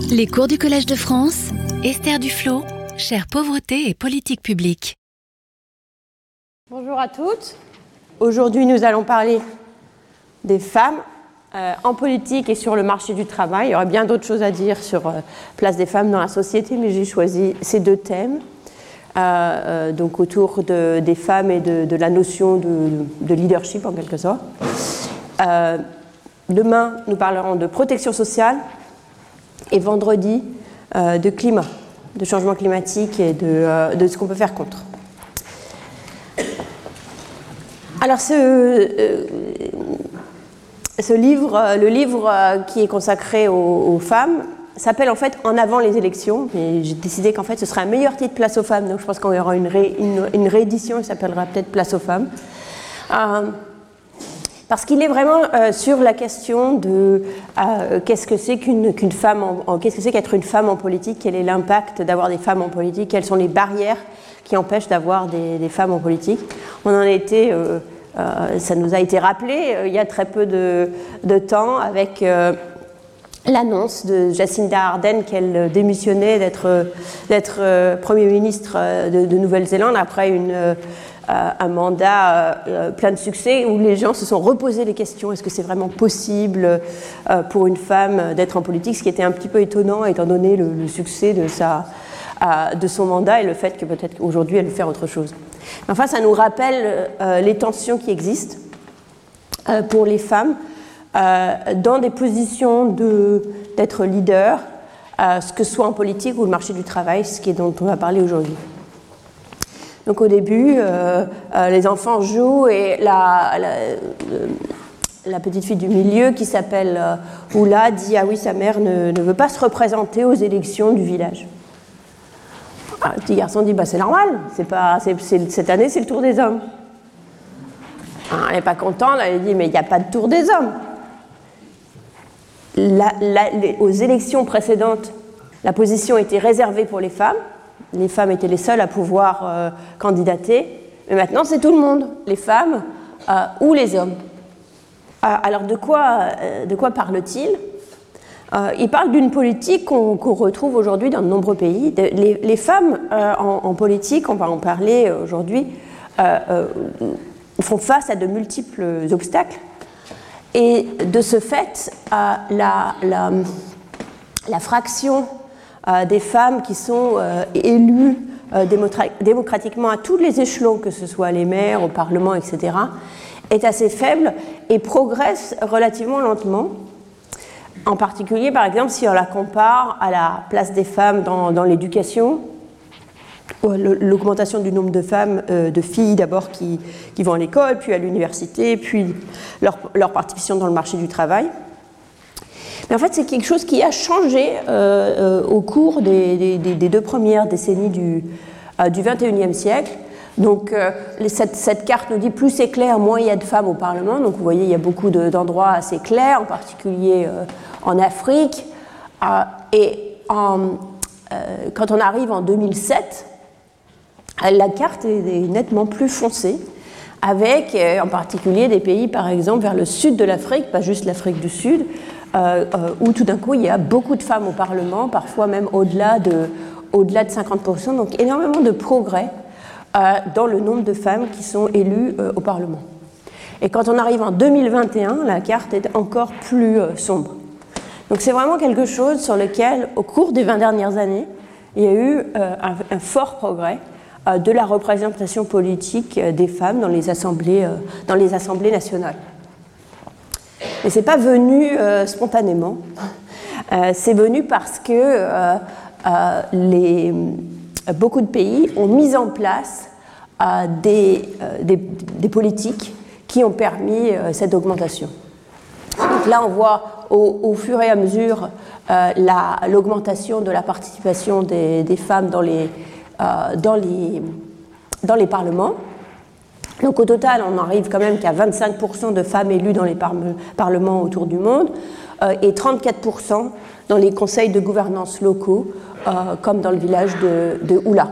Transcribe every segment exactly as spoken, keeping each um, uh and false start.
Les cours du Collège de France, Esther Duflo, chaire pauvreté et politique publique. Bonjour à toutes. Aujourd'hui, nous allons parler des femmes euh, en politique et sur le marché du travail. Il y aurait bien d'autres choses à dire sur la euh, place des femmes dans la société, mais j'ai choisi ces deux thèmes. Euh, euh, donc autour de, des femmes et de, de la notion de, de leadership en quelque sorte. Euh, demain, nous parlerons de protection sociale et vendredi euh, de climat, de changement climatique et de, euh, de ce qu'on peut faire contre. Alors ce, euh, ce livre, le livre qui est consacré aux, aux femmes, s'appelle en fait « En avant les élections ». Et j'ai décidé qu'en fait ce serait un meilleur titre « Place aux femmes ». Donc je pense qu'on y aura une, ré, une, une réédition qui s'appellera peut-être « Place aux femmes euh, ». Parce qu'il est vraiment euh, sur la question de euh, qu'est-ce que c'est qu'une, qu'une femme, en, en, qu'est-ce que c'est qu'être une femme en politique, quel est l'impact d'avoir des femmes en politique, quelles sont les barrières qui empêchent d'avoir des, des femmes en politique. On en a été, euh, euh, ça nous a été rappelé euh, il y a très peu de, de temps avec euh, l'annonce de Jacinda Ardern qu'elle démissionnait d'être, d'être euh, Premier ministre de, de Nouvelle-Zélande après une euh, un mandat euh, plein de succès où les gens se sont reposés les questions. Est-ce que c'est vraiment possible euh, pour une femme d'être en politique? Ce qui était un petit peu étonnant étant donné le, le succès de, sa, euh, de son mandat et le fait que peut-être qu'aujourd'hui elle veut faire autre chose. Enfin, ça nous rappelle euh, les tensions qui existent euh, pour les femmes euh, dans des positions de, d'être leader, euh, ce que ce soit en politique ou le marché du travail, ce qui est dont on va parler aujourd'hui. Donc au début, euh, euh, les enfants jouent et la, la, euh, la petite fille du milieu qui s'appelle euh, Oula dit « Ah oui, sa mère ne, ne veut pas se représenter aux élections du village. » ah, Le petit garçon dit bah, « C'est normal, c'est pas, c'est, c'est, cette année c'est le tour des hommes. » ah, Elle n'est pas contente, elle dit « Mais il n'y a pas de tour des hommes. » la, la, les, Aux élections précédentes, la position était réservée pour les femmes. Les femmes étaient les seules à pouvoir euh, candidater, mais maintenant c'est tout le monde, les femmes euh, ou les hommes. Euh, alors de quoi, euh, de quoi parle-t-il? euh, Il parle d'une politique qu'on, qu'on retrouve aujourd'hui dans de nombreux pays. De, les, les femmes euh, en, en politique, on va en parler aujourd'hui, euh, euh, font face à de multiples obstacles. Et de ce fait, euh, la, la, la fraction Euh, des femmes qui sont euh, élues euh, démotra- démocratiquement à tous les échelons, que ce soit les maires, au Parlement, et cetera, est assez faible et progresse relativement lentement. En particulier, par exemple, si on la compare à la place des femmes dans, dans l'éducation, l'augmentation du nombre de femmes, euh, de filles d'abord qui, qui vont à l'école, puis à l'université, puis leur, leur participation dans le marché du travail. Mais en fait, c'est quelque chose qui a changé euh, euh, au cours des, des, des deux premières décennies du, euh, du vingt et unième siècle. Donc, euh, cette, cette carte nous dit plus c'est clair, moins il y a de femmes au Parlement. Donc, vous voyez, il y a beaucoup de, d'endroits assez clairs, en particulier euh, en Afrique. Euh, et en, euh, quand on arrive en deux mille sept, la carte est, est nettement plus foncée, avec euh, en particulier des pays, par exemple, vers le sud de l'Afrique, pas juste l'Afrique du Sud, Euh, euh, où tout d'un coup il y a beaucoup de femmes au Parlement, parfois même au-delà de, au-delà de cinquante pour cent, donc énormément de progrès euh, dans le nombre de femmes qui sont élues euh, au Parlement. Et quand on arrive en deux mille vingt et un, la carte est encore plus euh, sombre. Donc c'est vraiment quelque chose sur lequel, au cours des vingt dernières années, il y a eu euh, un, un fort progrès euh, de la représentation politique euh, des femmes dans les assemblées, euh, dans les assemblées nationales. Mais ce n'est pas venu euh, spontanément, euh, c'est venu parce que euh, euh, les, beaucoup de pays ont mis en place euh, des, euh, des, des politiques qui ont permis euh, cette augmentation. Donc là, on voit au, au fur et à mesure euh, la, l'augmentation de la participation des, des femmes dans les, euh, dans les, dans les parlements. Donc au total, on arrive quand même qu'à vingt-cinq pour cent de femmes élues dans les par- parlements autour du monde euh, et trente-quatre pour cent dans les conseils de gouvernance locaux, euh, comme dans le village de, de Oula.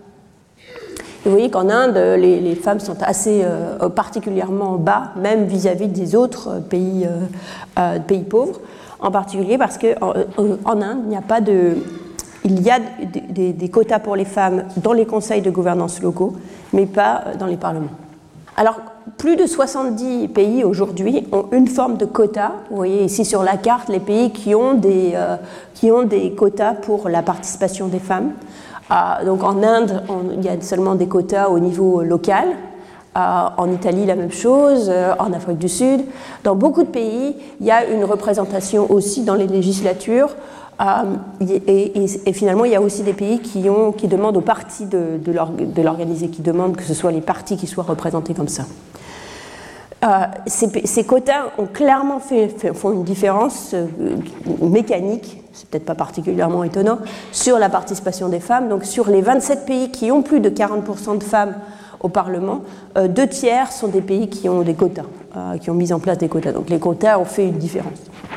Et vous voyez qu'en Inde, les, les femmes sont assez euh, particulièrement bas, même vis-à-vis des autres pays, euh, euh, pays pauvres. en particulier parce qu'en en Inde, il n'y a pas de... Il y a des, des, des quotas pour les femmes dans les conseils de gouvernance locaux, mais pas dans les parlements. Alors, plus de soixante-dix pays aujourd'hui ont une forme de quota. Vous voyez ici sur la carte les pays qui ont des, euh, qui ont des quotas pour la participation des femmes. Euh, donc en Inde, on, il y a seulement des quotas au niveau local. Euh, en Italie, la même chose. Euh, en Afrique du Sud. Dans beaucoup de pays, il y a une représentation aussi dans les législatures. Euh, et, et, et finalement, il y a aussi des pays qui, ont, qui demandent aux partis de, de l'organiser, qui demandent que ce soit les partis qui soient représentés comme ça. Euh, ces, ces quotas ont clairement fait, fait, font une différence euh, mécanique, c'est peut-être pas particulièrement étonnant, sur la participation des femmes. Donc sur les vingt-sept pays qui ont plus de quarante pour cent de femmes au Parlement, euh, deux tiers sont des pays qui ont des quotas, euh, qui ont mis en place des quotas. Donc les quotas ont fait une différence.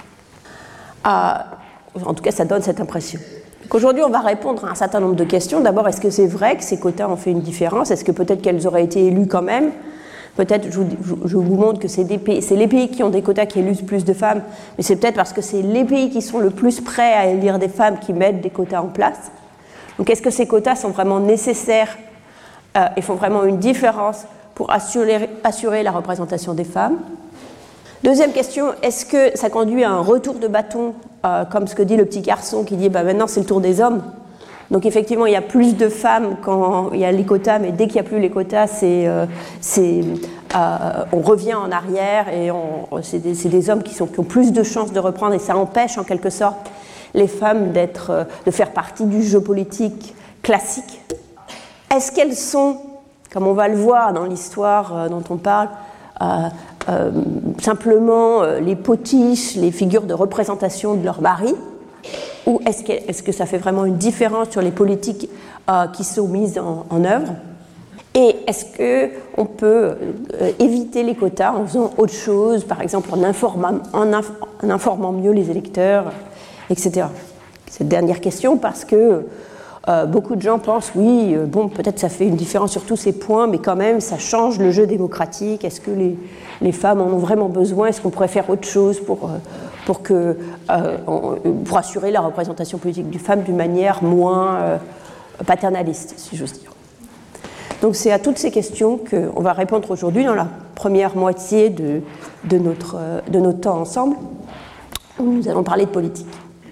Euh, En tout cas, ça donne cette impression. Aujourd'hui, on va répondre à un certain nombre de questions. D'abord, est-ce que c'est vrai que ces quotas ont fait une différence? Est-ce que peut-être qu'elles auraient été élues quand même? Peut-être, je vous, je vous montre que c'est, des pays, c'est les pays qui ont des quotas qui élisent plus de femmes, mais c'est peut-être parce que c'est les pays qui sont le plus prêts à élire des femmes qui mettent des quotas en place. Donc, est-ce que ces quotas sont vraiment nécessaires euh, et font vraiment une différence pour assurer, assurer la représentation des femmes? Deuxième question, est-ce que ça conduit à un retour de bâton, euh, comme ce que dit le petit garçon qui dit bah, « maintenant c'est le tour des hommes ». Donc effectivement, il y a plus de femmes quand il y a les quotas, mais dès qu'il n'y a plus les quotas, c'est, euh, c'est, euh, on revient en arrière et on, c'est, des, c'est des hommes qui, sont, qui ont plus de chances de reprendre et ça empêche en quelque sorte les femmes d'être, euh, de faire partie du jeu politique classique. Est-ce qu'elles sont, comme on va le voir dans l'histoire euh, dont on parle, euh, Euh, simplement euh, les potiches, les figures de représentation de leur mari, ou est-ce que, est-ce que ça fait vraiment une différence sur les politiques euh, qui sont mises en, en œuvre? Et est-ce qu'on peut euh, éviter les quotas en faisant autre chose, par exemple en informant, en, inf- en informant mieux les électeurs, et cetera. Cette dernière question, parce que Euh, beaucoup de gens pensent, oui, euh, bon, peut-être ça fait une différence sur tous ces points, mais quand même, ça change le jeu démocratique. Est-ce que les, les femmes en ont vraiment besoin? Est-ce qu'on pourrait faire autre chose pour, euh, pour, que, euh, on, pour assurer la représentation politique d'une femme d'une manière moins euh, paternaliste, si j'ose dire? Donc c'est à toutes ces questions qu'on va répondre aujourd'hui dans la première moitié de, de, notre, de notre temps ensemble, où nous allons parler de politique.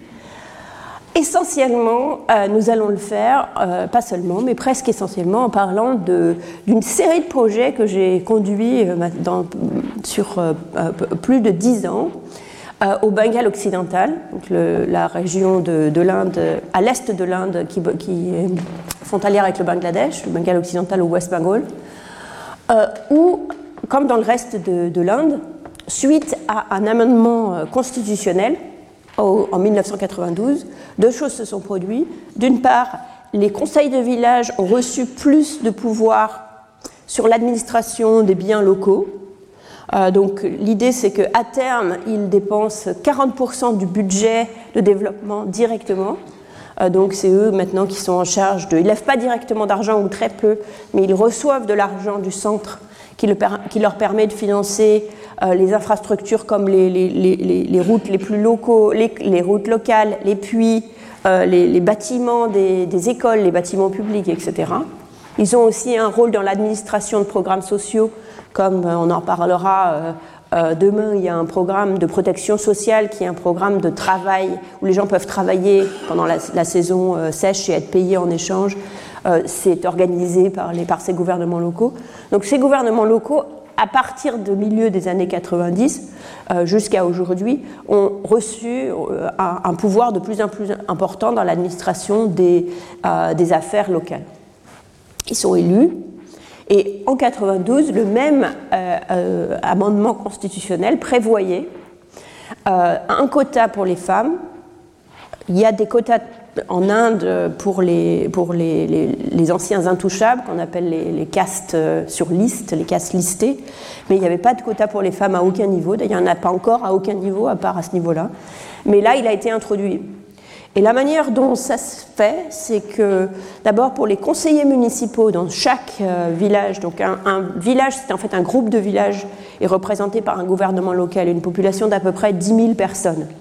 Essentiellement, euh, nous allons le faire, euh, pas seulement, mais presque essentiellement en parlant de, d'une série de projets que j'ai conduits euh, dans, sur euh, plus de dix ans euh, au Bengale occidental, donc le, la région de, de l'Inde, à l'est de l'Inde, qui, qui est frontalière avec le Bangladesh, le Bengale occidental au West Bengal, euh, où, comme dans le reste de, de l'Inde, suite à un amendement constitutionnel, en dix-neuf cent quatre-vingt-douze, deux choses se sont produites. D'une part, les conseils de village ont reçu plus de pouvoir sur l'administration des biens locaux. Euh, donc l'idée, c'est qu'à terme, ils dépensent quarante pour cent du budget de développement directement. Euh, donc c'est eux maintenant qui sont en charge de... Ils ne lèvent pas directement d'argent ou très peu, mais ils reçoivent de l'argent du centre qui, le, qui leur permet de financer euh, les infrastructures comme les, les, les, les routes les plus locaux, les, les routes locales, les puits, euh, les, les bâtiments des, des écoles, les bâtiments publics, et cetera. Ils ont aussi un rôle dans l'administration de programmes sociaux, comme euh, on en parlera euh, euh, demain. Il y a un programme de protection sociale qui est un programme de travail où les gens peuvent travailler pendant la, la saison euh, sèche et être payés en échange. Euh, c'est organisé par, les, par ces gouvernements locaux. Donc ces gouvernements locaux, à partir du milieu des années quatre-vingt-dix euh, jusqu'à aujourd'hui, ont reçu euh, un, un pouvoir de plus en plus important dans l'administration des, euh, des affaires locales. Ils sont élus, et en quatre-vingt-douze, le même euh, euh, amendement constitutionnel prévoyait euh, un quota pour les femmes. Il y a des quotas en Inde pour les, pour les, les, les anciens intouchables, qu'on appelle les, les castes sur liste, les castes listées, mais il n'y avait pas de quota pour les femmes à aucun niveau. D'ailleurs, il n'y en a pas encore à aucun niveau, à part à ce niveau-là. Mais là, il a été introduit. Et la manière dont ça se fait, c'est que d'abord pour les conseillers municipaux dans chaque euh, village, donc un, un village, c'est en fait un groupe de villages est représenté par un gouvernement local, une population d'à peu près dix mille personnes.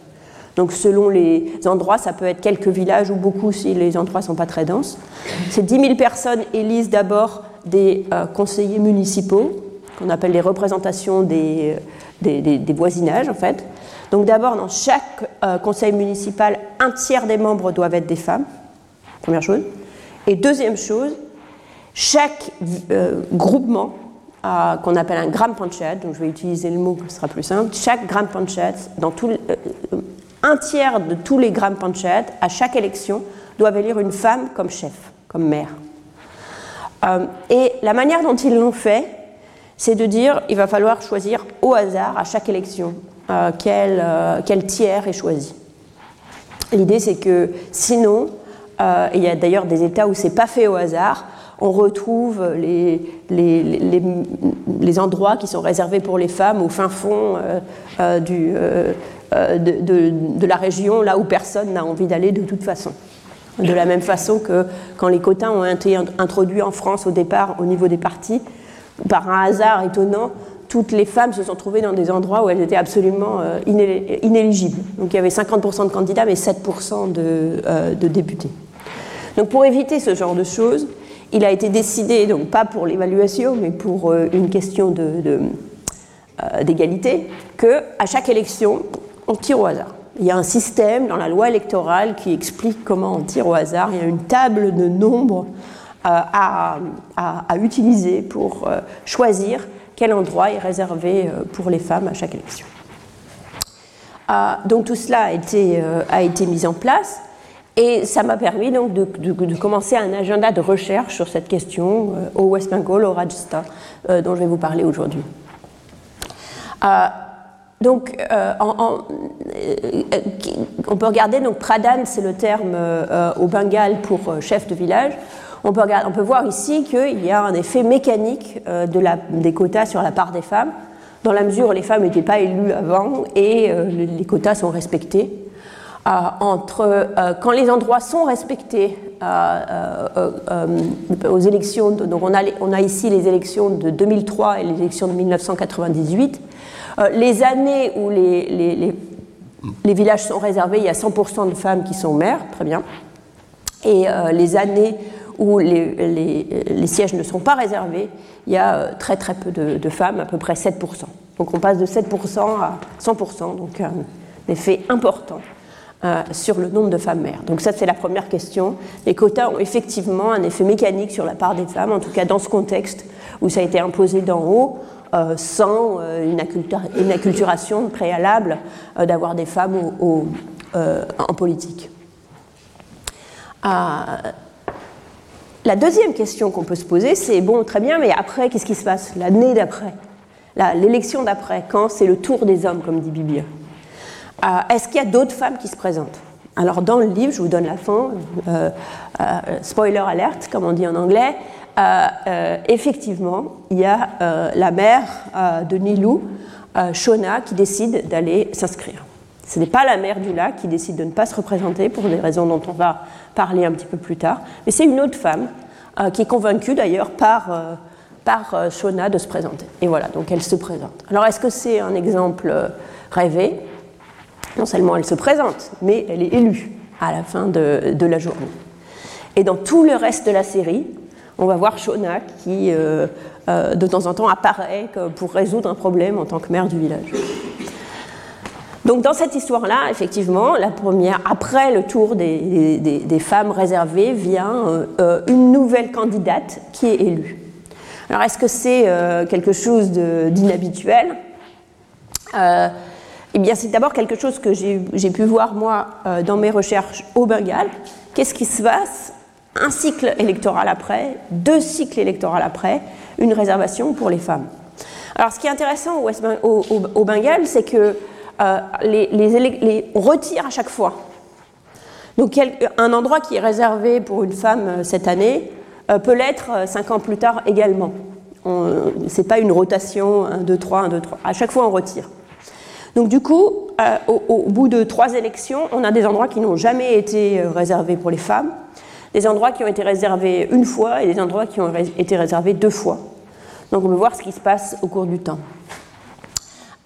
Donc selon les endroits, ça peut être quelques villages ou beaucoup si les endroits ne sont pas très denses. Ces dix mille personnes élisent d'abord des euh, conseillers municipaux, qu'on appelle les représentations des, des, des, des voisinages en fait. Donc d'abord, dans chaque euh, conseil municipal, un tiers des membres doivent être des femmes, première chose. Et deuxième chose, chaque euh, groupement, euh, qu'on appelle un gram panchayat, donc je vais utiliser le mot, ce sera plus simple, chaque gram panchayat, dans tout, euh, un tiers de tous les gram panchayat, à chaque élection, doivent élire une femme comme chef, comme maire. Euh, et la manière dont ils l'ont fait, c'est de dire il va falloir choisir au hasard à chaque élection euh, quel, euh, quel tiers est choisi. L'idée c'est que sinon, euh, il y a d'ailleurs des États où c'est pas fait au hasard, on retrouve les, les, les, les endroits qui sont réservés pour les femmes au fin fond euh, euh, du, euh, de, de, de la région, là où personne n'a envie d'aller de toute façon. De la même façon que quand les quotas ont été introduits en France au départ au niveau des partis, par un hasard étonnant, toutes les femmes se sont trouvées dans des endroits où elles étaient absolument euh, inéligibles. Donc il y avait cinquante pour cent de candidats, mais sept pour cent de, euh, de députés. Donc pour éviter ce genre de choses, il a été décidé, donc pas pour l'évaluation, mais pour euh, une question de, de, euh, d'égalité, qu'à chaque élection, on tire au hasard. Il y a un système dans la loi électorale qui explique comment on tire au hasard. Il y a une table de nombres euh, à, à, à utiliser pour euh, choisir quel endroit est réservé euh, pour les femmes à chaque élection. Euh, donc tout cela a été, euh, a été mis en place et ça m'a permis donc de, de, de commencer un agenda de recherche sur cette question euh, au West Bengal, au Rajasthan, euh, dont je vais vous parler aujourd'hui. Euh, Donc, euh, en, en, euh, on peut regarder, donc Pradhan, c'est le terme euh, au Bengale pour euh, chef de village. On peut, regarder, on peut voir ici qu'il y a un effet mécanique euh, de la, des quotas sur la part des femmes, dans la mesure où les femmes n'étaient pas élues avant et euh, les, les quotas sont respectés. Euh, entre, euh, quand les endroits sont respectés euh, euh, euh, aux élections, de, donc on a, on a ici les élections de deux mille trois et les élections de mille neuf cent quatre-vingt-dix-huit. Euh, les années où les, les, les, les villages sont réservés, il y a cent pour cent de femmes qui sont maires, très bien. Et euh, les années où les, les, les sièges ne sont pas réservés, il y a euh, très très peu de, de femmes, à peu près sept pour cent. Donc on passe de sept pour cent à cent pour cent, donc un effet important euh, sur le nombre de femmes maires. Donc ça c'est la première question. Les quotas ont effectivement un effet mécanique sur la part des femmes, en tout cas dans ce contexte où ça a été imposé d'en haut, Euh, sans euh, une, accultura- une acculturation préalable euh, d'avoir des femmes au, au, euh, en politique. Euh, la deuxième question qu'on peut se poser, c'est bon, très bien, mais après, qu'est-ce qui se passe l'année d'après, la, l'élection d'après, quand c'est le tour des hommes, comme dit Bibi. Euh, est-ce qu'il y a d'autres femmes qui se présentent? Alors, dans le livre, je vous donne la fin, euh, euh, spoiler alert, comme on dit en anglais. Euh, euh, effectivement, il y a euh, la mère euh, de Nilou, euh, Shona, qui décide d'aller s'inscrire. Ce n'est pas la mère du lac qui décide de ne pas se représenter pour des raisons dont on va parler un petit peu plus tard, mais c'est une autre femme euh, qui est convaincue d'ailleurs par, euh, par euh, Shona de se présenter. Et voilà, donc elle se présente. Alors est-ce que c'est un exemple euh, rêvé? Non seulement elle se présente, mais elle est élue à la fin de, de la journée. Et dans tout le reste de la série, on va voir Shona qui, euh, euh, de temps en temps, apparaît pour résoudre un problème en tant que maire du village. Donc, dans cette histoire-là, effectivement, la première, après le tour des, des, des femmes réservées, vient euh, une nouvelle candidate qui est élue. Alors, est-ce que c'est euh, quelque chose de, d'inhabituel? euh, Eh bien, c'est d'abord quelque chose que j'ai, j'ai pu voir, moi, euh, dans mes recherches au Bengale. Qu'est-ce qui se passe? Un cycle électoral après, deux cycles électoraux après, une réservation pour les femmes. Alors, ce qui est intéressant au, West, au, au, au Bengale, c'est que euh, les, les, les, on retire à chaque fois. Donc, quel, un endroit qui est réservé pour une femme euh, cette année euh, peut l'être euh, cinq ans plus tard également. Ce n'est pas une rotation un, deux, trois, un, deux, trois. À chaque fois, on retire. Donc, du coup, euh, au, au bout de trois élections, on a des endroits qui n'ont jamais été euh, réservés pour les femmes, des endroits qui ont été réservés une fois et des endroits qui ont été réservés deux fois. Donc on peut voir ce qui se passe au cours du temps.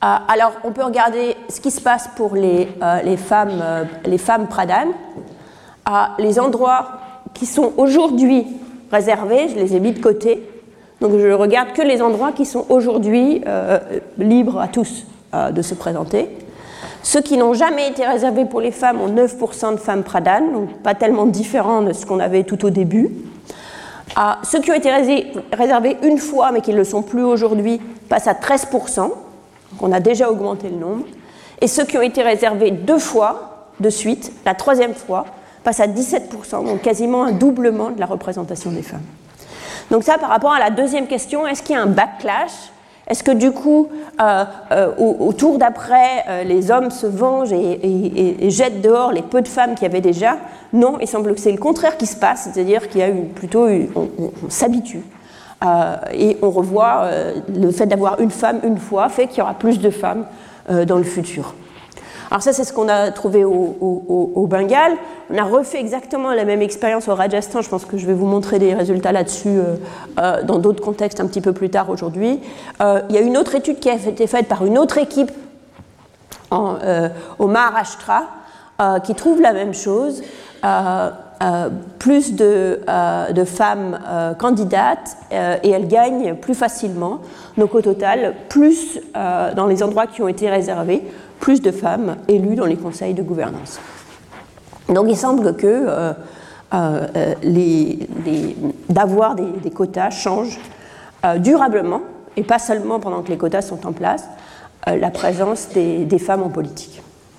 alors, on peut regarder ce qui se passe pour les, euh, les, femmes, euh, les femmes pradhanes. Euh, les endroits qui sont aujourd'hui réservés, je les ai mis de côté. Donc, je ne regarde que les endroits qui sont aujourd'hui euh, libres à tous euh, de se présenter. Ceux qui n'ont jamais été réservés pour les femmes ont neuf pour cent de femmes pradhanes, donc pas tellement différent de ce qu'on avait tout au début. Euh, ceux qui ont été réservés une fois, mais qui ne le sont plus aujourd'hui, passent à treize pour cent. Donc on a déjà augmenté le nombre. Et ceux qui ont été réservés deux fois de suite, la troisième fois, passent à dix-sept pour cent, donc quasiment un doublement de la représentation des femmes. Donc ça, par rapport à la deuxième question, est-ce qu'il y a un backlash ? Est-ce que du coup, euh, euh, au, au tour d'après, euh, les hommes se vengent et, et, et, et jettent dehors les peu de femmes qu'il y avait déjà ? Non, il semble que c'est le contraire qui se passe, c'est-à-dire qu'il y a eu plutôt, une, on, on, on s'habitue. Euh, et on revoit euh, le fait d'avoir une femme une fois fait qu'il y aura plus de femmes euh, dans le futur. Alors ça, c'est ce qu'on a trouvé au, au, au Bengale. On a refait exactement la même expérience au Rajasthan. Je pense que je vais vous montrer des résultats là-dessus euh, euh, dans d'autres contextes un petit peu plus tard aujourd'hui. Euh, il y a une autre étude qui a été faite par une autre équipe en, euh, au Maharashtra euh, qui trouve la même chose. Euh, Euh, plus de, euh, de femmes euh, candidates euh, et elles gagnent plus facilement. Donc au total, plus euh, dans les endroits qui ont été réservés, plus de femmes élues dans les conseils de gouvernance. Donc il semble que euh, euh, les, les, d'avoir des, des quotas change euh, durablement, et pas seulement pendant que les quotas sont en place, euh, la présence des, des femmes en politique.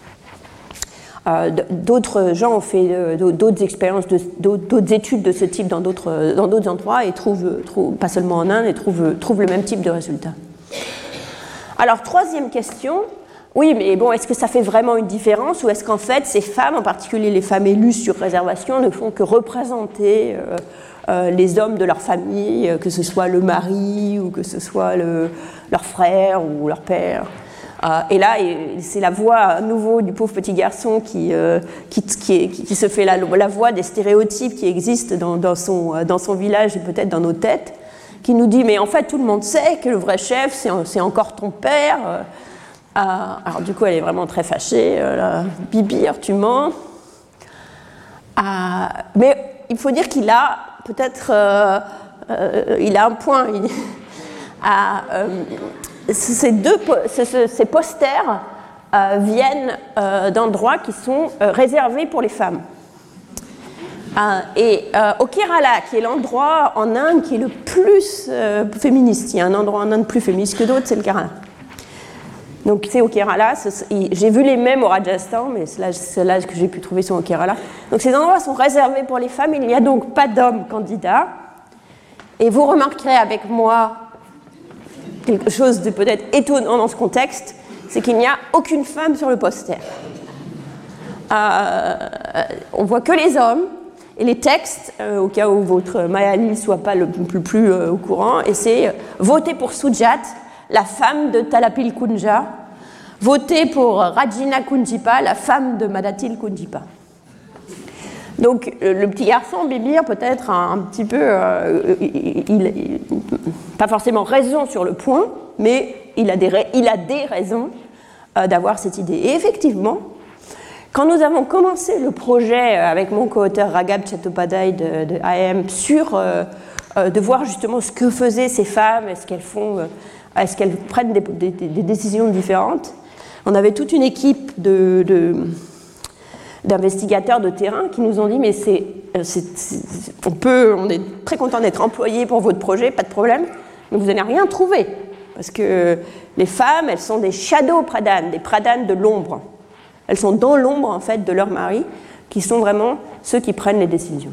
Euh, d'autres gens ont fait euh, d'autres expériences, de, d'autres études de ce type dans d'autres, dans d'autres endroits et trouvent, trouvent, pas seulement en Inde, et trouvent, trouvent le même type de résultats. Alors, troisième question, oui, mais bon, est-ce que ça fait vraiment une différence ou est-ce qu'en fait, ces femmes, en particulier les femmes élues sur réservation, ne font que représenter euh, euh, les hommes de leur famille, que ce soit le mari ou que ce soit le, leur frère ou leur père? Euh, et là, c'est la voix à nouveau du pauvre petit garçon qui, euh, qui, qui, qui, qui se fait la, la voix des stéréotypes qui existent dans, dans, son, dans son village et peut-être dans nos têtes, qui nous dit « mais en fait, tout le monde sait que le vrai chef, c'est, c'est encore ton père. Euh, » Alors du coup, elle est vraiment très fâchée. Euh, « Bibir, tu mens. Euh, » Mais il faut dire qu'il a peut-être... Euh, euh, il a un point. Il, euh, Ces, deux, ces posters euh, viennent euh, d'endroits qui sont euh, réservés pour les femmes. Euh, et euh, au Kerala, qui est l'endroit en Inde qui est le plus euh, féministe, il y a un endroit en Inde plus féministe que d'autres, c'est le Kerala. Donc c'est au Kerala, c'est, j'ai vu les mêmes au Rajasthan, mais c'est là, c'est là que j'ai pu trouver sont au Kerala. Donc ces endroits sont réservés pour les femmes, il n'y a donc pas d'hommes candidats. Et vous remarquerez avec moi quelque chose de peut-être étonnant dans ce contexte, c'est qu'il n'y a aucune femme sur le poster. Euh, on voit que les hommes et les textes, euh, au cas où votre Mayali ne soit pas le plus, plus euh, au courant, et c'est euh, « Votez pour Sujat, la femme de Talapil Kunja. Votez pour Rajina Kunjipa, la femme de Madatil Kunjipa. » Donc le petit garçon, Bibir, peut-être un, un petit peu, euh, il, il, il, pas forcément raison sur le point, mais il a des, il a des raisons euh, d'avoir cette idée. Et effectivement, quand nous avons commencé le projet avec mon co-auteur Raghav Chattopadhyay de, de I M sur euh, euh, de voir justement ce que faisaient ces femmes, est-ce qu'elles font, euh, est-ce qu'elles prennent des, des, des décisions différentes, on avait toute une équipe de, de d'investigateurs de terrain qui nous ont dit mais c'est, c'est, c'est, on, peut, on est très content d'être employés pour votre projet, pas de problème, mais vous n'allez rien trouver parce que les femmes, elles sont des shadow pradhanes, des pradhanes de l'ombre. Elles sont dans l'ombre en fait de leur mari, qui sont vraiment ceux qui prennent les décisions.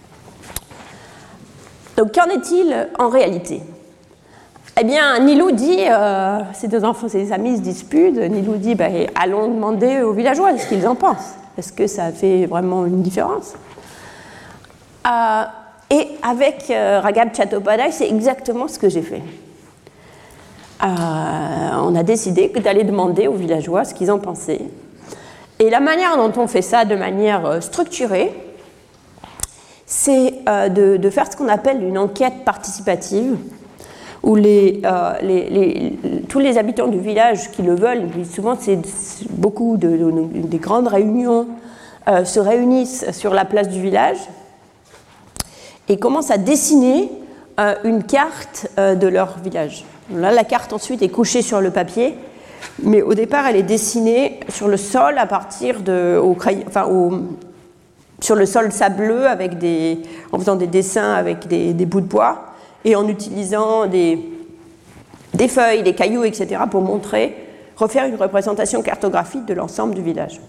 Donc qu'en est-il en réalité ? Eh bien, Nilou dit, euh, ses deux enfants, ses amis se disputent, Nilou dit, bah, allons demander aux villageois ce qu'ils en pensent. Est-ce que ça fait vraiment une différence ? euh, Et avec euh, Raghav Chattopadhyay, c'est exactement ce que j'ai fait. Euh, on a décidé d'aller demander aux villageois ce qu'ils en pensaient. Et la manière dont on fait ça de manière structurée, c'est euh, de, de faire ce qu'on appelle une enquête participative, où les, euh, les, les, tous les habitants du village qui le veulent, souvent c'est beaucoup de, de, de, des grandes réunions, euh, se réunissent sur la place du village et commencent à dessiner euh, une carte euh, de leur village. Là, la carte ensuite est couchée sur le papier, mais au départ elle est dessinée sur le sol à partir de, au crayon, enfin au, sur le sol sableux avec des, en faisant des dessins avec des, des bouts de bois et en utilisant des, des feuilles, des cailloux, et cetera pour montrer, refaire une représentation cartographique de l'ensemble du village.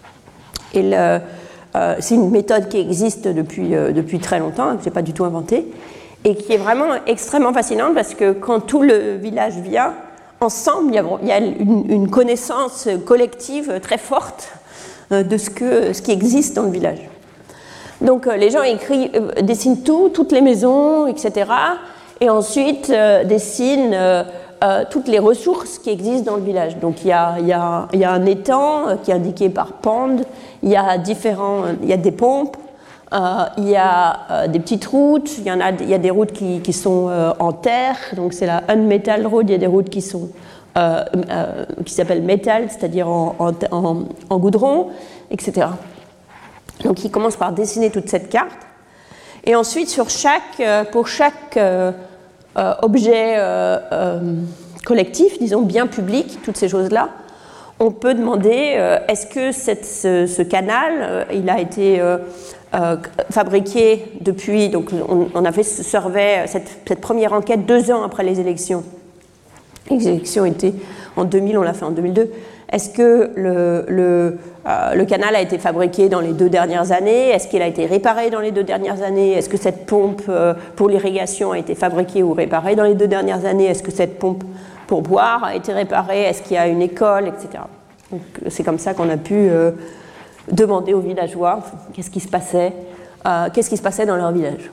Et le, euh, c'est une méthode qui existe depuis, euh, depuis très longtemps, que je n'ai pas du tout inventée, et qui est vraiment extrêmement fascinante parce que quand tout le village vient, ensemble, il y a, il y a une, une connaissance collective très forte de ce, que, ce qui existe dans le village. Donc les gens écrivent, euh, dessinent tout, toutes les maisons, et cetera. Et ensuite euh, dessinent euh, euh, toutes les ressources qui existent dans le village. Donc il y a, il y a, il y a un étang euh, qui est indiqué par pond, il y a, différents, il y a des pompes, euh, il y a euh, des petites routes, il y, en a, il y a des routes qui, qui sont euh, en terre, donc c'est la unmetal road, il y a des routes qui sont euh, euh, qui s'appellent metal, c'est-à-dire en, en, en, en goudron, et cetera. Donc il commence par dessiner toute cette carte. Et ensuite, sur chaque, pour chaque euh, euh, objet euh, euh, collectif, disons bien public, toutes ces choses-là, on peut demander euh, est-ce que cette, ce, ce canal, euh, il a été euh, euh, fabriqué depuis, donc on, on a fait ce survey, cette, cette première enquête deux ans après les élections. Les élections étaient en deux mille, on l'a fait en deux mille deux. Est-ce que le, le, euh, le canal a été fabriqué dans les deux dernières années? Est-ce qu'il a été réparé dans les deux dernières années? Est-ce que cette pompe euh, pour l'irrigation a été fabriquée ou réparée dans les deux dernières années? Est-ce que cette pompe pour boire a été réparée? Est-ce qu'il y a une école, et cetera. Donc, c'est comme ça qu'on a pu euh, demander aux villageois qu'est-ce qui se passait, euh, qu'est-ce qui se passait dans leur village.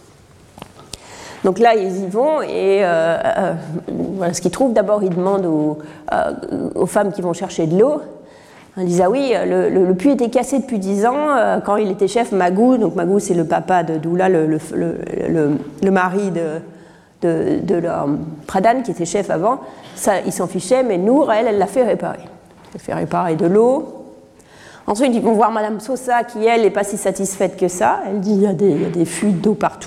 Donc là, ils y vont et euh, euh, voilà ce qu'ils trouvent. D'abord, ils demandent aux, euh, aux femmes qui vont chercher de l'eau. Ils disent « Ah oui, le, le, le puits était cassé depuis dix ans. Euh, quand il était chef, Magou, donc Magou, c'est le papa de Doula, le, le, le, le, le mari de, de, de leur Pradhan, qui était chef avant, ça, il s'en fichait, mais Nour, elle, elle l'a fait réparer. Elle fait réparer de l'eau. Ensuite, ils vont voir Madame Sosa, qui, elle, n'est pas si satisfaite que ça. Elle dit « Il y a des, il y a des fuites d'eau partout. »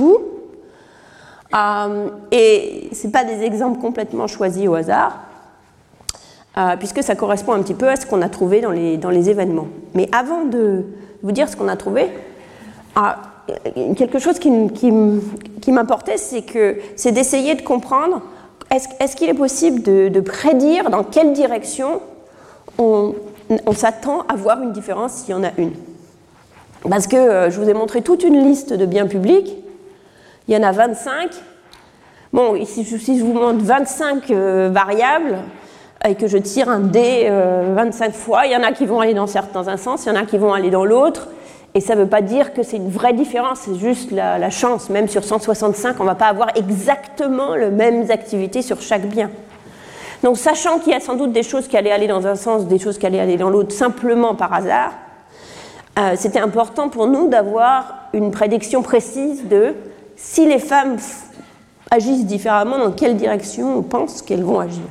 Euh, et ce n'est pas des exemples complètement choisis au hasard, euh, puisque ça correspond un petit peu à ce qu'on a trouvé dans les, dans les événements. Mais avant de vous dire ce qu'on a trouvé, euh, quelque chose qui, qui, qui m'importait, c'est, que, c'est d'essayer de comprendre est-ce, est-ce qu'il est possible de, de prédire dans quelle direction on, on s'attend à voir une différence s'il y en a une. Parce que euh, je vous ai montré toute une liste de biens publics. Il y en a vingt-cinq. Bon, si je, si je vous montre vingt-cinq euh, variables et que je tire un dé euh, vingt-cinq fois, il y en a qui vont aller dans certains sens, il y en a qui vont aller dans l'autre. Et ça ne veut pas dire que c'est une vraie différence, c'est juste la, la chance. Même sur cent soixante-cinq, on ne va pas avoir exactement les mêmes activités sur chaque bien. Donc, sachant qu'il y a sans doute des choses qui allaient aller dans un sens, des choses qui allaient aller dans l'autre, simplement par hasard, euh, c'était important pour nous d'avoir une prédiction précise de si les femmes agissent différemment, dans quelle direction on pense qu'elles vont agir.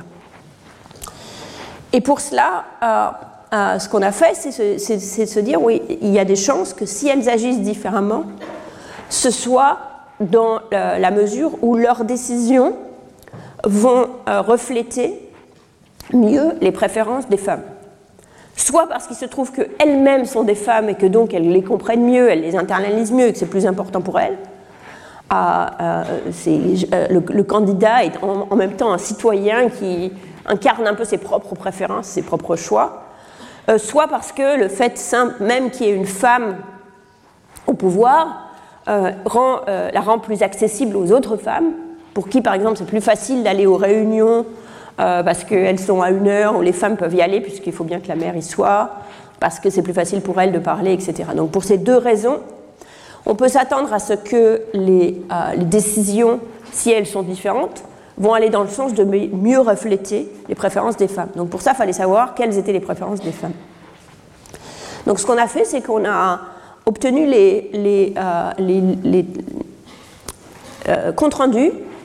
Et pour cela, euh, euh, ce qu'on a fait, c'est, c'est, c'est, c'est de se dire, oui, il y a des chances que si elles agissent différemment, ce soit dans euh, la mesure où leurs décisions vont euh, refléter mieux les préférences des femmes. Soit parce qu'il se trouve qu'elles-mêmes sont des femmes et que donc elles les comprennent mieux, elles les internalisent mieux et que c'est plus important pour elles. Euh, c'est, euh, le, le candidat est en, en même temps un citoyen qui incarne un peu ses propres préférences, ses propres choix, euh, soit parce que le fait simple même qu'il y ait une femme au pouvoir euh, rend, euh, la rend plus accessible aux autres femmes, pour qui par exemple c'est plus facile d'aller aux réunions euh, parce qu'elles sont à une heure où les femmes peuvent y aller puisqu'il faut bien que la mère y soit, parce que c'est plus facile pour elles de parler, et cetera. Donc pour ces deux raisons, on peut s'attendre à ce que les, euh, les décisions, si elles sont différentes, vont aller dans le sens de mieux refléter les préférences des femmes. Donc pour ça, il fallait savoir quelles étaient les préférences des femmes. Donc ce qu'on a fait, c'est qu'on a obtenu les, les, euh, les, les euh, comptes rendus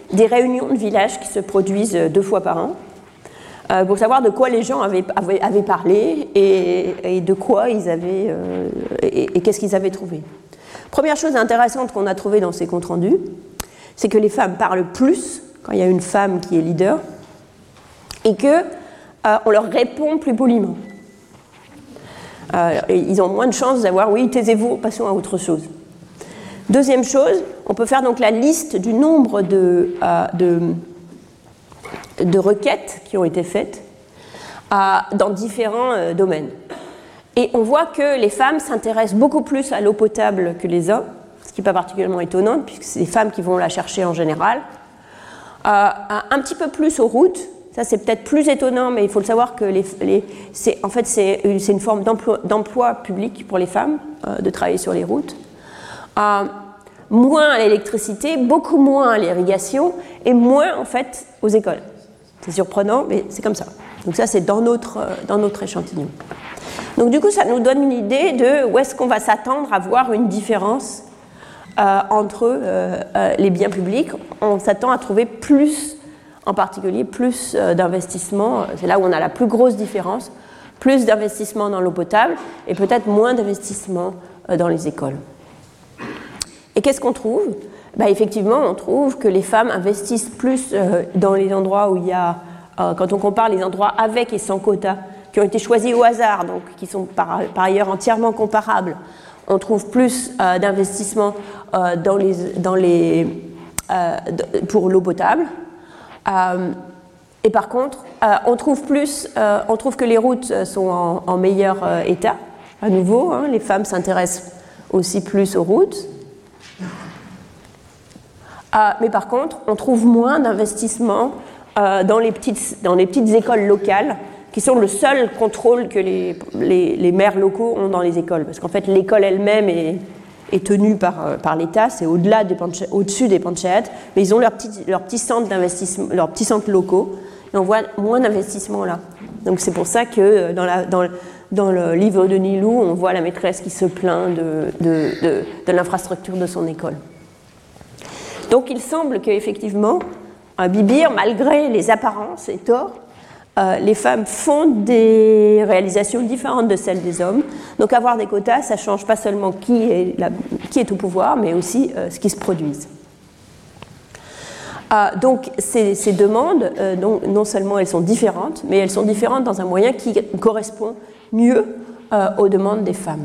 des réunions de village qui se produisent deux fois par an, euh, pour savoir de quoi les gens avaient, avaient, avaient parlé et, et de quoi ils avaient, euh, et, et qu'est-ce qu'ils avaient trouvé. Première chose intéressante qu'on a trouvée dans ces comptes rendus, c'est que les femmes parlent plus quand il y a une femme qui est leader, et qu'on euh, leur répond plus poliment. Euh, et ils ont moins de chances d'avoir « oui, taisez-vous, passons à autre chose ». Deuxième chose, on peut faire donc la liste du nombre de, euh, de, de requêtes qui ont été faites euh, dans différents euh, domaines. Et on voit que les femmes s'intéressent beaucoup plus à l'eau potable que les hommes, ce qui n'est pas particulièrement étonnant, puisque c'est les femmes qui vont la chercher en général. Euh, un petit peu plus aux routes. Ça, c'est peut-être plus étonnant, mais il faut le savoir que les, les, c'est, en fait, c'est, c'est une forme d'emploi, d'emploi public pour les femmes, euh, de travailler sur les routes. Euh, moins à l'électricité, beaucoup moins à l'irrigation, et moins, en fait, aux écoles. C'est surprenant, mais c'est comme ça. Donc ça, c'est dans notre, dans notre échantillon. Donc du coup, ça nous donne une idée de où est-ce qu'on va s'attendre à voir une différence euh, entre euh, euh, les biens publics. On s'attend à trouver plus, en particulier, plus euh, d'investissement. C'est là où on a la plus grosse différence. Plus d'investissement dans l'eau potable et peut-être moins d'investissement euh, dans les écoles. Et qu'est-ce qu'on trouve ? Bah, effectivement, on trouve que les femmes investissent plus euh, dans les endroits où il y a, euh, quand on compare les endroits avec et sans quota, qui ont été choisis au hasard, donc qui sont par, par ailleurs entièrement comparables. On trouve plus euh, d'investissement euh, dans les, dans les, euh, pour l'eau potable. Euh, et par contre, euh, on trouve plus, euh, on trouve que les routes sont en, en meilleur euh, état. À nouveau, hein, les femmes s'intéressent aussi plus aux routes. Euh, mais par contre, on trouve moins d'investissement euh, dans les petites, dans les petites écoles locales, qui sont le seul contrôle que les, les, les maires locaux ont dans les écoles. Parce qu'en fait, l'école elle-même est, est tenue par, par l'État, c'est au-delà des panchayats, au-dessus des panchayats, mais ils ont leurs petits, leurs petits centres d'investissement, leurs petits centres locaux, et on voit moins d'investissement là. Donc c'est pour ça que dans, la, dans, dans le livre de Nilou, on voit la maîtresse qui se plaint de, de, de, de l'infrastructure de son école. Donc il semble qu'effectivement, à Bibir, malgré les apparences et torts, Euh, les femmes font des réalisations différentes de celles des hommes. Donc avoir des quotas, ça ne change pas seulement qui est, la, qui est au pouvoir, mais aussi euh, ce qui se produise. Euh, donc ces, ces demandes, euh, non, non seulement elles sont différentes, mais elles sont différentes dans un moyen qui correspond mieux euh, aux demandes des femmes.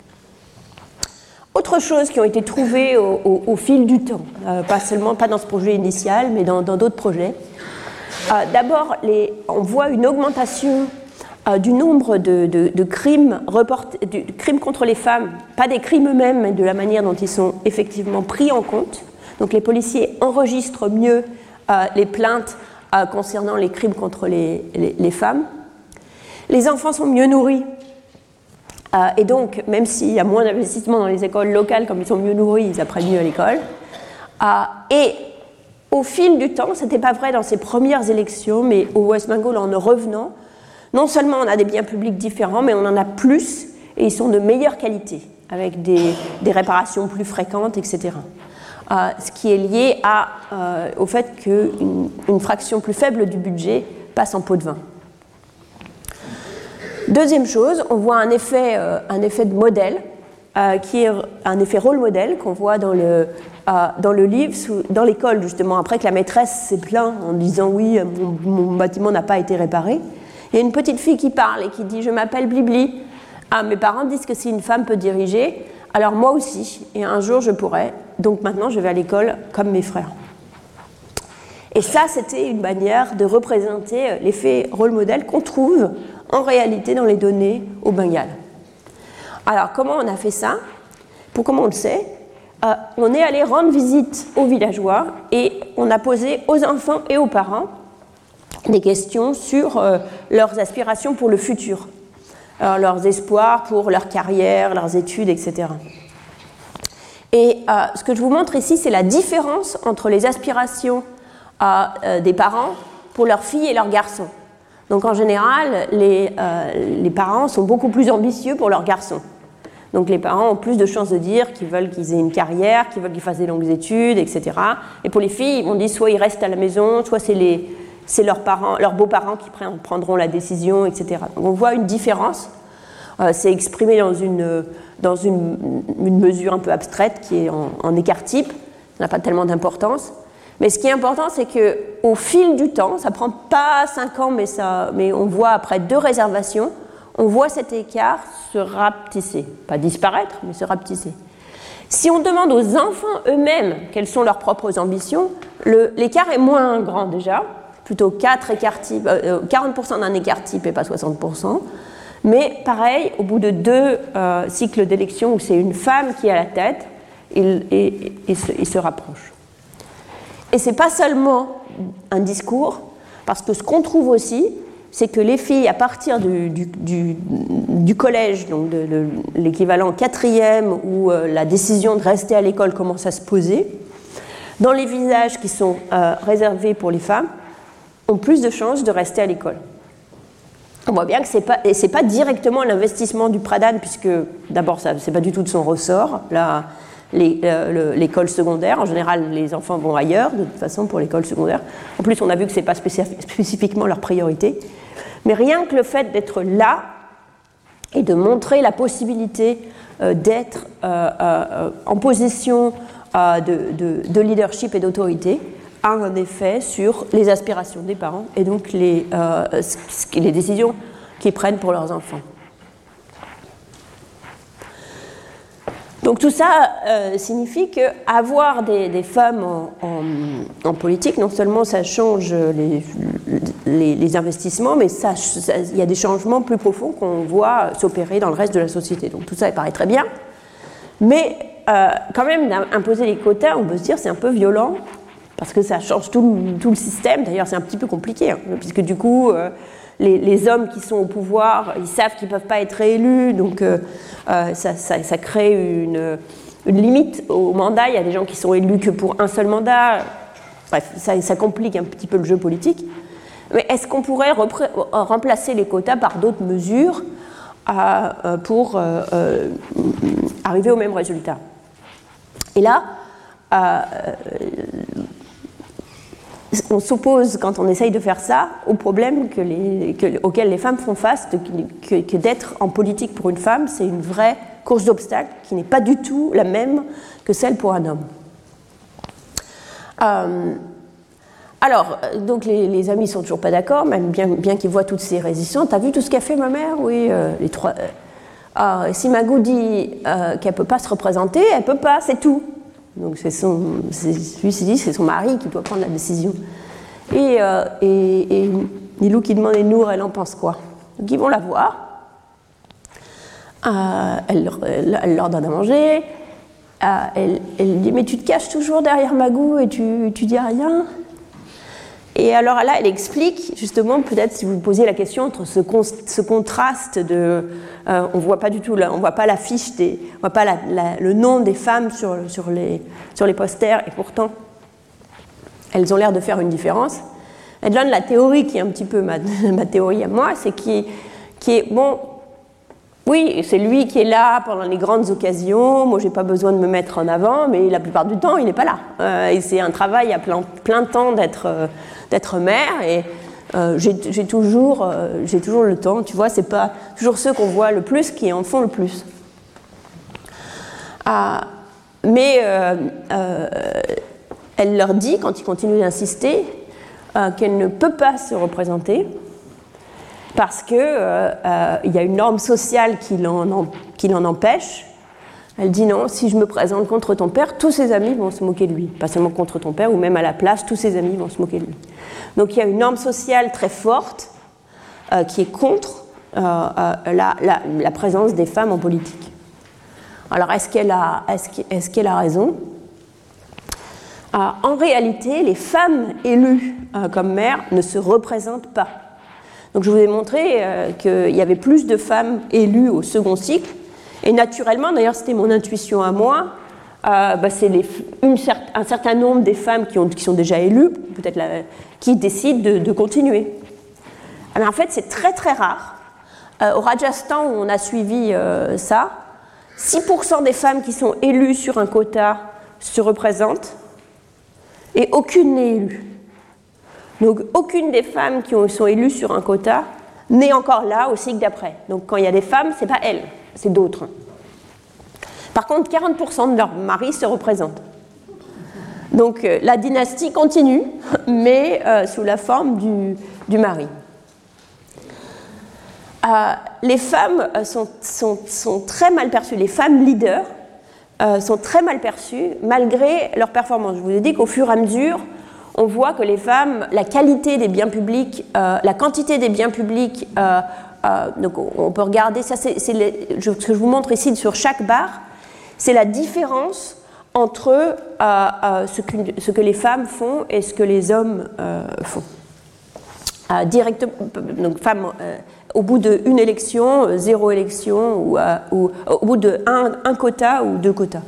Autre chose qui ont été trouvées au, au, au fil du temps, euh, pas seulement pas dans ce projet initial, mais dans, dans d'autres projets. Euh, d'abord, les, on voit une augmentation euh, du nombre de, de, de crimes reportés, de crimes contre les femmes, pas des crimes eux-mêmes, mais de la manière dont ils sont effectivement pris en compte. Donc les policiers enregistrent mieux euh, les plaintes euh, concernant les crimes contre les, les, les femmes. Les enfants sont mieux nourris. Euh, et donc, même s'il y a moins d'investissement dans les écoles locales, comme ils sont mieux nourris, ils apprennent mieux à l'école. Euh, et au fil du temps, ce n'était pas vrai dans ces premières élections, mais au West Bengal, en revenant, non seulement on a des biens publics différents, mais on en a plus, et ils sont de meilleure qualité, avec des, des réparations plus fréquentes, et cetera. Euh, ce qui est lié à, euh, au fait qu'une une fraction plus faible du budget passe en pot de vin. Deuxième chose, on voit un effet, euh, un effet de modèle, euh, qui est un effet rôle modèle qu'on voit dans le, euh, dans le livre, sous, dans l'école justement, après que la maîtresse s'est plainte en disant « oui, mon, mon bâtiment n'a pas été réparé ». Il y a une petite fille qui parle et qui dit « je m'appelle Blibli, ah, mes parents disent que si une femme peut diriger, alors moi aussi, et un jour je pourrai, donc maintenant je vais à l'école comme mes frères ». Et ça, c'était une manière de représenter l'effet rôle modèle qu'on trouve en réalité dans les données au Bengale. Alors, comment on a fait ça ? Pour comment on le sait ? euh, On est allé rendre visite aux villageois et on a posé aux enfants et aux parents des questions sur euh, leurs aspirations pour le futur, alors, leurs espoirs pour leur carrière, leurs études, et cetera. Et euh, ce que je vous montre ici, c'est la différence entre les aspirations euh, euh, des parents pour leurs filles et leurs garçons. Donc en général, les, euh, les parents sont beaucoup plus ambitieux pour leurs garçons. Donc les parents ont plus de chances de dire qu'ils veulent qu'ils aient une carrière, qu'ils veulent qu'ils fassent des longues études, et cetera. Et pour les filles, on dit soit ils restent à la maison, soit c'est, les, c'est leurs parents, leurs beaux-parents qui prendront la décision, et cetera. Donc on voit une différence. Euh, c'est exprimé dans, une, dans une, une mesure un peu abstraite qui est en, en écart type. Ça n'a pas tellement d'importance. Mais ce qui est important, c'est qu'au fil du temps, ça ne prend pas cinq ans, mais, ça, mais on voit après deux réservations, on voit cet écart se rapetisser. Pas disparaître, mais se rapetisser. Si on demande aux enfants eux-mêmes quelles sont leurs propres ambitions, le, l'écart est moins grand déjà, plutôt quatre écarts types, euh, quarante pour cent d'un écart type et pas soixante pour cent. Mais pareil, au bout de deux euh, cycles d'élection où c'est une femme qui est à la tête, il, il, il, se, il se rapproche. Et ce n'est pas seulement un discours, parce que ce qu'on trouve aussi, c'est que les filles, à partir du, du, du, du collège, donc de, de l'équivalent quatrième, où euh, la décision de rester à l'école commence à se poser, dans les villages qui sont euh, réservés pour les femmes, ont plus de chances de rester à l'école. On voit bien que ce n'est pas, pas directement l'investissement du Pradhan, puisque d'abord, ce n'est pas du tout de son ressort. Là, les, euh, le, l'école secondaire, en général, les enfants vont ailleurs, de toute façon, pour l'école secondaire. En plus, on a vu que ce n'est pas spécifiquement leur priorité. Mais rien que le fait d'être là et de montrer la possibilité euh, d'être euh, euh, en position euh, de, de, de leadership et d'autorité a un effet sur les aspirations des parents et donc les, euh, les décisions qu'ils prennent pour leurs enfants. Donc tout ça euh, signifie qu'avoir des, des femmes en, en, en politique, non seulement ça change les, les, les investissements, mais ça, ça, il y a des changements plus profonds qu'on voit s'opérer dans le reste de la société. Donc tout ça, il paraît très bien. Mais euh, quand même, d'imposer les quotas, on peut se dire c'est un peu violent, parce que ça change tout, tout le système. D'ailleurs, c'est un petit peu compliqué, hein, puisque du coup... Euh, Les, les hommes qui sont au pouvoir, ils savent qu'ils ne peuvent pas être réélus, donc euh, euh, ça, ça, ça crée une, une limite au mandat. Il y a des gens qui sont élus que pour un seul mandat. Bref, ça, ça complique un petit peu le jeu politique. Mais est-ce qu'on pourrait repré- remplacer les quotas par d'autres mesures euh, pour euh, euh, arriver au même résultat? Et là, euh, on s'oppose, quand on essaye de faire ça, au problème que les, que, auquel les femmes font face, de, que, que d'être en politique pour une femme, c'est une vraie course d'obstacles qui n'est pas du tout la même que celle pour un homme. Euh, alors, donc les, les amis sont toujours pas d'accord, même bien, bien qu'ils voient toutes ces résistances. T'as vu tout ce qu'a fait ma mère? Oui, euh, les trois. Euh, ah, si Magou dit euh, qu'elle peut pas se représenter, elle peut pas, c'est tout. Donc c'est son, c'est, lui s'est dit c'est son mari qui doit prendre la décision. Et, euh, et, et Nilou qui demande à Nour, elle en pense quoi? Donc ils vont la voir. Euh, elle, elle, elle leur donne à manger. Euh, elle, elle dit mais tu te caches toujours derrière Magou et tu, tu dis rien. Et alors là, elle explique, justement, peut-être si vous vous posiez la question entre ce, con, ce contraste de... Euh, on ne voit pas du tout, là, on ne voit pas l'affiche, des, on ne voit pas la, la, le nom des femmes sur, sur, les, sur les posters, et pourtant, elles ont l'air de faire une différence. Elle donne la théorie qui est un petit peu ma, ma théorie à moi, c'est qui, qui est, bon, oui, c'est lui qui est là pendant les grandes occasions, moi, je n'ai pas besoin de me mettre en avant, mais la plupart du temps, il n'est pas là. Euh, et c'est un travail à plein, plein temps d'être... Euh, d'être mère et euh, j'ai, j'ai, toujours, euh, j'ai toujours le temps, tu vois, c'est pas toujours ceux qu'on voit le plus qui en font le plus. Ah, mais euh, euh, elle leur dit, quand ils continuent d'insister, euh, qu'elle ne peut pas se représenter parce qu'il euh, euh, y a une norme sociale qui l'en, en, qui l'en empêche. Elle dit non, si je me présente contre ton père, tous ses amis vont se moquer de lui. Pas seulement contre ton père, ou même à la place, tous ses amis vont se moquer de lui. Donc il y a une norme sociale très forte euh, qui est contre euh, euh, la, la, la présence des femmes en politique. Alors est-ce qu'elle a, est-ce qu'elle, est-ce qu'elle a raison? euh, En réalité, les femmes élues euh, comme maires ne se représentent pas. Donc je vous ai montré euh, qu'il y avait plus de femmes élues au second cycle. Et naturellement, d'ailleurs c'était mon intuition à moi, euh, bah c'est les, une cer- un certain nombre des femmes qui, ont, qui sont déjà élues, peut-être la, qui décident de, de continuer. Alors en fait c'est très très rare. Euh, au Rajasthan où on a suivi euh, ça, six pour cent des femmes qui sont élues sur un quota se représentent et aucune n'est élue. Donc aucune des femmes qui sont élues sur un quota n'est encore là au cycle d'après. Donc quand il y a des femmes, ce n'est pas elles, c'est d'autres. Par contre, quarante pour cent de leurs maris se représentent. Donc euh, la dynastie continue, mais euh, sous la forme du, du mari. Euh, les femmes sont, sont, sont très mal perçues, les femmes leaders euh, sont très mal perçues malgré leur performance. Je vous ai dit qu'au fur et à mesure, on voit que les femmes, la qualité des biens publics, euh, la quantité des biens publics, euh, euh, donc on peut regarder, ça c'est, c'est les, je, ce que je vous montre ici sur chaque barre, c'est la différence entre euh, euh, ce, que, ce que les femmes font et ce que les hommes euh, font. Euh, direct, donc femmes, euh, au bout d'une élection, euh, zéro élection, ou, euh, ou au bout d'un un, un quota ou deux quotas.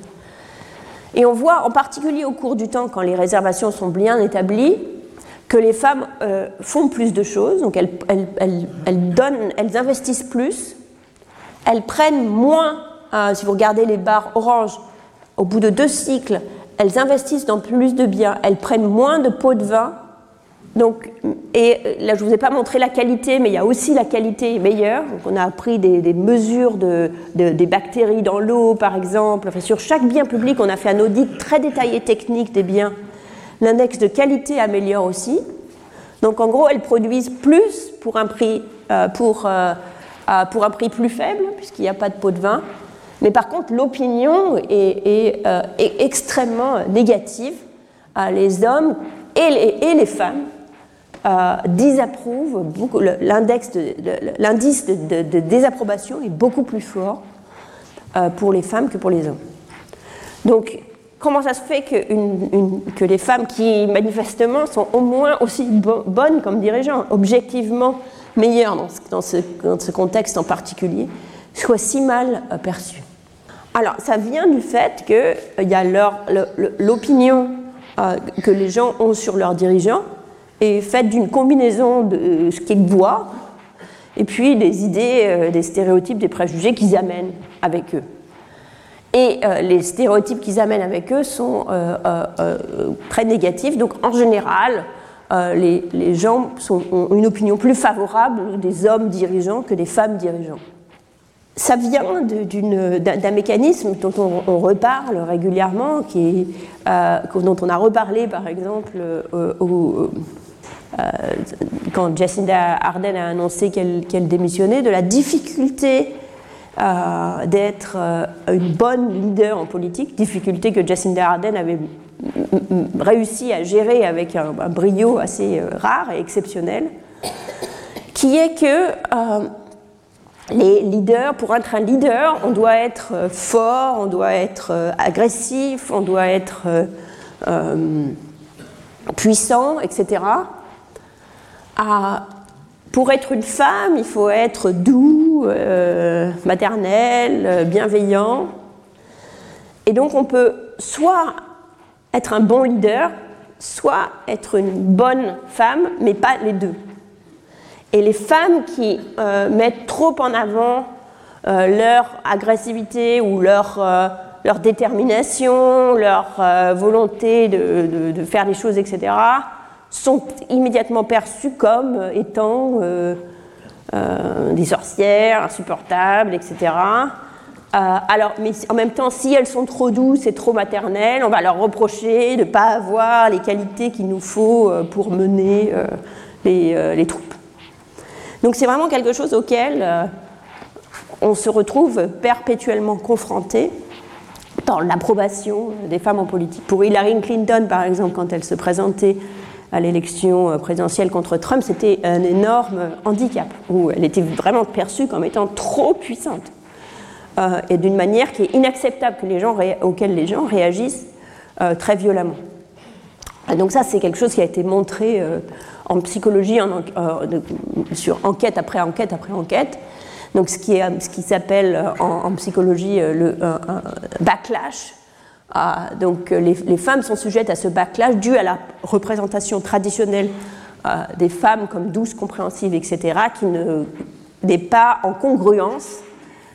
Et on voit en particulier au cours du temps, quand les réservations sont bien établies, que les femmes euh, font plus de choses, donc elles, elles, elles, elles, donnent, elles investissent plus, elles prennent moins, euh, si vous regardez les barres oranges, au bout de deux cycles, elles investissent dans plus de biens, elles prennent moins de pots de vin. Donc, et là, je ne vous ai pas montré la qualité, mais il y a aussi la qualité meilleure. Donc, on a appris des, des mesures de, de, des bactéries dans l'eau, par exemple. Enfin, sur chaque bien public, on a fait un audit très détaillé technique des biens. L'index de qualité améliore aussi. Donc, en gros, elles produisent plus pour un prix, euh, pour, euh, pour un prix plus faible, puisqu'il n'y a pas de pot de vin. Mais par contre, l'opinion est, est, euh, est extrêmement négative. Euh, les hommes et les, et les femmes Euh, désapprouve beaucoup, l'index de, de, l'indice de, de, de désapprobation est beaucoup plus fort euh, pour les femmes que pour les hommes. Donc, comment ça se fait que, une, une, que les femmes qui manifestement sont au moins aussi bo- bonnes comme dirigeants, objectivement meilleures dans ce, dans ce, dans ce contexte en particulier, soient si mal euh, perçues? Alors, ça vient du fait qu'il euh, y a leur, le, l'opinion euh, que les gens ont sur leurs dirigeants est faite d'une combinaison de ce qu'ils voient et puis des idées, euh, des stéréotypes, des préjugés qu'ils amènent avec eux. Et euh, les stéréotypes qu'ils amènent avec eux sont euh, euh, euh, très négatifs. Donc en général, euh, les, les gens sont, ont une opinion plus favorable des hommes dirigeants que des femmes dirigeants. Ça vient de, d'une, d'un, d'un mécanisme dont on, on reparle régulièrement, qui est, euh, dont on a reparlé par exemple euh, au Euh, quand Jacinda Ardern a annoncé qu'elle, qu'elle démissionnait, de la difficulté euh, d'être euh, une bonne leader en politique, difficulté que Jacinda Ardern avait m- m- réussi à gérer avec un, un brio assez euh, rare et exceptionnel, qui est que euh, les leaders, pour être un leader, on doit être euh, fort, on doit être euh, agressif, on doit être euh, euh, puissant, et cetera. Ah, pour être une femme, il faut être doux, euh, maternel, euh, bienveillant. Et donc on peut soit être un bon leader, soit être une bonne femme, mais pas les deux. Et les femmes qui euh, mettent trop en avant euh, leur agressivité ou leur, euh, leur détermination, leur euh, volonté de, de, de faire des choses, et cetera, sont immédiatement perçues comme étant euh, euh, des sorcières, insupportables, et cetera. Euh, alors, mais en même temps, si elles sont trop douces et trop maternelles, on va leur reprocher de ne pas avoir les qualités qu'il nous faut pour mener euh, les, euh, les troupes. Donc c'est vraiment quelque chose auquel euh, on se retrouve perpétuellement confronté dans l'approbation des femmes en politique. Pour Hillary Clinton, par exemple, quand elle se présentait à l'élection présidentielle contre Trump, c'était un énorme handicap, où elle était vraiment perçue comme étant trop puissante, euh, et d'une manière qui est inacceptable que les gens ré- auxquelles les gens réagissent euh, très violemment. Et donc ça, c'est quelque chose qui a été montré euh, en psychologie, en, euh, de, sur enquête après enquête après enquête. Donc ce qui, est, ce qui s'appelle en, en psychologie euh, le euh, euh, backlash. Ah, donc les, les femmes sont sujettes à ce backlash dû à la représentation traditionnelle euh, des femmes comme douces, compréhensives, et cetera, qui ne, n'est pas en congruence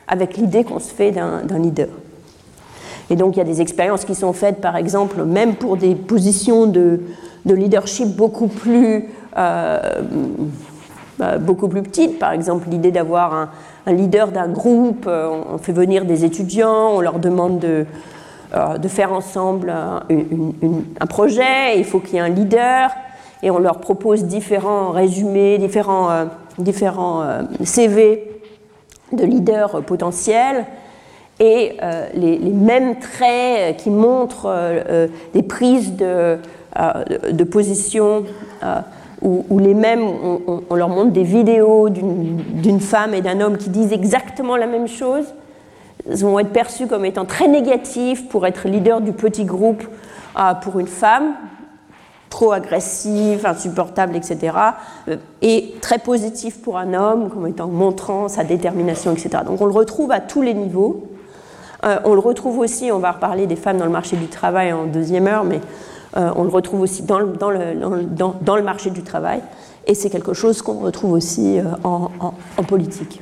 avec l'idée qu'on se fait d'un, d'un leader. Et donc il y a des expériences qui sont faites, par exemple, même pour des positions de, de leadership beaucoup plus, euh, bah, beaucoup plus petites. Par exemple, l'idée d'avoir un, un leader d'un groupe, euh, on fait venir des étudiants, on leur demande de, euh, de faire ensemble un, une, une, un projet, il faut qu'il y ait un leader, et on leur propose différents résumés, différents, euh, différents euh, C V de leaders potentiels, et euh, les, les mêmes traits qui montrent euh, euh, des prises de, euh, de, de position, euh, ou, ou les mêmes, on, on, on leur montre des vidéos d'une, d'une femme et d'un homme qui disent exactement la même chose, vont être perçus comme étant très négatifs pour être leader du petit groupe euh, pour une femme, trop agressif, insupportable, et cetera, et très positif pour un homme, comme étant montrant sa détermination, et cetera. Donc on le retrouve à tous les niveaux. Euh, on le retrouve aussi, on va reparler des femmes dans le marché du travail en deuxième heure, mais euh, on le retrouve aussi dans le, dans, le, dans, dans le marché du travail, et c'est quelque chose qu'on retrouve aussi euh, en, en, en politique.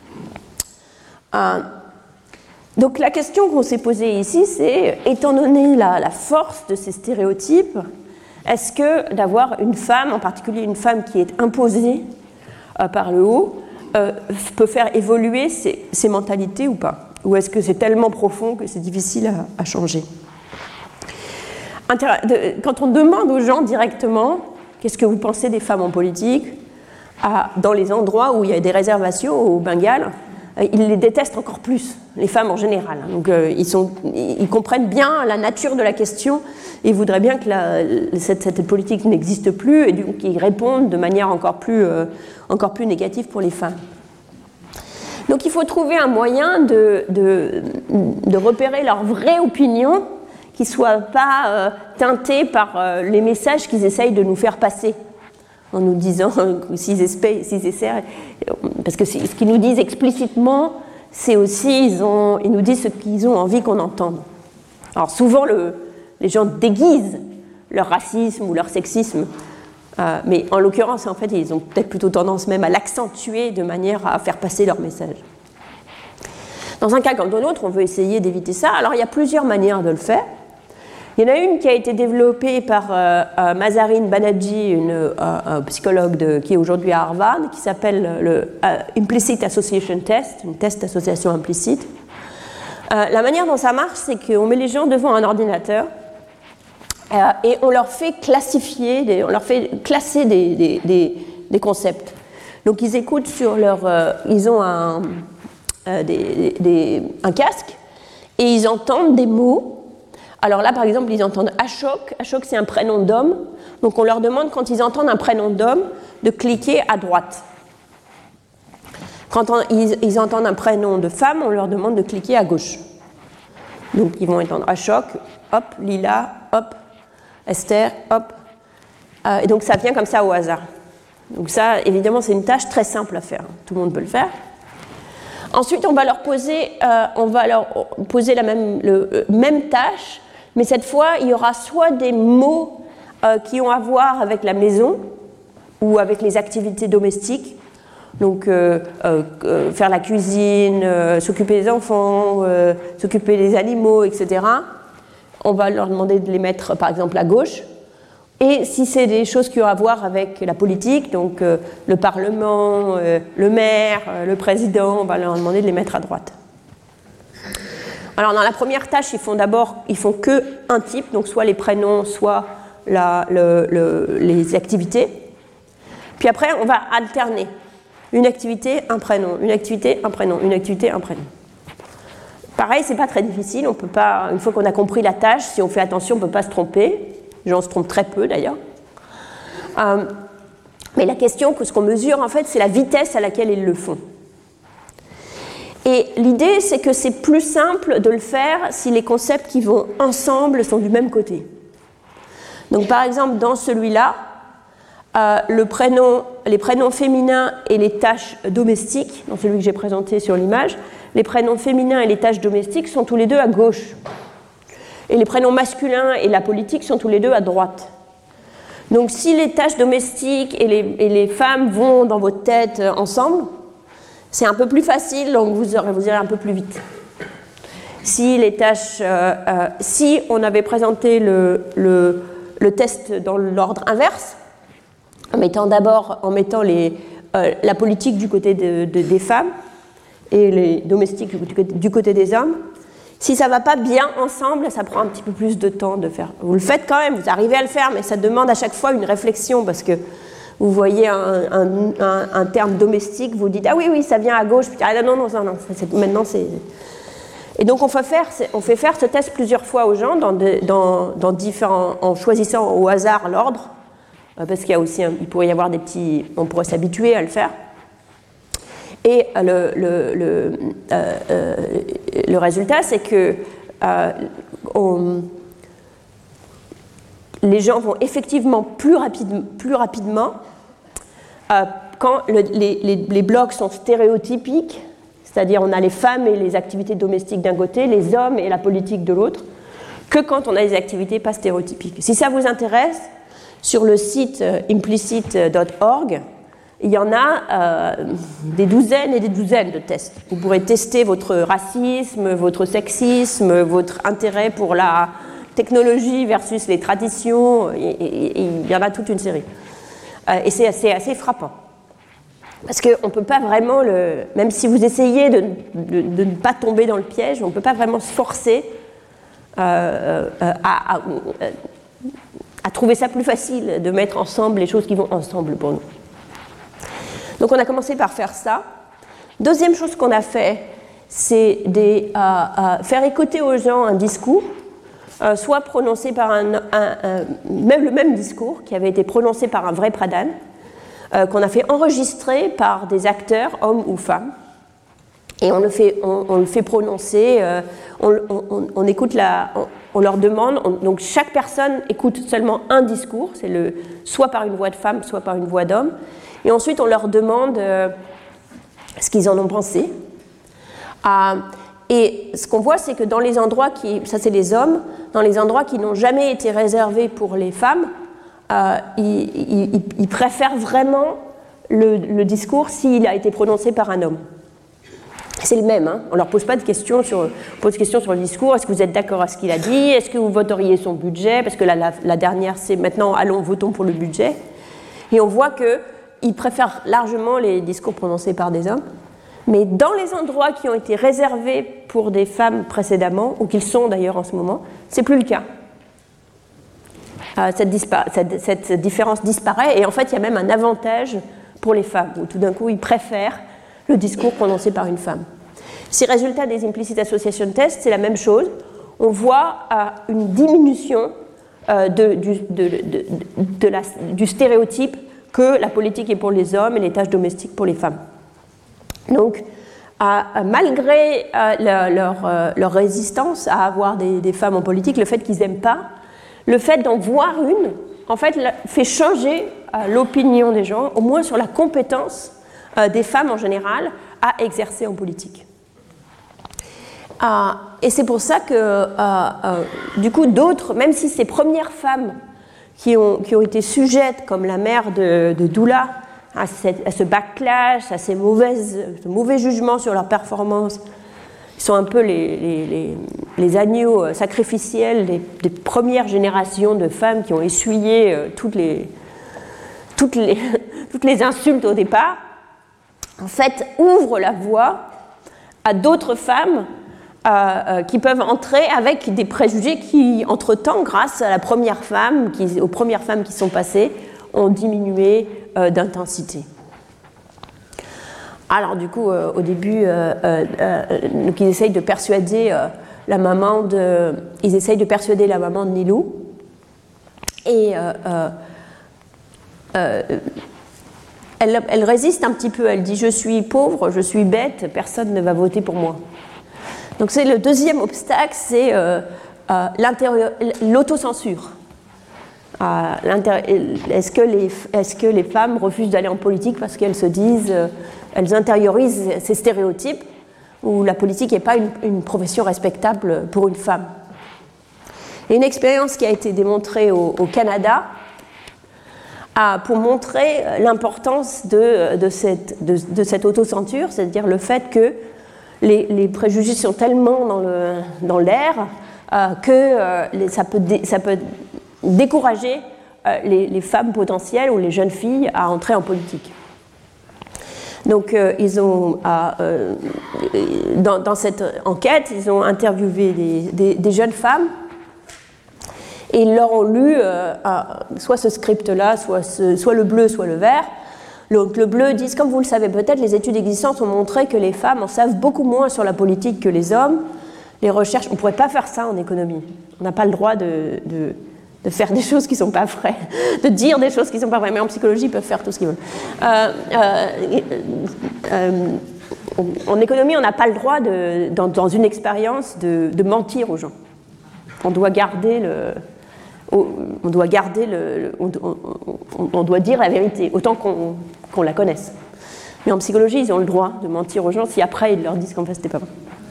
Euh, donc la question qu'on s'est posée ici, c'est, étant donné la, la force de ces stéréotypes, est-ce que d'avoir une femme, en particulier une femme qui est imposée euh, par le haut, euh, peut faire évoluer ses, ses mentalités ou pas? Ou est-ce que c'est tellement profond que c'est difficile à, à changer? Inter- de, quand on demande aux gens directement qu'est-ce que vous pensez des femmes en politique, à, dans les endroits où il y a des réservations au Bengale, euh, ils les détestent encore plus, les femmes en général. Donc euh, ils, sont, ils comprennent bien la nature de la question et voudraient bien que la, cette, cette politique n'existe plus et donc ils répondent de manière encore plus, euh, encore plus négative pour les femmes. Donc il faut trouver un moyen de, de, de repérer leur vraie opinion qui ne soit pas euh, teintée par euh, les messages qu'ils essayent de nous faire passer en nous disant euh, s'ils essaient, s'ils essaient, parce que ce qu'ils nous disent explicitement, c'est aussi, ils, ont, ils nous disent ce qu'ils ont envie qu'on entende. Alors souvent, le, les gens déguisent leur racisme ou leur sexisme, euh, mais en l'occurrence, en fait, ils ont peut-être plutôt tendance même à l'accentuer de manière à faire passer leur message. Dans un cas comme dans l'autre, on veut essayer d'éviter ça. Alors, il y a plusieurs manières de le faire. Il y en a une qui a été développée par euh, euh, Mazarine Banerjee, une euh, euh, psychologue de, qui est aujourd'hui à Harvard, qui s'appelle le euh, Implicit Association Test, un test d'association implicite. Euh, la manière dont ça marche, c'est qu'on met les gens devant un ordinateur euh, et on leur fait classifier, des, on leur fait classer des, des, des, des concepts. Donc ils écoutent sur leur, euh, ils ont un, euh, des, des, un casque et ils entendent des mots. Alors là, par exemple, ils entendent Ashok. Ashok, c'est un prénom d'homme. Donc on leur demande, quand ils entendent un prénom d'homme, de cliquer à droite. Quand on, ils, ils entendent un prénom de femme, on leur demande de cliquer à gauche. Donc ils vont entendre Ashok, hop, Lila, hop, Esther, hop. Euh, et donc ça vient comme ça au hasard. Donc ça, évidemment, c'est une tâche très simple à faire. Tout le monde peut le faire. Ensuite, on va leur poser, euh, on va leur poser la même, le, euh, même tâche, mais cette fois, il y aura soit des mots euh, qui ont à voir avec la maison ou avec les activités domestiques, donc euh, euh, euh, faire la cuisine, euh, s'occuper des enfants, euh, s'occuper des animaux, et cetera. On va leur demander de les mettre, par exemple, à gauche. Et si c'est des choses qui ont à voir avec la politique, donc euh, le Parlement, euh, le maire, euh, le président, on va leur demander de les mettre à droite. Alors dans la première tâche, ils font d'abord, ils font que un type, donc soit les prénoms, soit la, le, le, les activités. Puis après, on va alterner. Une activité, un prénom, une activité, un prénom, une activité, un prénom. Pareil, c'est pas très difficile, on peut pas, une fois qu'on a compris la tâche, si on fait attention, on ne peut pas se tromper. Les gens se trompent très peu d'ailleurs. Euh, mais la question, ce qu'on mesure en fait, c'est la vitesse à laquelle ils le font. Et l'idée, c'est que c'est plus simple de le faire si les concepts qui vont ensemble sont du même côté. Donc par exemple, dans celui-là, euh, le prénom, les prénoms féminins et les tâches domestiques, dans celui que j'ai présenté sur l'image, les prénoms féminins et les tâches domestiques sont tous les deux à gauche. Et les prénoms masculins et la politique sont tous les deux à droite. Donc si les tâches domestiques et les, et les femmes vont dans votre tête ensemble, c'est un peu plus facile, donc vous irez, vous irez un peu plus vite. Si les tâches, euh, euh, si on avait présenté le, le, le test dans l'ordre inverse, en mettant d'abord en mettant les, euh, la politique du côté de, de, des femmes et les domestiques du côté, du côté des hommes, si ça ne va pas bien ensemble, ça prend un petit peu plus de temps de faire. Vous le faites quand même, vous arrivez à le faire, mais ça demande à chaque fois une réflexion parce que vous voyez un, un, un, un terme domestique, vous dites « Ah oui, oui, ça vient à gauche », puis « Ah non, non, non, non c'est, maintenant c'est… » Et donc on fait, faire, on fait faire ce test plusieurs fois aux gens dans de, dans, dans différents, en choisissant au hasard l'ordre, parce qu'il y a aussi, un, il pourrait y avoir des petits… On pourrait s'habituer à le faire. Et le, le, le, euh, euh, le résultat, c'est que euh, on, les gens vont effectivement plus, rapide, plus rapidement euh, quand le, les, les, les blocs sont stéréotypiques, c'est-à-dire on a les femmes et les activités domestiques d'un côté, les hommes et la politique de l'autre, que quand on a des activités pas stéréotypiques. Si ça vous intéresse, sur le site euh, implicit point org, il y en a euh, des douzaines et des douzaines de tests. Vous pourrez tester votre racisme, votre sexisme, votre intérêt pour la technologie versus les traditions, et, et, et il y en a toute une série. Euh, et c'est assez, assez frappant. Parce qu'on ne peut pas vraiment, le, même si vous essayez de, de, de ne pas tomber dans le piège, on ne peut pas vraiment se forcer euh, euh, à, à, à trouver ça plus facile, de mettre ensemble les choses qui vont ensemble pour nous. Donc on a commencé par faire ça. Deuxième chose qu'on a fait, c'est des, euh, euh, faire écouter aux gens un discours, euh, soit prononcé par un, un, un, même le même discours qui avait été prononcé par un vrai pradhan, euh, qu'on a fait enregistrer par des acteurs, hommes ou femmes, et on le fait, on, on le fait prononcer, euh, on, on, on écoute la, on, on leur demande, on, donc chaque personne écoute seulement un discours, c'est le, soit par une voix de femme, soit par une voix d'homme. Et ensuite, on leur demande euh, ce qu'ils en ont pensé. Euh, et ce qu'on voit, c'est que dans les endroits qui, ça c'est les hommes, dans les endroits qui n'ont jamais été réservés pour les femmes, euh, ils, ils, ils préfèrent vraiment le, le discours s'il a été prononcé par un homme. C'est le même, hein. On ne leur pose pas de questions sur, on pose de questions sur le discours. Est-ce que vous êtes d'accord à ce qu'il a dit? Est-ce que vous voteriez son budget? Parce que la, la, la dernière, c'est maintenant, allons, votons pour le budget. Et on voit que ils préfèrent largement les discours prononcés par des hommes, mais dans les endroits qui ont été réservés pour des femmes précédemment, ou qu'ils sont d'ailleurs en ce moment, c'est plus le cas. Euh, cette, dispa- cette, cette différence disparaît, et en fait il y a même un avantage pour les femmes, où tout d'un coup ils préfèrent le discours prononcé par une femme. Ces résultats des implicit association tests, c'est la même chose. On voit euh, une diminution euh, de, du, de, de, de, de la, du stéréotype que la politique est pour les hommes et les tâches domestiques pour les femmes. Donc, euh, malgré euh, leur, leur, euh, leur résistance à avoir des, des femmes en politique, le fait qu'ils n'aiment pas, le fait d'en voir une, en fait, fait changer euh, l'opinion des gens, au moins sur la compétence euh, des femmes en général à exercer en politique. Euh, et c'est pour ça que, euh, euh, du coup, d'autres, même si ces premières femmes Qui ont, qui ont été sujettes, comme la mère de, de Doula, à, cette, à ce backlash, à ces mauvaises, ce mauvais jugements sur leur performance. Ils sont un peu les, les, les, les agneaux sacrificiels des, des premières générations de femmes qui ont essuyé euh, toutes, les, toutes, les, toutes les insultes au départ. En fait, ouvrent la voie à d'autres femmes Euh, euh, qui peuvent entrer avec des préjugés qui, entre-temps, grâce à la première femme, qui, aux premières femmes qui sont passées, ont diminué euh, d'intensité. Alors, du coup, euh, au début, euh, euh, euh, donc, ils essayent de persuader euh, la maman de, ils essayent de persuader la maman de Nilou, et euh, euh, euh, elle, elle résiste un petit peu. Elle dit: je suis pauvre, je suis bête, personne ne va voter pour moi. Donc c'est le deuxième obstacle, c'est euh, euh, l'autocensure. Euh, est-ce que, les, est-ce que les femmes refusent d'aller en politique parce qu'elles se disent, euh, elles intériorisent ces stéréotypes, où la politique n'est pas une, une profession respectable pour une femme? Et une expérience qui a été démontrée au, au Canada, à, pour montrer l'importance de, de, cette, de, de cette autocensure, c'est-à-dire le fait que les, les préjugés sont tellement dans, le, dans l'air euh, que euh, les, ça, peut dé, ça peut décourager euh, les, les femmes potentielles ou les jeunes filles à entrer en politique. Donc, euh, ils ont, euh, dans, dans cette enquête, ils ont interviewé des, des, des jeunes femmes et ils leur ont lu euh, soit ce script-là, soit, ce, soit le bleu, soit le vert. Donc, le bleu dit, comme vous le savez peut-être, les études existantes ont montré que les femmes en savent beaucoup moins sur la politique que les hommes. Les recherches, on ne pourrait pas faire ça en économie. On n'a pas le droit de... de de faire des choses qui ne sont pas vraies, de dire des choses qui ne sont pas vraies, mais en psychologie, ils peuvent faire tout ce qu'ils veulent. Euh, euh, euh, en économie, on n'a pas le droit, de, dans, dans une expérience, de, de mentir aux gens. On doit garder le... On doit garder le... On, on, on doit dire la vérité, autant qu'on, qu'on la connaisse. Mais en psychologie, ils ont le droit de mentir aux gens si après, ils leur disent qu'en fait, c'était pas vrai.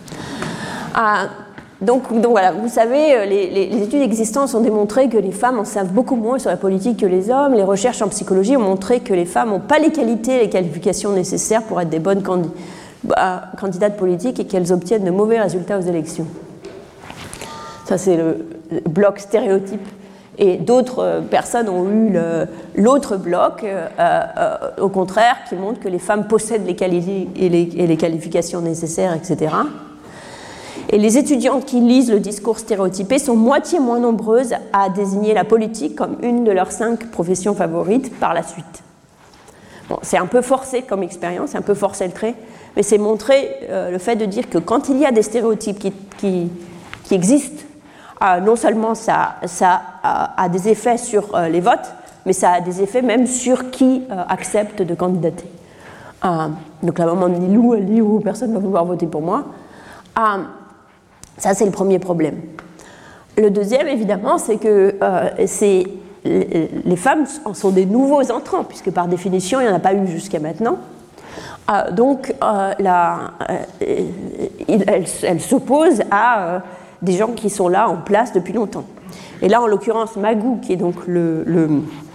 Ah, Donc, donc voilà, vous savez, les, les, les études existantes ont démontré que les femmes en savent beaucoup moins sur la politique que les hommes. Les recherches en psychologie ont montré que les femmes n'ont pas les qualités et les qualifications nécessaires pour être des bonnes candid- bah, candidates politiques et qu'elles obtiennent de mauvais résultats aux élections. Ça, c'est le, le bloc stéréotype. Et d'autres personnes ont eu le, l'autre bloc, euh, euh, au contraire, qui montre que les femmes possèdent les qualités et les, et les qualifications nécessaires, et cetera. Et les étudiantes qui lisent le discours stéréotypé sont moitié moins nombreuses à désigner la politique comme une de leurs cinq professions favorites par la suite. Bon, c'est un peu forcé comme expérience, c'est un peu forcé le trait, mais c'est montrer euh, le fait de dire que quand il y a des stéréotypes qui, qui, qui existent, euh, non seulement ça, ça a, a des effets sur euh, les votes, mais ça a des effets même sur qui euh, accepte de candidater. Euh, donc la maman de Nilou, elle dit oh, personne ne va vouloir voter pour moi. Euh, Ça, c'est le premier problème. Le deuxième, évidemment, c'est que euh, c'est, les femmes en sont des nouveaux entrants, puisque par définition, il n'y en a pas eu jusqu'à maintenant. Euh, donc, euh, la, euh, elles, elles s'opposent à euh, des gens qui sont là en place depuis longtemps. Et là, en l'occurrence, Magou, qui est donc le, le,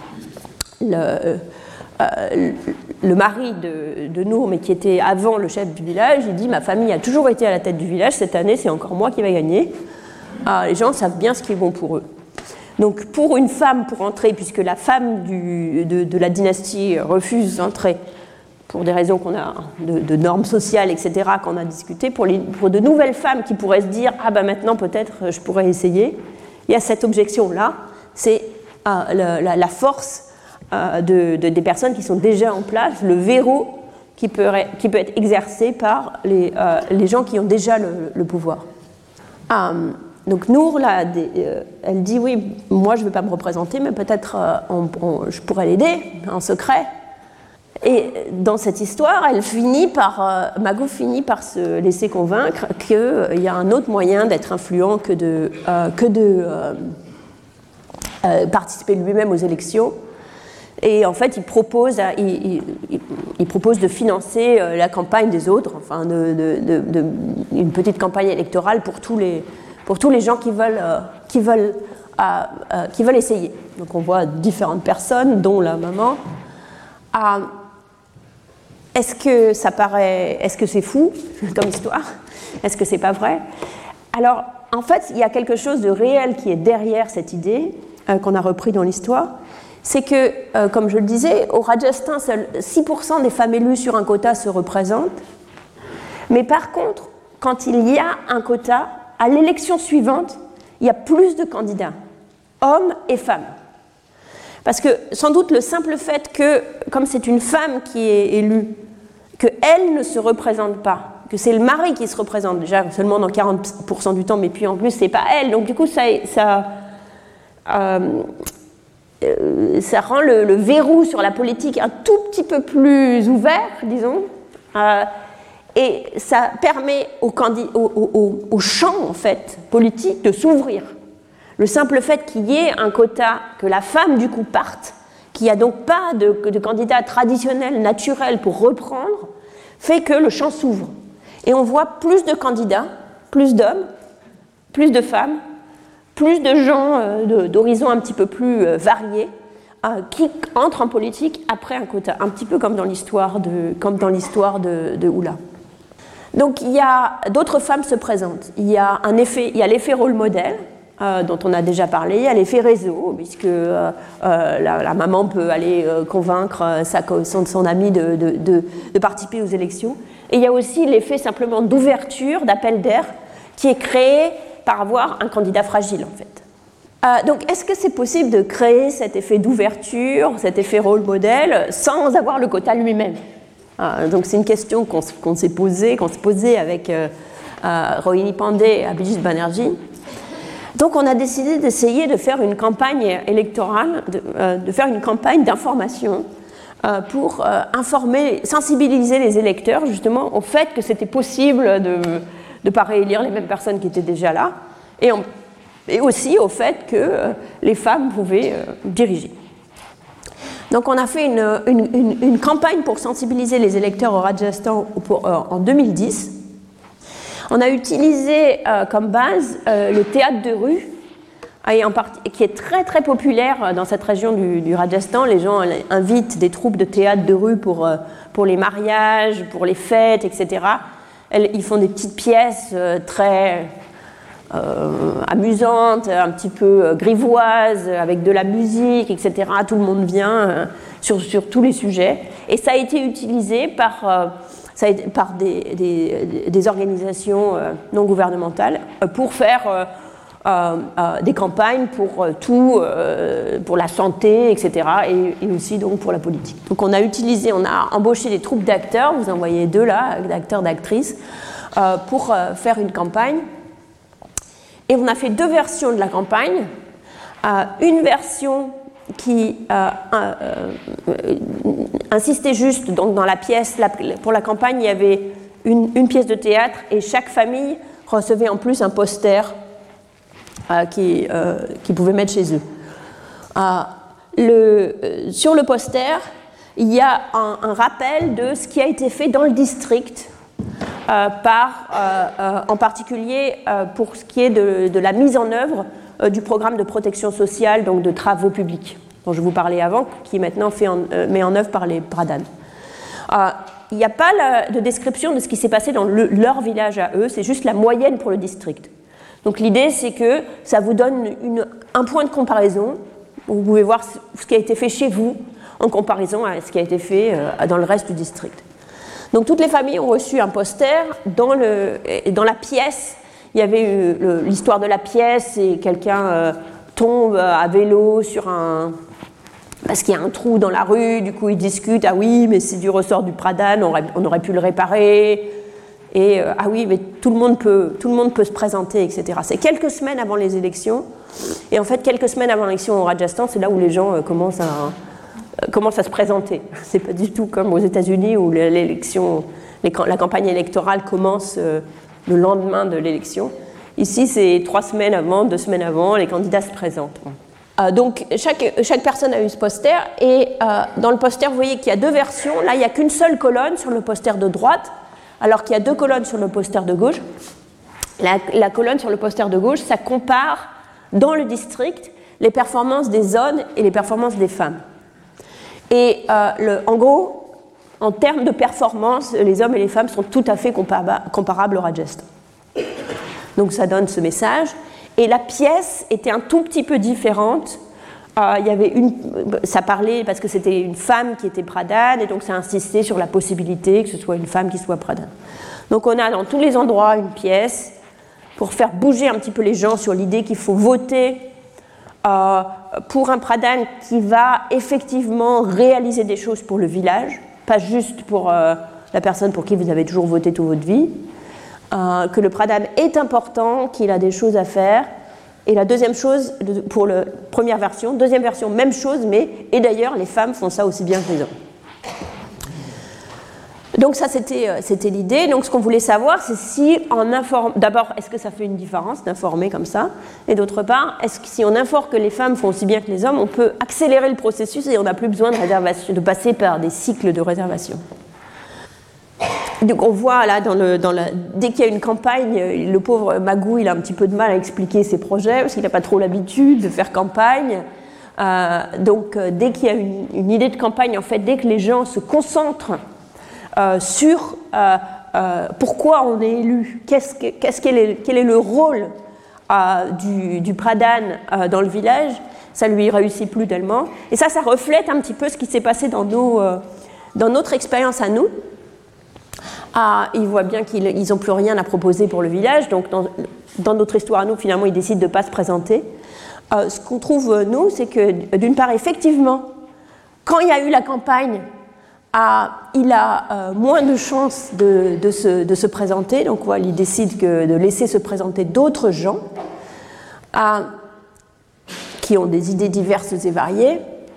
le, euh, le mari de, de Nour, mais qui était avant le chef du village, il dit « Ma famille a toujours été à la tête du village, cette année, c'est encore moi qui vais gagner. Ah, les gens savent bien ce qui est bon pour eux. » Donc pour une femme, pour entrer, puisque la femme du, de, de la dynastie refuse d'entrer, pour des raisons qu'on a, de, de normes sociales, et cetera, qu'on a discutées, pour, les, pour de nouvelles femmes qui pourraient se dire « Ah ben maintenant, peut-être, je pourrais essayer », il y a cette objection-là, c'est ah, la, la, la force De, de, des personnes qui sont déjà en place, le verrou qui peut, qui peut être exercé par les, euh, les gens qui ont déjà le, le pouvoir. Um, donc Nour, là, des, euh, elle dit oui, moi je ne veux pas me représenter, mais peut-être euh, on, on, je pourrais l'aider en secret. Et dans cette histoire, elle finit par, euh, Magou finit par se laisser convaincre qu'il euh, y a un autre moyen d'être influent que de, euh, que de euh, euh, participer lui-même aux élections. Et en fait, il propose, à, il, il, il propose de financer euh, la campagne des autres, enfin, de, de, de, de, une petite campagne électorale pour tous les, pour tous les gens qui veulent, euh, qui, veulent, euh, euh, qui veulent essayer. Donc on voit différentes personnes, dont la maman. Euh, est-ce que ça paraît, est-ce que c'est fou comme histoire? Est-ce que c'est pas vrai? Alors, en fait, il y a quelque chose de réel qui est derrière cette idée euh, qu'on a repris dans l'histoire. C'est que, euh, comme je le disais, au Rajasthan, seuls six pour cent des femmes élues sur un quota se représentent. Mais par contre, quand il y a un quota, à l'élection suivante, il y a plus de candidats, hommes et femmes. Parce que, sans doute, le simple fait que, comme c'est une femme qui est élue, qu'elle ne se représente pas, que c'est le mari qui se représente, déjà seulement dans quarante pour cent du temps, mais puis en plus, c'est pas elle. Donc, du coup, ça... ça euh, ça rend le, le verrou sur la politique un tout petit peu plus ouvert, disons, euh, et ça permet au, candid- au, au, au champ en fait, politique de s'ouvrir. Le simple fait qu'il y ait un quota, que la femme du coup parte, qu'il n'y a donc pas de, de candidat traditionnel, naturel pour reprendre, fait que le champ s'ouvre. Et on voit plus de candidats, plus d'hommes, plus de femmes, plus de gens euh, de, d'horizons un petit peu plus euh, variés euh, qui entrent en politique après un quota, un petit peu comme dans l'histoire de, comme dans l'histoire de, de Oula. Donc il y a d'autres femmes se présentent. Il y a un effet, il y a l'effet rôle modèle euh, dont on a déjà parlé. Il y a l'effet réseau puisque euh, euh, la, la maman peut aller euh, convaincre sa, son, son ami de, de, de, de participer aux élections. Et il y a aussi l'effet simplement d'ouverture, d'appel d'air, qui est créé par avoir un candidat fragile en fait. Euh, donc, est-ce que c'est possible de créer cet effet d'ouverture, cet effet rôle modèle, sans avoir le quota lui-même? euh, Donc, c'est une question qu'on, qu'on s'est posée, qu'on s'est posée avec euh, euh, Rohini Pandey et Abhijit Banerjee. Donc, on a décidé d'essayer de faire une campagne électorale, de, euh, de faire une campagne d'information euh, pour euh, informer, sensibiliser les électeurs justement au fait que c'était possible de ne pas réélire les mêmes personnes qui étaient déjà là, et on et aussi au fait que euh, les femmes pouvaient euh, diriger. Donc on a fait une, une, une, une campagne pour sensibiliser les électeurs au Rajasthan pour, euh, en deux mille dix. On a utilisé euh, comme base euh, le théâtre de rue, et en partie, qui est très très populaire dans cette région du, du Rajasthan. Les gens invitent des troupes de théâtre de rue pour, euh, pour les mariages, pour les fêtes, et cetera. Elles, ils font des petites pièces euh, très... Euh, amusante, un petit peu euh, grivoise, avec de la musique, et cetera. Tout le monde vient euh, sur, sur tous les sujets. Et ça a été utilisé par, euh, ça a été, par des, des, des organisations euh, non gouvernementales euh, pour faire euh, euh, euh, des campagnes pour euh, tout, euh, pour la santé, et cetera. Et, et aussi donc pour la politique. Donc on a utilisé, on a embauché des troupes d'acteurs, vous en voyez deux là, d'acteurs, d'actrices, euh, pour euh, faire une campagne. Et on a fait deux versions de la campagne. Euh, une version qui euh, euh, insistait juste donc dans la pièce. La, pour la campagne, il y avait une, une pièce de théâtre et chaque famille recevait en plus un poster euh, qu'ils euh, qui pouvaient mettre chez eux. Euh, le, euh, sur le poster, il y a un, un rappel de ce qui a été fait dans le district. Euh, par, euh, euh, en particulier euh, pour ce qui est de, de la mise en œuvre euh, du programme de protection sociale, donc de travaux publics, dont je vous parlais avant, qui est maintenant fait en, euh, met en œuvre par les Pradhan. Euh, il n'y a pas la, de description de ce qui s'est passé dans le, leur village à eux, c'est juste la moyenne pour le district. Donc l'idée, c'est que ça vous donne une, un point de comparaison, où vous pouvez voir ce qui a été fait chez vous en comparaison à ce qui a été fait euh, dans le reste du district. Donc toutes les familles ont reçu un poster. Dans, le, dans la pièce, il y avait eu le, l'histoire de la pièce et quelqu'un euh, tombe à vélo sur un... parce qu'il y a un trou dans la rue, du coup ils discutent, ah oui, mais c'est du ressort du Pradhan, on aurait, on aurait pu le réparer, et euh, ah oui, mais tout le, monde peut, tout le monde peut se présenter, et cetera. C'est quelques semaines avant les élections, et en fait quelques semaines avant l'élection au Rajasthan, c'est là où les gens euh, commencent à... commence à se présenter. C'est pas du tout comme aux États-Unis où l'élection, la campagne électorale commence le lendemain de l'élection. Ici, c'est trois semaines avant, deux semaines avant, les candidats se présentent. Euh, donc, chaque, chaque personne a eu ce poster et euh, dans le poster, vous voyez qu'il y a deux versions. Là, il n'y a qu'une seule colonne sur le poster de droite, alors qu'il y a deux colonnes sur le poster de gauche. La, la colonne sur le poster de gauche, ça compare dans le district les performances des hommes et les performances des femmes. Et euh, le, en gros, en termes de performance, les hommes et les femmes sont tout à fait comparables, comparables au Rajasthan. Donc ça donne ce message. Et la pièce était un tout petit peu différente. Euh, il y avait une, ça parlait parce que c'était une femme qui était Pradhan, et donc ça insistait sur la possibilité que ce soit une femme qui soit Pradhan. Donc on a dans tous les endroits une pièce pour faire bouger un petit peu les gens sur l'idée qu'il faut voter Euh, pour un Pradhan qui va effectivement réaliser des choses pour le village, pas juste pour euh, la personne pour qui vous avez toujours voté toute votre vie, euh, que le Pradhan est important, qu'il a des choses à faire. Et la deuxième chose, pour la première version, deuxième version, même chose, mais, et d'ailleurs, les femmes font ça aussi bien que les hommes. Donc ça, c'était, c'était l'idée. Donc ce qu'on voulait savoir, c'est si en informe... D'abord, est-ce que ça fait une différence d'informer comme ça? Et d'autre part, est-ce que si on informe que les femmes font aussi bien que les hommes, on peut accélérer le processus et on n'a plus besoin de, réservation, de passer par des cycles de réservation? Donc on voit là, dans le, dans la... dès qu'il y a une campagne, le pauvre Magou, il a un petit peu de mal à expliquer ses projets parce qu'il n'a pas trop l'habitude de faire campagne. Euh, donc, euh, dès qu'il y a une, une idée de campagne, en fait, dès que les gens se concentrent euh, sur euh, euh, pourquoi on est élu, qu'est-ce que, qu'est-ce quel, est, quel est le rôle euh, du, du pradhan euh, dans le village, ça lui réussit plus tellement. Et ça, ça reflète un petit peu ce qui s'est passé dans, nos, euh, dans notre expérience à nous. Ah, ils voient bien qu'ils n'ont plus rien à proposer pour le village, donc dans, dans notre histoire à nous, finalement, ils décident de ne pas se présenter. Euh, ce qu'on trouve, nous, c'est que, d'une part, effectivement, quand il y a eu la campagne, ah, il a euh, moins de chances de, de, se, de se présenter, donc voilà, il décide que de laisser se présenter d'autres gens ah, qui ont des idées diverses et variées.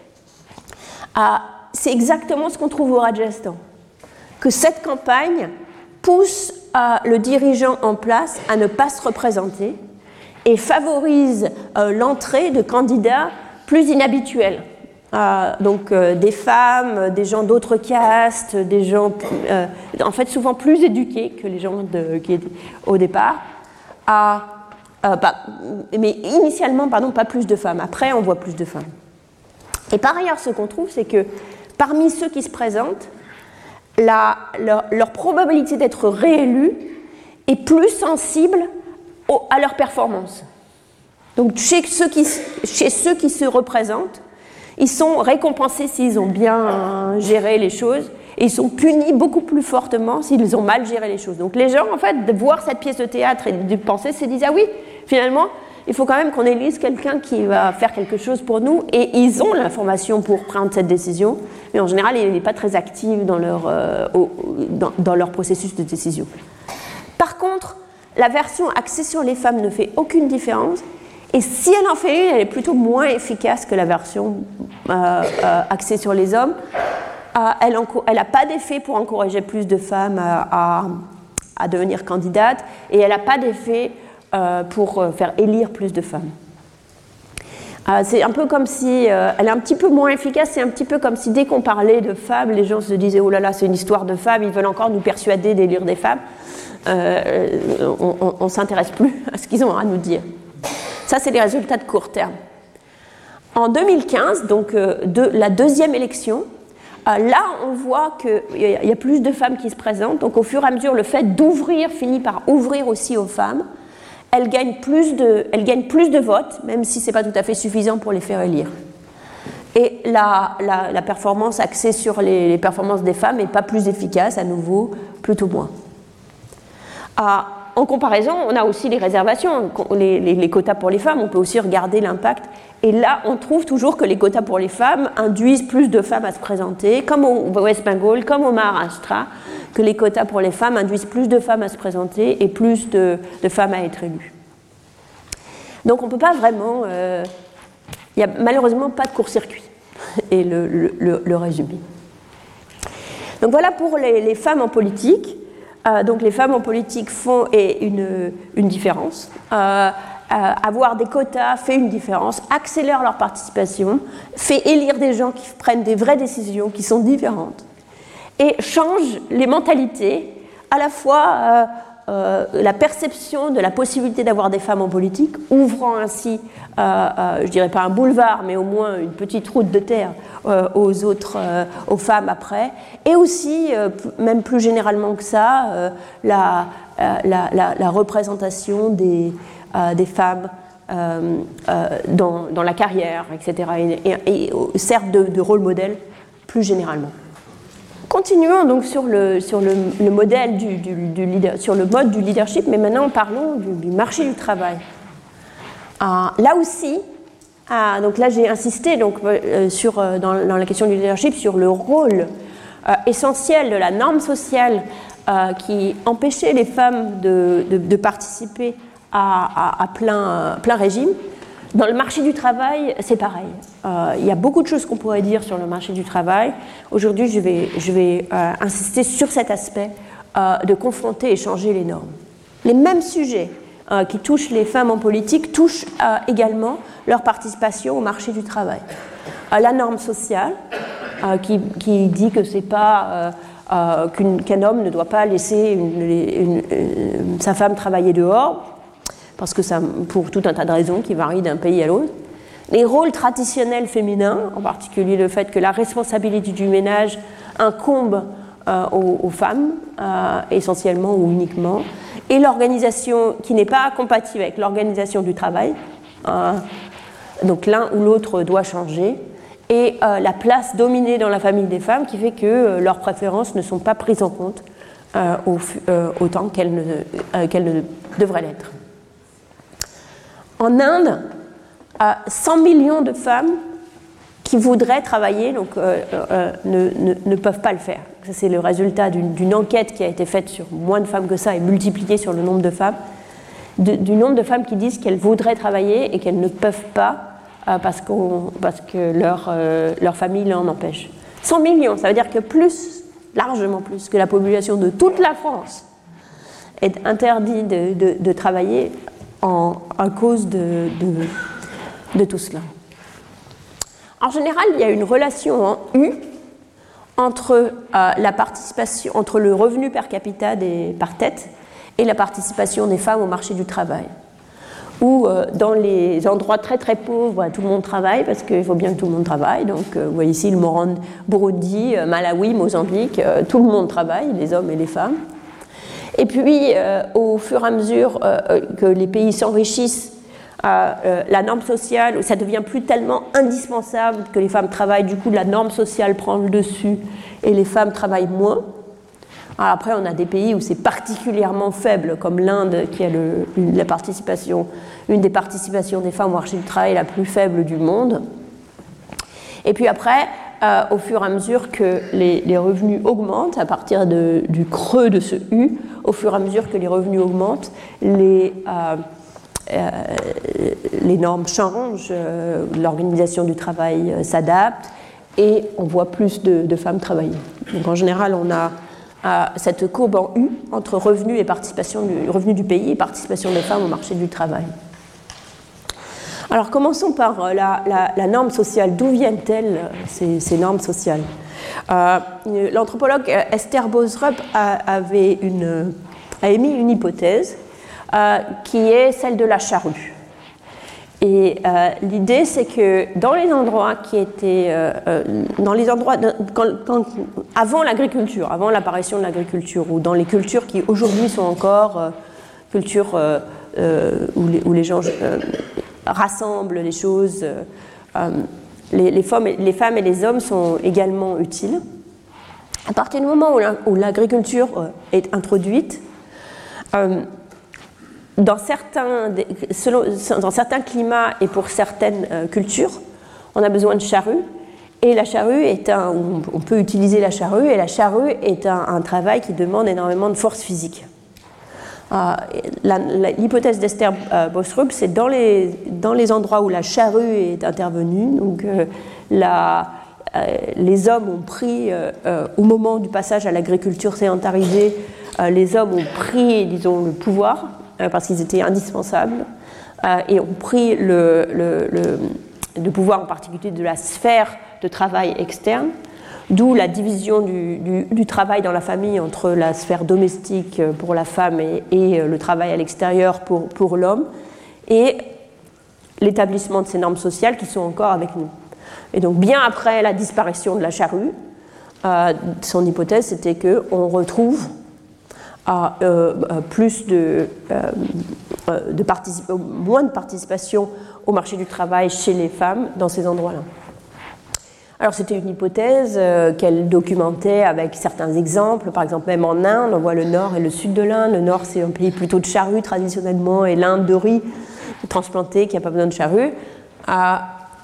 Ah, c'est exactement ce qu'on trouve au Rajasthan. Que cette campagne pousse euh, le dirigeant en place à ne pas se représenter et favorise euh, l'entrée de candidats plus inhabituels. Euh, donc euh, des femmes, des gens d'autres castes, des gens euh, en fait souvent plus éduqués que les gens de, qui étaient au départ. À, euh, pas, mais initialement, pardon, pas plus de femmes. Après, on voit plus de femmes. Et par ailleurs, ce qu'on trouve, c'est que parmi ceux qui se présentent, La, leur, leur probabilité d'être réélus est plus sensible au, à leur performance. Donc chez ceux, qui, chez ceux qui se représentent, ils sont récompensés s'ils ont bien géré les choses et ils sont punis beaucoup plus fortement s'ils ont mal géré les choses. Donc les gens, en fait, de voir cette pièce de théâtre et de penser, se disent « Ah oui, finalement, il faut quand même qu'on élise quelqu'un qui va faire quelque chose pour nous » et ils ont l'information pour prendre cette décision, mais en général, il n'est pas très actif dans leur, euh, au, dans, dans leur processus de décision. Par contre, la version axée sur les femmes ne fait aucune différence, et si elle en fait une, elle est plutôt moins efficace que la version euh, euh, axée sur les hommes. Euh, elle n'a pas d'effet pour encourager plus de femmes à, à, à devenir candidates, et elle n'a pas d'effet euh, pour faire élire plus de femmes. Euh, c'est un peu comme si, euh, elle est un petit peu moins efficace, c'est un petit peu comme si dès qu'on parlait de femmes, les gens se disaient « Oh là là, c'est une histoire de femmes, ils veulent encore nous persuader d'élire des femmes. Euh, » On ne s'intéresse plus à ce qu'ils ont à nous dire. Ça, c'est les résultats de court terme. En deux mille quinze, donc euh, de la deuxième élection, euh, là, on voit qu'il y, y a plus de femmes qui se présentent. Donc, au fur et à mesure, le fait d'ouvrir finit par ouvrir aussi aux femmes. Elles gagnent plus de, elles gagnent plus de votes, même si ce n'est pas tout à fait suffisant pour les faire élire. Et la, la, la performance axée sur les, les performances des femmes n'est pas plus efficace, à nouveau, plutôt moins. Ah, en comparaison, on a aussi les réservations, les, les, les quotas pour les femmes, on peut aussi regarder l'impact. Et là, on trouve toujours que les quotas pour les femmes induisent plus de femmes à se présenter, comme au West Bengal, comme au Maharashtra, que les quotas pour les femmes induisent plus de femmes à se présenter et plus de, de femmes à être élues. Donc on ne peut pas vraiment... Euh, il n'y a malheureusement pas de court-circuit, et le, le, le résumé. Donc voilà pour les, les femmes en politique. Euh, donc les femmes en politique font et une, une différence. Euh, euh, avoir des quotas fait une différence, accélère leur participation, fait élire des gens qui prennent des vraies décisions qui sont différentes et change les mentalités, à la fois euh, euh, la perception de la possibilité d'avoir des femmes en politique, ouvrant ainsi, euh, euh, je dirais pas un boulevard, mais au moins une petite route de terre euh, aux autres, euh, aux femmes après, et aussi, euh, même plus généralement que ça, euh, la, euh, la, la, la représentation des, euh, des femmes euh, euh, dans, dans la carrière, et cetera, et, et, et servent de, de rôle modèle plus généralement. Continuons donc sur le, sur le, le modèle du, du, du leader, sur le mode du leadership, mais maintenant parlons du, du marché du travail. Ah, là aussi, ah, donc là j'ai insisté donc, euh, sur, euh, dans, dans la question du leadership sur le rôle euh, essentiel de la norme sociale euh, qui empêchait les femmes de, de, de participer à, à, à plein, euh, plein régime. Dans le marché du travail, c'est pareil. Euh, il y a beaucoup de choses qu'on pourrait dire sur le marché du travail. Aujourd'hui, je vais, je vais euh, insister sur cet aspect euh, de confronter et changer les normes. Les mêmes sujets euh, qui touchent les femmes en politique touchent euh, également leur participation au marché du travail. Euh, la norme sociale, euh, qui, qui dit que c'est pas... Euh, euh, qu'une, qu'un homme ne doit pas laisser une, une, une, sa femme travailler dehors, parce que ça, pour tout un tas de raisons qui varient d'un pays à l'autre. les rôles traditionnels féminins, en particulier le fait que la responsabilité du ménage incombe euh, aux, aux femmes, euh, essentiellement ou uniquement, et l'organisation qui n'est pas compatible avec l'organisation du travail, euh, donc l'un ou l'autre doit changer, et euh, la place dominée dans la famille des femmes qui fait que euh, leurs préférences ne sont pas prises en compte euh, au, euh, autant qu'elles ne, euh, qu'elles ne devraient l'être. En Inde, euh, cent millions de femmes qui voudraient travailler donc, euh, euh, ne, ne, ne peuvent pas le faire. Ça, c'est le résultat d'une, d'une enquête qui a été faite sur moins de femmes que ça et multipliée sur le nombre de femmes, de, du nombre de femmes qui disent qu'elles voudraient travailler et qu'elles ne peuvent pas euh, parce, qu'on, parce que leur, euh, leur famille l'en empêche. cent millions, ça veut dire que plus, largement plus que la population de toute la France est interdite de, de, de travailler en, à cause de, de, de tout cela. En général, il y a une relation en U entre, euh, la participation, entre le revenu per capita des, par tête et la participation des femmes au marché du travail. Où euh, dans les endroits très très pauvres, tout le monde travaille parce qu'il faut bien que tout le monde travaille. Donc euh, vous voyez ici le Morand, Burundi, euh, Malawi, Mozambique, euh, tout le monde travaille, les hommes et les femmes. Et puis euh, au fur et à mesure euh, que les pays s'enrichissent, Euh, euh, la norme sociale, ça devient plus tellement indispensable que les femmes travaillent, du coup la norme sociale prend le dessus et les femmes travaillent moins. Alors après on a des pays où c'est particulièrement faible, comme l'Inde qui a le, une, la participation, une des participations des femmes au marché du travail la plus faible du monde. Et puis après, euh, au fur et à mesure que les, les revenus augmentent, à partir de, du creux de ce U, au fur et à mesure que les revenus augmentent, les... Euh, Euh, les normes changent, euh, l'organisation du travail euh, s'adapte et on voit plus de, de femmes travailler. Donc en général, on a euh, cette courbe en U entre revenus et participation du, revenus du pays et participation des femmes au marché du travail. Alors commençons par la, la, la norme sociale. D'où viennent-elles ces, ces normes sociales? euh, L'anthropologue Esther Boserup a, avait une, a émis une hypothèse Euh, qui est celle de la charrue. Et euh, l'idée, c'est que dans les endroits qui étaient, euh, euh, dans les endroits, de, quand, quand, avant l'agriculture, avant l'apparition de l'agriculture, ou dans les cultures qui aujourd'hui sont encore euh, cultures euh, euh, où, les, où les gens euh, rassemblent les choses, euh, les, les, femmes, les femmes et les hommes sont également utiles. À partir du moment où, la, où l'agriculture euh, est introduite, euh, Dans certains, selon, dans certains climats et pour certaines euh, cultures, on a besoin de charrues. Et la charrue est un, on peut utiliser la charrue, et la charrue est un, un travail qui demande énormément de force physique. Euh, la, la, l'hypothèse d'Esther euh, Boserup, c'est dans les, dans les endroits où la charrue est intervenue, donc euh, la, euh, les hommes ont pris, euh, euh, au moment du passage à l'agriculture sédentarisée, euh, les hommes ont pris, disons, le pouvoir, parce qu'ils étaient indispensables, euh, et ont pris le, le, le, le pouvoir en particulier de la sphère de travail externe, d'où la division du, du, du travail dans la famille entre la sphère domestique pour la femme et, et le travail à l'extérieur pour, pour l'homme, et l'établissement de ces normes sociales qui sont encore avec nous. Et donc bien après la disparition de la charrue, euh, son hypothèse c'était qu'on retrouve à euh, plus de, euh, de particip- moins de participation au marché du travail chez les femmes dans ces endroits-là. Alors c'était une hypothèse euh, qu'elle documentait avec certains exemples, par exemple même en Inde, on voit le nord et le sud de l'Inde. Le nord c'est un pays plutôt de charrue traditionnellement, et l'Inde de riz transplanté qui n'a pas besoin de charrue. Euh,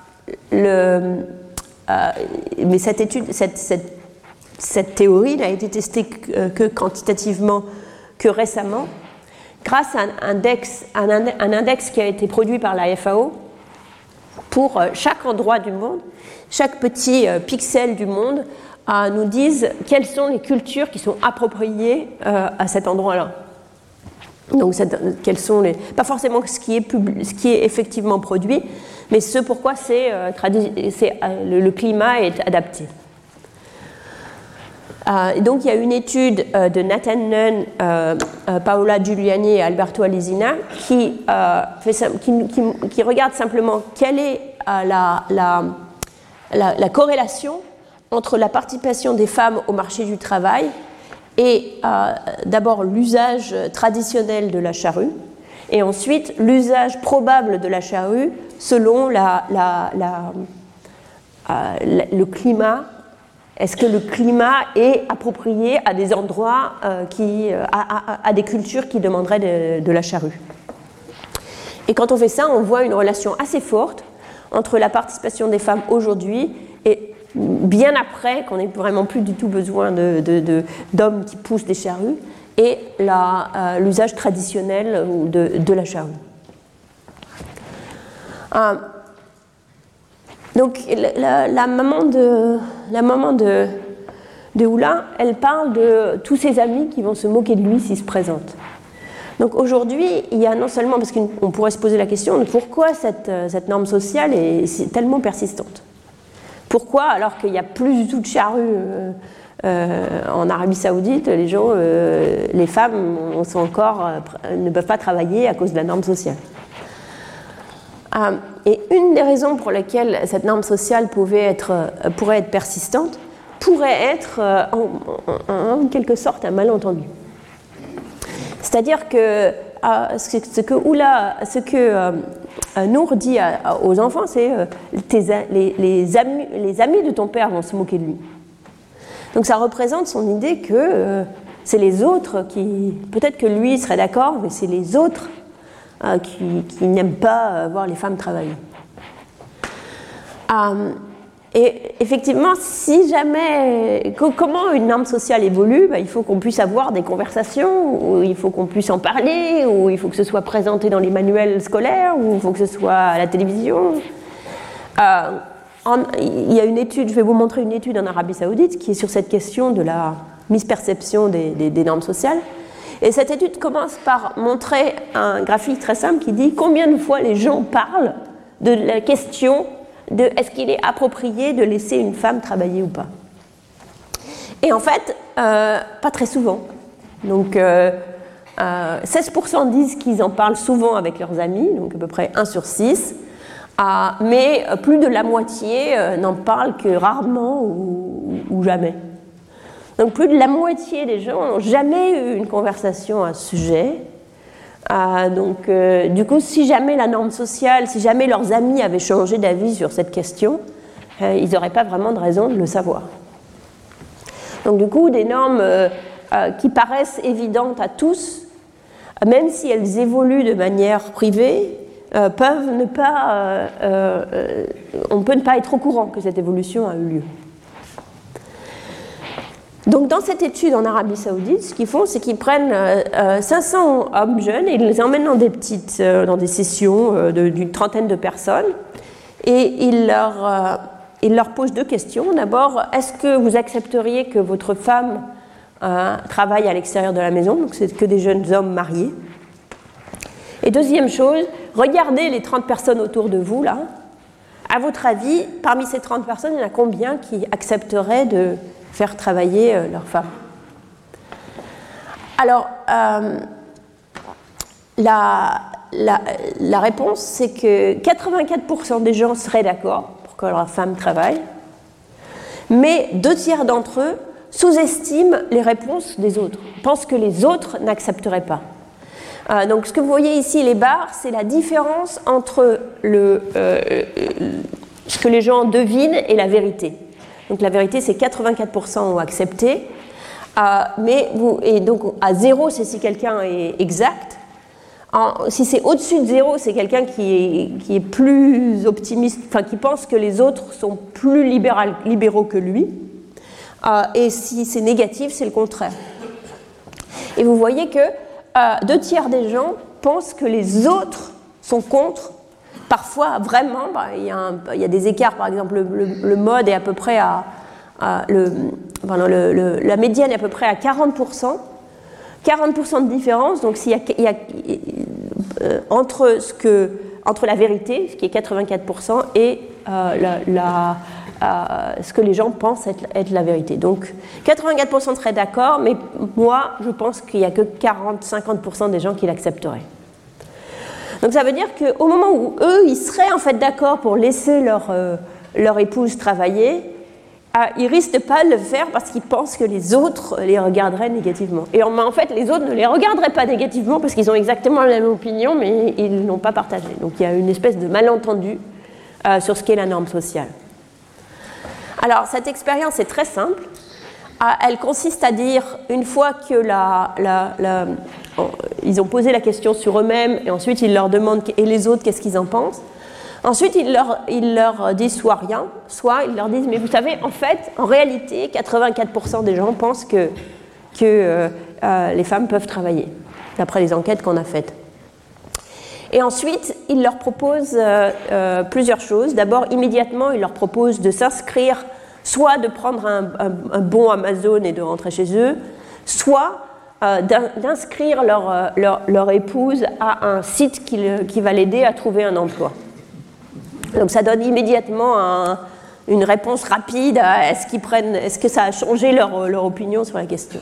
le, euh, mais cette étude, cette, cette Cette théorie n'a été testée que, que quantitativement que récemment, grâce à un index, un, un index qui a été produit par la F A O pour chaque endroit du monde, chaque petit pixel du monde euh, nous disent quelles sont les cultures qui sont appropriées euh, à cet endroit-là. Donc, cette, quels sont les, pas forcément ce qui est, publi, ce qui est effectivement produit, mais ce pourquoi c'est, euh, tradi- c'est, euh, le, le climat est adapté. Euh, et donc il y a une étude euh, de Nathan Nunn, euh, euh, Paola Giuliani et Alberto Alesina qui, euh, fait, qui, qui, qui regarde simplement quelle est euh, la, la, la, la corrélation entre la participation des femmes au marché du travail et euh, d'abord l'usage traditionnel de la charrue et ensuite l'usage probable de la charrue selon la, la, la, euh, la, le climat. Est-ce que le climat est approprié à des endroits, euh, qui, euh, à, à, à des cultures qui demanderaient de, de la charrue? Et quand on fait ça, on voit une relation assez forte entre la participation des femmes aujourd'hui et bien après, qu'on n'ait vraiment plus du tout besoin de, de, de, d'hommes qui poussent des charrues, et la, euh, l'usage traditionnel de, de la charrue. Euh, Donc la, la maman de, la maman de, de Oula, elle parle de tous ses amis qui vont se moquer de lui s'il se présente. Donc aujourd'hui, il y a non seulement, parce qu'on pourrait se poser la question de pourquoi cette, cette norme sociale est tellement persistante. Pourquoi, alors qu'il n'y a plus du tout de charrue euh, euh, en Arabie Saoudite, les gens, euh, les femmes sont encore, euh, ne peuvent pas travailler à cause de la norme sociale. Euh, et une des raisons pour lesquelles cette norme sociale pouvait être, euh, pourrait être persistante pourrait être euh, en, en, en quelque sorte un malentendu. C'est-à-dire que euh, ce, ce que Oula, ce que euh, Nour dit à, à, aux enfants, c'est euh, tes, les, les, amis, les amis de ton père vont se moquer de lui. Donc ça représente son idée que euh, c'est les autres qui, peut-être que lui serait d'accord, mais c'est les autres Euh, qui, qui n'aiment pas euh, voir les femmes travailler. Euh, et effectivement, si jamais, que, comment une norme sociale évolue, bah, il faut qu'on puisse avoir des conversations, ou il faut qu'on puisse en parler, ou il faut que ce soit présenté dans les manuels scolaires, ou il faut que ce soit à la télévision. Euh, en, il y a une étude, je vais vous montrer une étude en Arabie Saoudite qui est sur cette question de la misperception des, des, des normes sociales. Et cette étude commence par montrer un graphique très simple qui dit combien de fois les gens parlent de la question de est-ce qu'il est approprié de laisser une femme travailler ou pas. Et en fait, euh, pas très souvent. Donc euh, euh, seize pour cent disent qu'ils en parlent souvent avec leurs amis, donc à peu près un sur six, euh, mais plus de la moitié euh, n'en parlent que rarement ou, ou jamais. Donc plus de la moitié des gens n'ont jamais eu une conversation à ce sujet. Euh, donc euh, du coup, si jamais la norme sociale, si jamais leurs amis avaient changé d'avis sur cette question, euh, ils n'auraient pas vraiment de raison de le savoir. Donc du coup, des normes euh, euh, qui paraissent évidentes à tous, même si elles évoluent de manière privée, euh, peuvent ne pas, euh, euh, on peut ne pas être au courant que cette évolution a eu lieu. Donc dans cette étude en Arabie Saoudite, ce qu'ils font, c'est qu'ils prennent euh, cinq cents hommes jeunes et ils les emmènent dans des petites, euh, dans des sessions euh, de, d'une trentaine de personnes, et ils leur, euh, ils leur posent deux questions. D'abord, est-ce que vous accepteriez que votre femme euh, travaille à l'extérieur de la maison? Donc c'est que des jeunes hommes mariés. Et deuxième chose, regardez les trente personnes autour de vous là. À votre avis, parmi ces trente personnes, il y en a combien qui accepteraient de faire travailler euh, leurs femmes? Alors, euh, la, la, la réponse, c'est que quatre-vingt-quatre pour cent des gens seraient d'accord pour que leurs femmes travaillent, mais deux tiers d'entre eux sous-estiment les réponses des autres, pensent que les autres n'accepteraient pas. Euh, donc, ce que vous voyez ici, les barres, c'est la différence entre le, euh, ce que les gens devinent et la vérité. Donc la vérité, c'est quatre-vingt-quatre pour cent ont accepté, euh, mais vous, et donc à zéro, c'est si quelqu'un est exact. En, si c'est au-dessus de zéro, c'est quelqu'un qui est, qui est plus optimiste, enfin qui pense que les autres sont plus libéral, libéraux que lui. Euh, et si c'est négatif, c'est le contraire. Et vous voyez que euh, deux tiers des gens pensent que les autres sont contre. Parfois, vraiment, bah, il, y a un, il y a des écarts. Par exemple, le, le, le mode est à peu près à... à le, pardon, le, le, la médiane est à peu près à quarante pour cent. quarante pour cent de différence. Donc, s'il y a, il y a euh, entre, ce que, entre la vérité, ce qui est quatre-vingt-quatre pour cent, et euh, la, la, euh, ce que les gens pensent être, être la vérité. Donc quatre-vingt-quatre pour cent seraient d'accord, mais moi, je pense qu'il n'y a que quarante à cinquante pour cent des gens qui l'accepteraient. Donc ça veut dire qu'au moment où eux, ils seraient en fait d'accord pour laisser leur, euh, leur épouse travailler, ah, ils ne risquent pas de le faire parce qu'ils pensent que les autres les regarderaient négativement. Et en, en fait, les autres ne les regarderaient pas négativement parce qu'ils ont exactement la même opinion, mais ils ne l'ont pas partagée. Donc il y a une espèce de malentendu euh, sur ce qu'est la norme sociale. Alors, cette expérience est très simple. Ah, elle consiste à dire, une fois que la, la, la, oh, ils ont posé la question sur eux-mêmes, et ensuite ils leur demandent, et les autres, qu'est-ce qu'ils en pensent. Ensuite, ils leur, ils leur disent soit rien, soit ils leur disent, mais vous savez, en fait, en réalité, quatre-vingt-quatre pour cent des gens pensent que, que euh, euh, les femmes peuvent travailler, d'après les enquêtes qu'on a faites. Et ensuite, ils leur proposent euh, euh, plusieurs choses. D'abord, immédiatement, ils leur proposent de s'inscrire, soit de prendre un, un, un bon Amazon et de rentrer chez eux, soit euh, d'inscrire leur, leur, leur épouse à un site qui, le, qui va l'aider à trouver un emploi. Donc ça donne immédiatement un, une réponse rapide à est-ce qu'ils prennent, est-ce que ça a changé leur, leur opinion sur la question.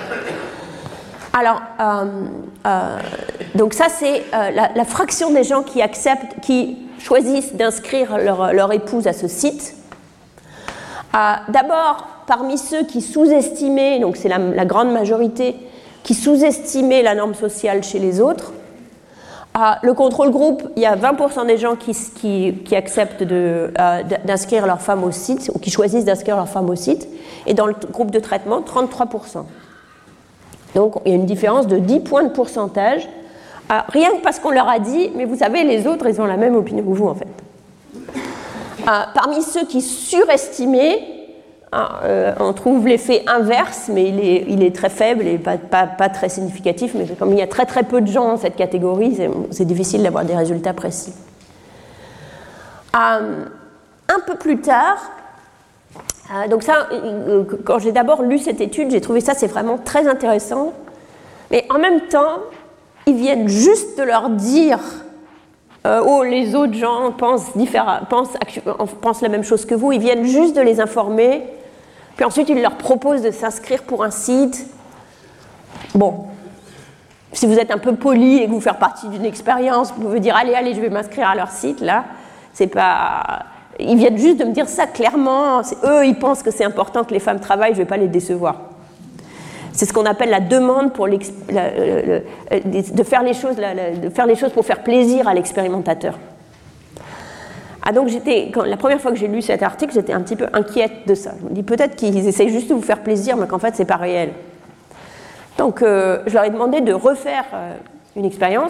Alors, euh, euh, donc ça c'est euh, la, la fraction des gens qui acceptent, qui choisissent d'inscrire leur, leur épouse à ce site. Euh, d'abord, parmi ceux qui sous-estimaient, donc c'est la, la grande majorité, qui sous-estimaient la norme sociale chez les autres, euh, le contrôle groupe, il y a vingt pour cent des gens qui, qui, qui acceptent de, euh, d'inscrire leur femme au site, ou qui choisissent d'inscrire leur femme au site, et dans le groupe de traitement, trente-trois pour cent. Donc il y a une différence de dix points de pourcentage, euh, rien que parce qu'on leur a dit, mais vous savez, les autres, ils ont la même opinion que vous en fait. Euh, parmi ceux qui surestimaient, euh, on trouve l'effet inverse, mais il est, il est très faible et pas, pas, pas très significatif, mais comme il y a très très peu de gens dans cette catégorie, c'est, c'est difficile d'avoir des résultats précis. Euh, un peu plus tard, euh, donc ça, euh, quand j'ai d'abord lu cette étude, j'ai trouvé ça c'est vraiment très intéressant, mais en même temps, ils viennent juste de leur dire Euh, oh, les autres gens pensent, pensent, pensent la même chose que vous, ils viennent juste de les informer, puis ensuite ils leur proposent de s'inscrire pour un site. Bon, si vous êtes un peu poli et que vous faites partie d'une expérience, vous pouvez dire allez, allez, je vais m'inscrire à leur site, là, c'est pas... Ils viennent juste de me dire ça clairement, c'est, eux ils pensent que c'est important que les femmes travaillent, je ne vais pas les décevoir. C'est ce qu'on appelle la demande pour la, le, de, faire les choses, la, la, de faire les choses pour faire plaisir à l'expérimentateur. Ah donc j'étais, quand, la première fois que j'ai lu cet article, j'étais un petit peu inquiète de ça. Je me dis peut-être qu'ils essayent juste de vous faire plaisir, mais qu'en fait c'est pas réel. Donc euh, je leur ai demandé de refaire euh, une expérience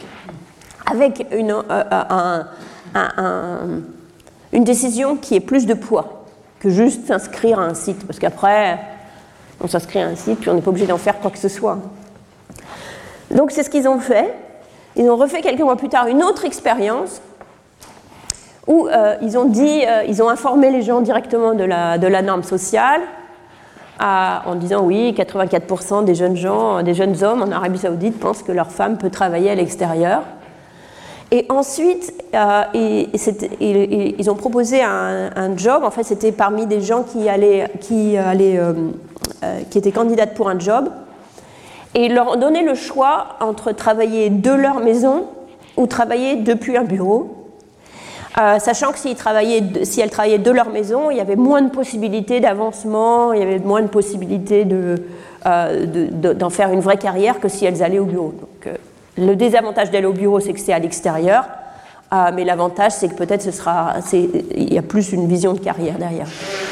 avec une, euh, un, un, un, une décision qui ait plus de poids que juste s'inscrire à un site, parce qu'après on s'inscrit à un site, puis on n'est pas obligé d'en faire quoi que ce soit. Donc c'est ce qu'ils ont fait. Ils ont refait quelques mois plus tard une autre expérience où euh, ils ont dit, euh, ils ont informé les gens directement de la, de la norme sociale à, en disant oui, quatre-vingt-quatre pour cent des jeunes gens, des jeunes hommes en Arabie Saoudite pensent que leur femme peut travailler à l'extérieur. Et ensuite, euh, et, et et, ils ont proposé un, un job. En fait, c'était parmi des gens qui allaient, qui allaient euh, Euh, qui étaient candidates pour un job, et ils leur ont donné le choix entre travailler de leur maison ou travailler depuis un bureau, euh, sachant que s'ils travaillaient de, si elles travaillaient de leur maison, il y avait moins de possibilités d'avancement, il y avait moins de possibilités de, euh, de, de, d'en faire une vraie carrière que si elles allaient au bureau. Donc, euh, le désavantage d'aller au bureau, c'est que c'est à l'extérieur, euh, mais l'avantage, c'est que peut-être ce sera, c'est, il y a plus une vision de carrière derrière.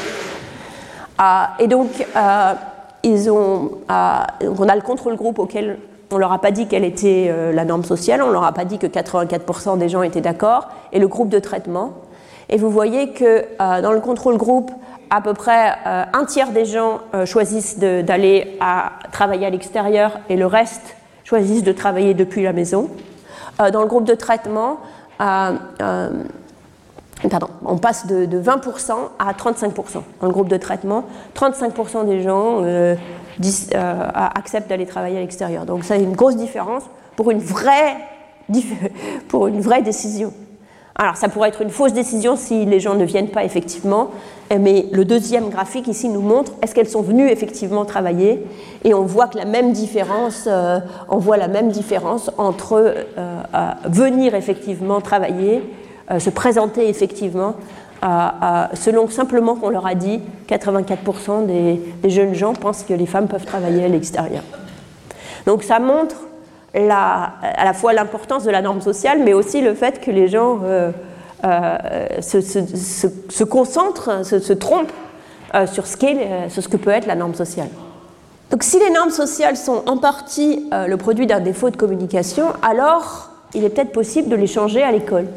Euh, et donc, euh, ils ont, euh, on a le contrôle groupe auquel on ne leur a pas dit quelle était euh, la norme sociale, on ne leur a pas dit que quatre-vingt-quatre pour cent des gens étaient d'accord, et le groupe de traitement. Et vous voyez que euh, dans le contrôle groupe, à peu près euh, un tiers des gens euh, choisissent de, d'aller à, travailler à l'extérieur, et le reste choisissent de travailler depuis la maison. Euh, dans le groupe de traitement, euh, euh, Pardon, on passe de, de vingt pour cent à trente-cinq pour cent. Dans le groupe de traitement, trente-cinq pour cent des gens euh, dis, euh, acceptent d'aller travailler à l'extérieur. Donc ça a une grosse différence pour une vraie, pour une vraie décision. Alors ça pourrait être une fausse décision si les gens ne viennent pas effectivement, mais le deuxième graphique ici nous montre est-ce qu'elles sont venues effectivement travailler, et on voit que la même différence, euh, on voit la même différence entre euh, euh, venir effectivement travailler, euh, se présenter effectivement, euh, euh, selon simplement qu'on leur a dit quatre-vingt-quatre pour cent des, des jeunes gens pensent que les femmes peuvent travailler à l'extérieur. Donc ça montre La, à la fois l'importance de la norme sociale, mais aussi le fait que les gens euh, euh, se, se, se, se concentrent, se, se trompent euh, sur, ce qu'est, sur ce que peut être la norme sociale. Donc si les normes sociales sont en partie euh, le produit d'un défaut de communication, alors il est peut-être possible de les changer à l'école.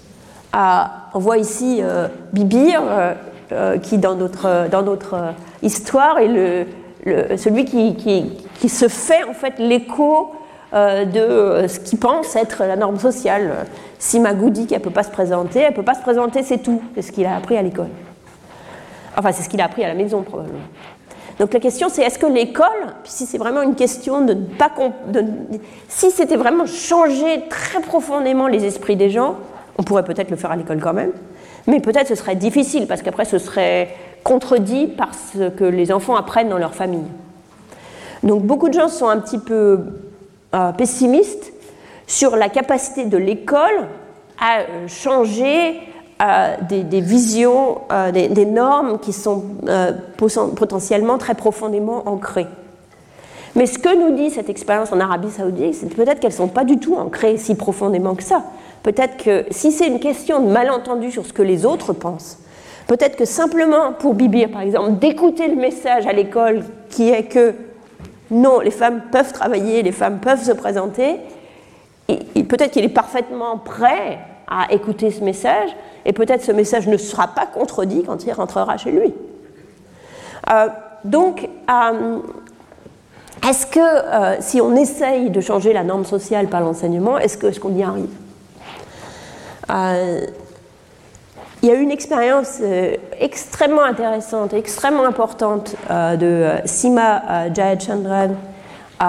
Ah, on voit ici euh, Bibir, euh, euh, qui dans notre, dans notre euh, histoire est le, le, celui qui, qui, qui se fait en fait l'écho Euh, de ce qu'il pense être la norme sociale. Si Magou dit qu'elle ne peut pas se présenter, elle ne peut pas se présenter, c'est tout. C'est ce qu'il a appris à l'école. Enfin, c'est ce qu'il a appris à la maison, probablement. Donc la question, c'est est-ce que l'école, si c'est vraiment une question de ne pas... De, si c'était vraiment changer très profondément les esprits des gens, on pourrait peut-être le faire à l'école quand même, mais peut-être ce serait difficile, parce qu'après ce serait contredit par ce que les enfants apprennent dans leur famille. Donc beaucoup de gens sont un petit peu... Euh, pessimiste sur la capacité de l'école à euh, changer euh, des, des visions, euh, des, des normes qui sont euh, potentiellement très profondément ancrées. Mais ce que nous dit cette expérience en Arabie Saoudite, c'est peut-être qu'elles ne sont pas du tout ancrées si profondément que ça. Peut-être que si c'est une question de malentendu sur ce que les autres pensent, peut-être que simplement pour Bibir, par exemple, d'écouter le message à l'école qui est que non, les femmes peuvent travailler, les femmes peuvent se présenter. Et, et peut-être qu'il est parfaitement prêt à écouter ce message, et peut-être ce message ne sera pas contredit quand il rentrera chez lui. Euh, donc, euh, est-ce que euh, si on essaye de changer la norme sociale par l'enseignement, est-ce, que, est-ce qu'on y arrive ? euh, Il y a eu une expérience euh, extrêmement intéressante, extrêmement importante euh, de euh, Sima euh, Jayachandran, euh,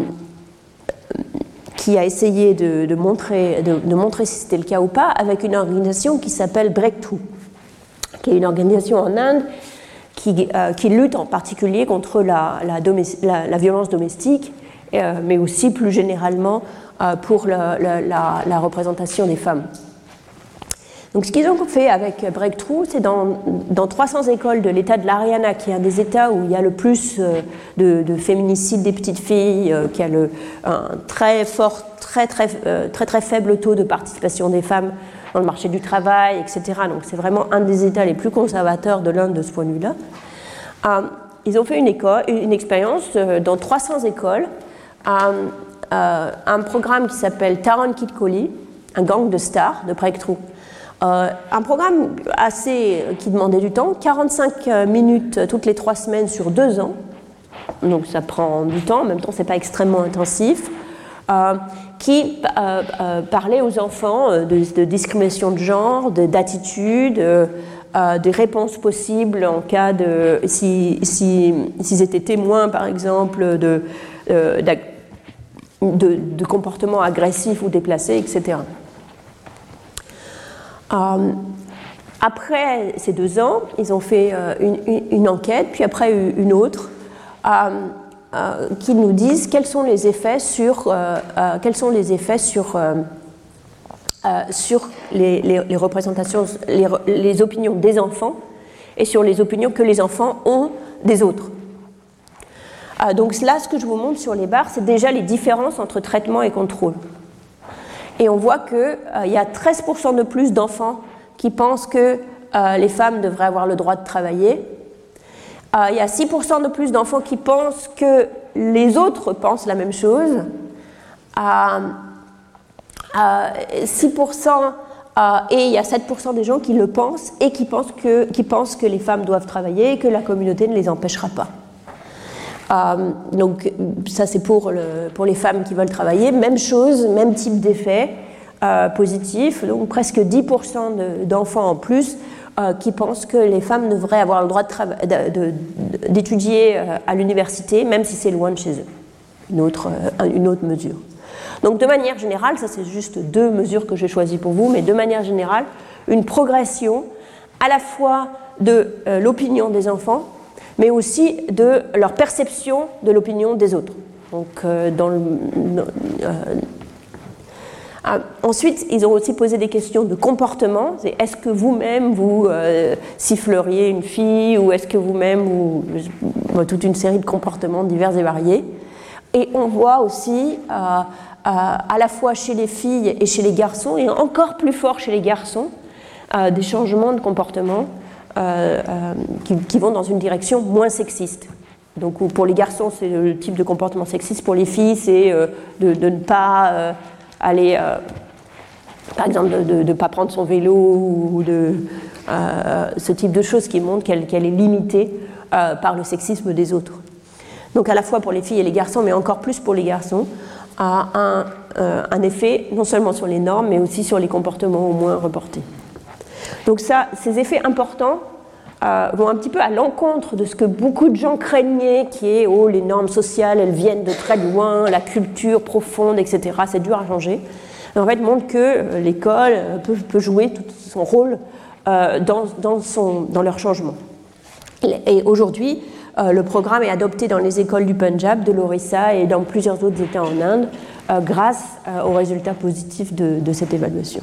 qui a essayé de, de, montrer, de, de montrer si c'était le cas ou pas, avec une organisation qui s'appelle Breakthrough, qui est une organisation en Inde qui, euh, qui lutte en particulier contre la, la, domest- la, la violence domestique, euh, mais aussi plus généralement euh, pour la, la, la, la représentation des femmes. Donc ce qu'ils ont fait avec Breakthrough, c'est dans, dans trois cents écoles de l'état de l'Haryana, qui est un des états où il y a le plus de, de féminicides des petites filles, qui a le, un très fort, très très, très très faible taux de participation des femmes dans le marché du travail, et cetera. Donc c'est vraiment un des états les plus conservateurs de l'Inde de ce point de vue-là. Euh, ils ont fait une, école, une expérience dans trois cents écoles, euh, euh, un programme qui s'appelle Taran Kit Koli, un gang de stars de Breakthrough. Euh, un programme assez, qui demandait du temps, quarante-cinq minutes toutes les trois semaines sur deux ans, donc ça prend du temps, en même temps c'est pas extrêmement intensif, euh, qui euh, euh, parlait aux enfants de, de discrimination de genre, de, d'attitude, euh, des réponses possibles en cas de, si, si, s'ils étaient témoins par exemple de, euh, de, de comportements agressifs ou déplacés, et cetera. Euh, après ces deux ans, ils ont fait euh, une, une, une enquête, puis après une autre, euh, euh, qui nous disent quels sont les effets sur, euh, euh, quels sont les effets sur, euh, euh, sur les, les, les représentations, les, les opinions des enfants et sur les opinions que les enfants ont des autres. Euh, donc là, ce que je vous montre sur les barres, c'est déjà les différences entre traitement et contrôle. Et on voit qu'il euh, y a treize pour cent de plus d'enfants qui pensent que euh, les femmes devraient avoir le droit de travailler. Euh, il y a six pour cent de plus d'enfants qui pensent que les autres pensent la même chose. Euh, euh, six pour cent euh, et il y a sept pour cent des gens qui le pensent et qui pensent, que, qui pensent que les femmes doivent travailler et que la communauté ne les empêchera pas. Euh, donc ça c'est pour, le, pour les femmes qui veulent travailler, même chose, même type d'effet euh, positif, donc presque dix pour cent de, d'enfants en plus euh, qui pensent que les femmes devraient avoir le droit de trava- de, de, d'étudier euh, à l'université, même si c'est loin de chez eux, une autre, euh, une autre mesure. Donc de manière générale, ça c'est juste deux mesures que j'ai choisies pour vous, mais de manière générale, une progression à la fois de euh, l'opinion des enfants, mais aussi de leur perception de l'opinion des autres. Donc, euh, dans le, euh, ah, ensuite, ils ont aussi posé des questions de comportement. C'est, est-ce que vous-même vous euh, siffleriez une fille, ou est-ce que vous-même vous, vous toute une série de comportements divers et variés. Et on voit aussi euh, euh, à la fois chez les filles et chez les garçons, et encore plus fort chez les garçons, euh, des changements de comportement euh, euh, qui, qui vont dans une direction moins sexiste. Donc pour les garçons, c'est le type de comportement sexiste. Pour les filles, c'est euh, de, de ne pas euh, aller, euh, par exemple, de ne pas prendre son vélo, ou de euh, ce type de choses qui montrent qu'elle, qu'elle est limitée euh, par le sexisme des autres. Donc à la fois pour les filles et les garçons, mais encore plus pour les garçons, a un, euh, un effet non seulement sur les normes, mais aussi sur les comportements au moins reportés. Donc ça, ces effets importants euh, vont un petit peu à l'encontre de ce que beaucoup de gens craignaient, qui est « oh, les normes sociales, elles viennent de très loin, la culture profonde, et cetera, c'est dur à changer ». En fait, montre que euh, l'école peut, peut jouer tout son rôle euh, dans, dans, son, dans leur changement. Et aujourd'hui, Euh, le programme est adopté dans les écoles du Punjab, de l'Orissa et dans plusieurs autres États en Inde euh, grâce euh, aux résultats positifs de, de cette évaluation.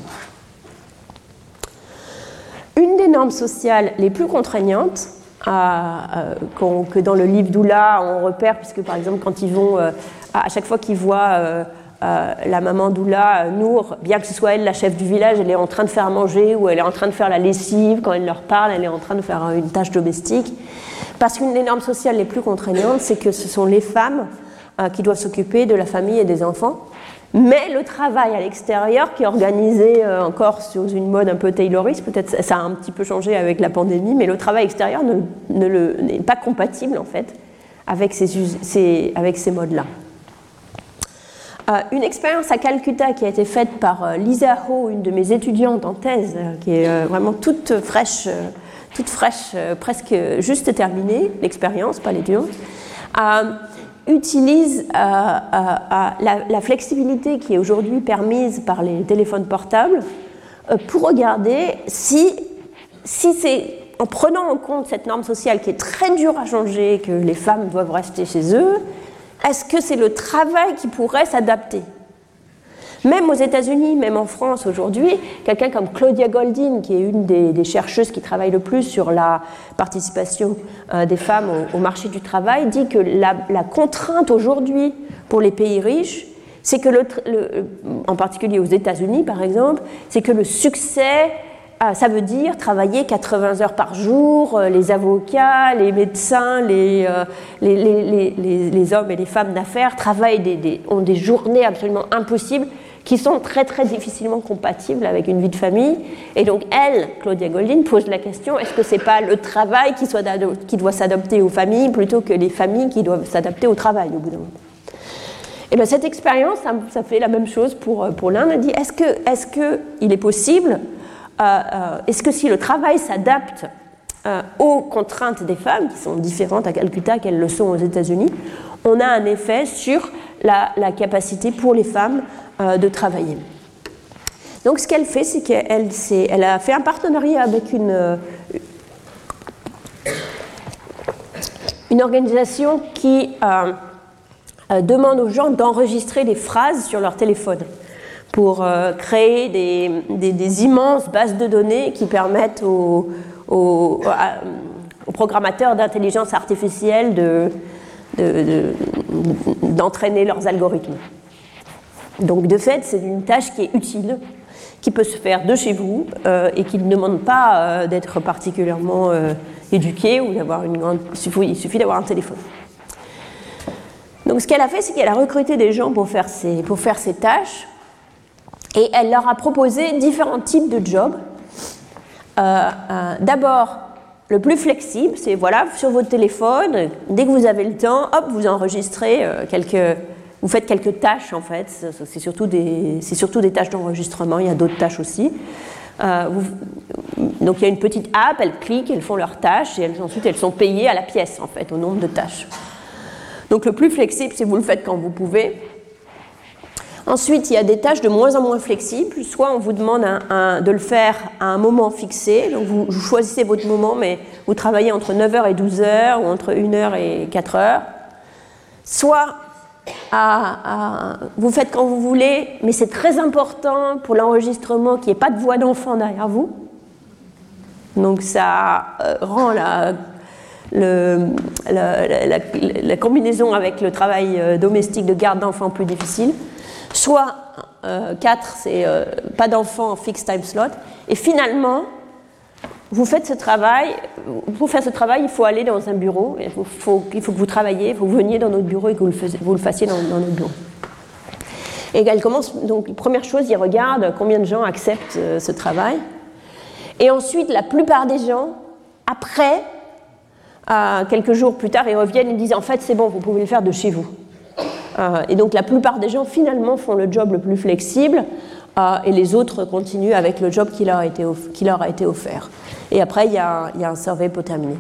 Une des normes sociales les plus contraignantes euh, euh, qu'on, que dans le livre Doula on repère, puisque par exemple quand ils vont, euh, à chaque fois qu'ils voient euh, euh, la maman Doula, Nour, bien que ce soit elle la chef du village, elle est en train de faire manger ou elle est en train de faire la lessive, quand elle leur parle, elle est en train de faire une tâche domestique. Parce qu'une des normes sociales les plus contraignantes, c'est que ce sont les femmes euh, qui doivent s'occuper de la famille et des enfants, mais le travail à l'extérieur, qui est organisé euh, encore sur une mode un peu tayloriste, peut-être ça a un petit peu changé avec la pandémie, mais le travail extérieur ne, ne le, n'est pas compatible en fait avec ces, ces, avec ces modes-là. Euh, une expérience à Calcutta qui a été faite par euh, Lisa Ho, une de mes étudiantes en thèse, euh, qui est euh, vraiment toute fraîche, euh, toute fraîche, euh, presque juste terminée, l'expérience, pas l'étudiante, euh, utilise euh, euh, euh, la, la flexibilité qui est aujourd'hui permise par les téléphones portables euh, pour regarder si, si c'est en prenant en compte cette norme sociale qui est très dure à changer, que les femmes doivent rester chez eux, est-ce que c'est le travail qui pourrait s'adapter ? Même aux États-Unis, même en France aujourd'hui, quelqu'un comme Claudia Goldin, qui est une des, des chercheuses qui travaille le plus sur la participation euh, des femmes au, au marché du travail, dit que la, la contrainte aujourd'hui pour les pays riches, c'est que, le, le, en particulier aux États-Unis par exemple, c'est que le succès, euh, ça veut dire travailler quatre-vingts heures par jour, euh, les avocats, les médecins, les, euh, les, les, les, les hommes et les femmes d'affaires travaillent des, des, ont des journées absolument impossibles, qui sont très très difficilement compatibles avec une vie de famille. Et donc elle, Claudia Goldin, pose la question, est-ce que c'est pas le travail qui, soit qui doit s'adapter aux familles plutôt que les familles qui doivent s'adapter au travail au bout d'un moment? Et bien cette expérience, ça, ça fait la même chose pour, pour l'Inde. Elle dit, est-ce que, est-ce que il est possible, euh, euh, est-ce que si le travail s'adapte euh, aux contraintes des femmes, qui sont différentes à Calcutta qu'elles le sont aux États-Unis, on a un effet sur la, la capacité pour les femmes euh, de travailler. Donc ce qu'elle fait, c'est qu'elle elle a fait un partenariat avec une, euh, une organisation qui euh, euh, demande aux gens d'enregistrer des phrases sur leur téléphone pour euh, créer des, des, des immenses bases de données qui permettent aux, aux, à, aux programmateurs d'intelligence artificielle de De, de, d'entraîner leurs algorithmes. Donc de fait, c'est une tâche qui est utile, qui peut se faire de chez vous euh, et qui ne demande pas euh, d'être particulièrement euh, éduqué ou d'avoir une grande... Il suffit, il suffit d'avoir un téléphone. Donc ce qu'elle a fait, c'est qu'elle a recruté des gens pour faire ces, pour faire ces tâches et elle leur a proposé différents types de jobs. Euh, euh, d'abord, le plus flexible, c'est voilà, sur votre téléphone, dès que vous avez le temps, hop, vous enregistrez euh, quelques, vous faites quelques tâches en fait. C'est surtout des, c'est surtout des tâches d'enregistrement. Il y a d'autres tâches aussi. Euh, vous, donc il y a une petite app, elles cliquent, elles font leurs tâches et elles, ensuite elles sont payées à la pièce en fait, au nombre de tâches. Donc le plus flexible, c'est vous le faites quand vous pouvez. Ensuite, il y a des tâches de moins en moins flexibles. Soit on vous demande un, un, de le faire à un moment fixé, donc vous, vous choisissez votre moment, mais vous travaillez entre neuf heures et douze heures, ou entre une heure et quatre heures. Soit à, à, vous faites quand vous voulez, mais c'est très important pour l'enregistrement qu'il n'y ait pas de voix d'enfant derrière vous. Donc ça euh, rend la, le, la, la, la, la combinaison avec le travail euh, domestique de garde d'enfants plus difficile. Soit euh, quatre, c'est euh, pas d'enfants en fixed time slot. Et finalement, vous faites ce travail, pour faire ce travail, il faut aller dans un bureau, il faut, faut, il faut que vous travailliez, il faut que vous veniez dans notre bureau et que vous le, faisiez, vous le fassiez dans, dans notre bureau. Et elle commence, donc première chose, il regarde combien de gens acceptent euh, ce travail. Et ensuite, la plupart des gens, après, euh, quelques jours plus tard, ils reviennent et disent en fait c'est bon, vous pouvez le faire de chez vous. Euh, et donc la plupart des gens finalement font le job le plus flexible euh, et les autres continuent avec le job qui leur a été, off- qui leur a été offert. Et après il y a, il y a un survey pour terminer.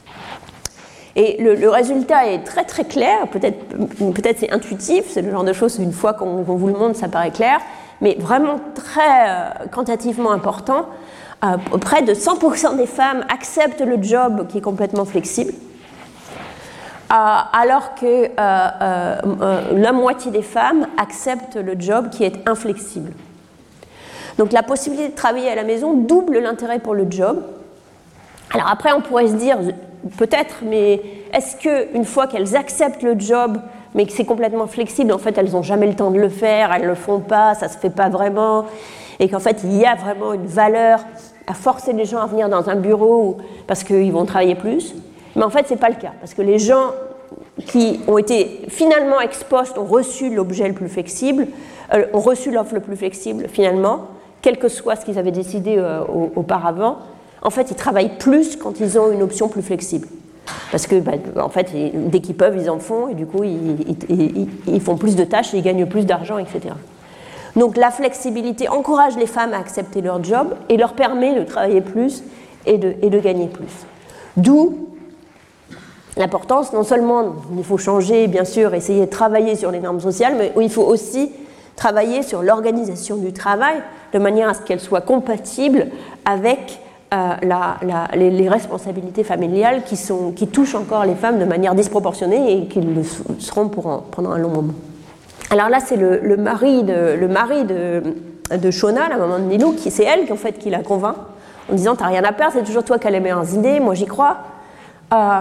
Et le, le résultat est très très clair, peut-être, peut-être c'est intuitif, c'est le genre de choses une fois qu'on, qu'on vous le montre ça paraît clair, mais vraiment très euh, quantitativement important. Euh, près de cent pour cent des femmes acceptent le job qui est complètement flexible. Euh, alors que euh, euh, euh, la moitié des femmes acceptent le job qui est inflexible. Donc la possibilité de travailler à la maison double l'intérêt pour le job. Alors après on pourrait se dire, peut-être, mais est-ce qu'une fois qu'elles acceptent le job, mais que c'est complètement flexible, en fait elles n'ont jamais le temps de le faire, elles ne le font pas, ça ne se fait pas vraiment, et qu'en fait il y a vraiment une valeur à forcer les gens à venir dans un bureau parce qu'ils vont travailler plus? Mais en fait, ce n'est pas le cas, parce que les gens qui ont été finalement ex post ont reçu l'objet le plus flexible, euh, ont reçu l'offre le plus flexible finalement, quel que soit ce qu'ils avaient décidé euh, auparavant. En fait, ils travaillent plus quand ils ont une option plus flexible. Parce que, bah, en fait, dès qu'ils peuvent, ils en font, et du coup, ils, ils, ils, ils font plus de tâches, et ils gagnent plus d'argent, et cetera. Donc, la flexibilité encourage les femmes à accepter leur job et leur permet de travailler plus et de, et de gagner plus. D'où l'importance, non seulement il faut changer, bien sûr, essayer de travailler sur les normes sociales, mais il faut aussi travailler sur l'organisation du travail de manière à ce qu'elle soit compatible avec euh, la, la, les, les responsabilités familiales qui, sont, qui touchent encore les femmes de manière disproportionnée et qui le seront pour un, pendant un long moment. Alors là, c'est le, le mari de, le mari de, de Shona, la maman de Nilou, qui, c'est elle qui, en fait, qui la convainc en disant « T'as rien à perdre, c'est toujours toi qui as les meilleures idées, moi j'y crois. Euh, »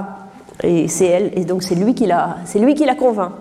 Et c'est elle, et donc c'est lui qui la, c'est lui qui la convainc.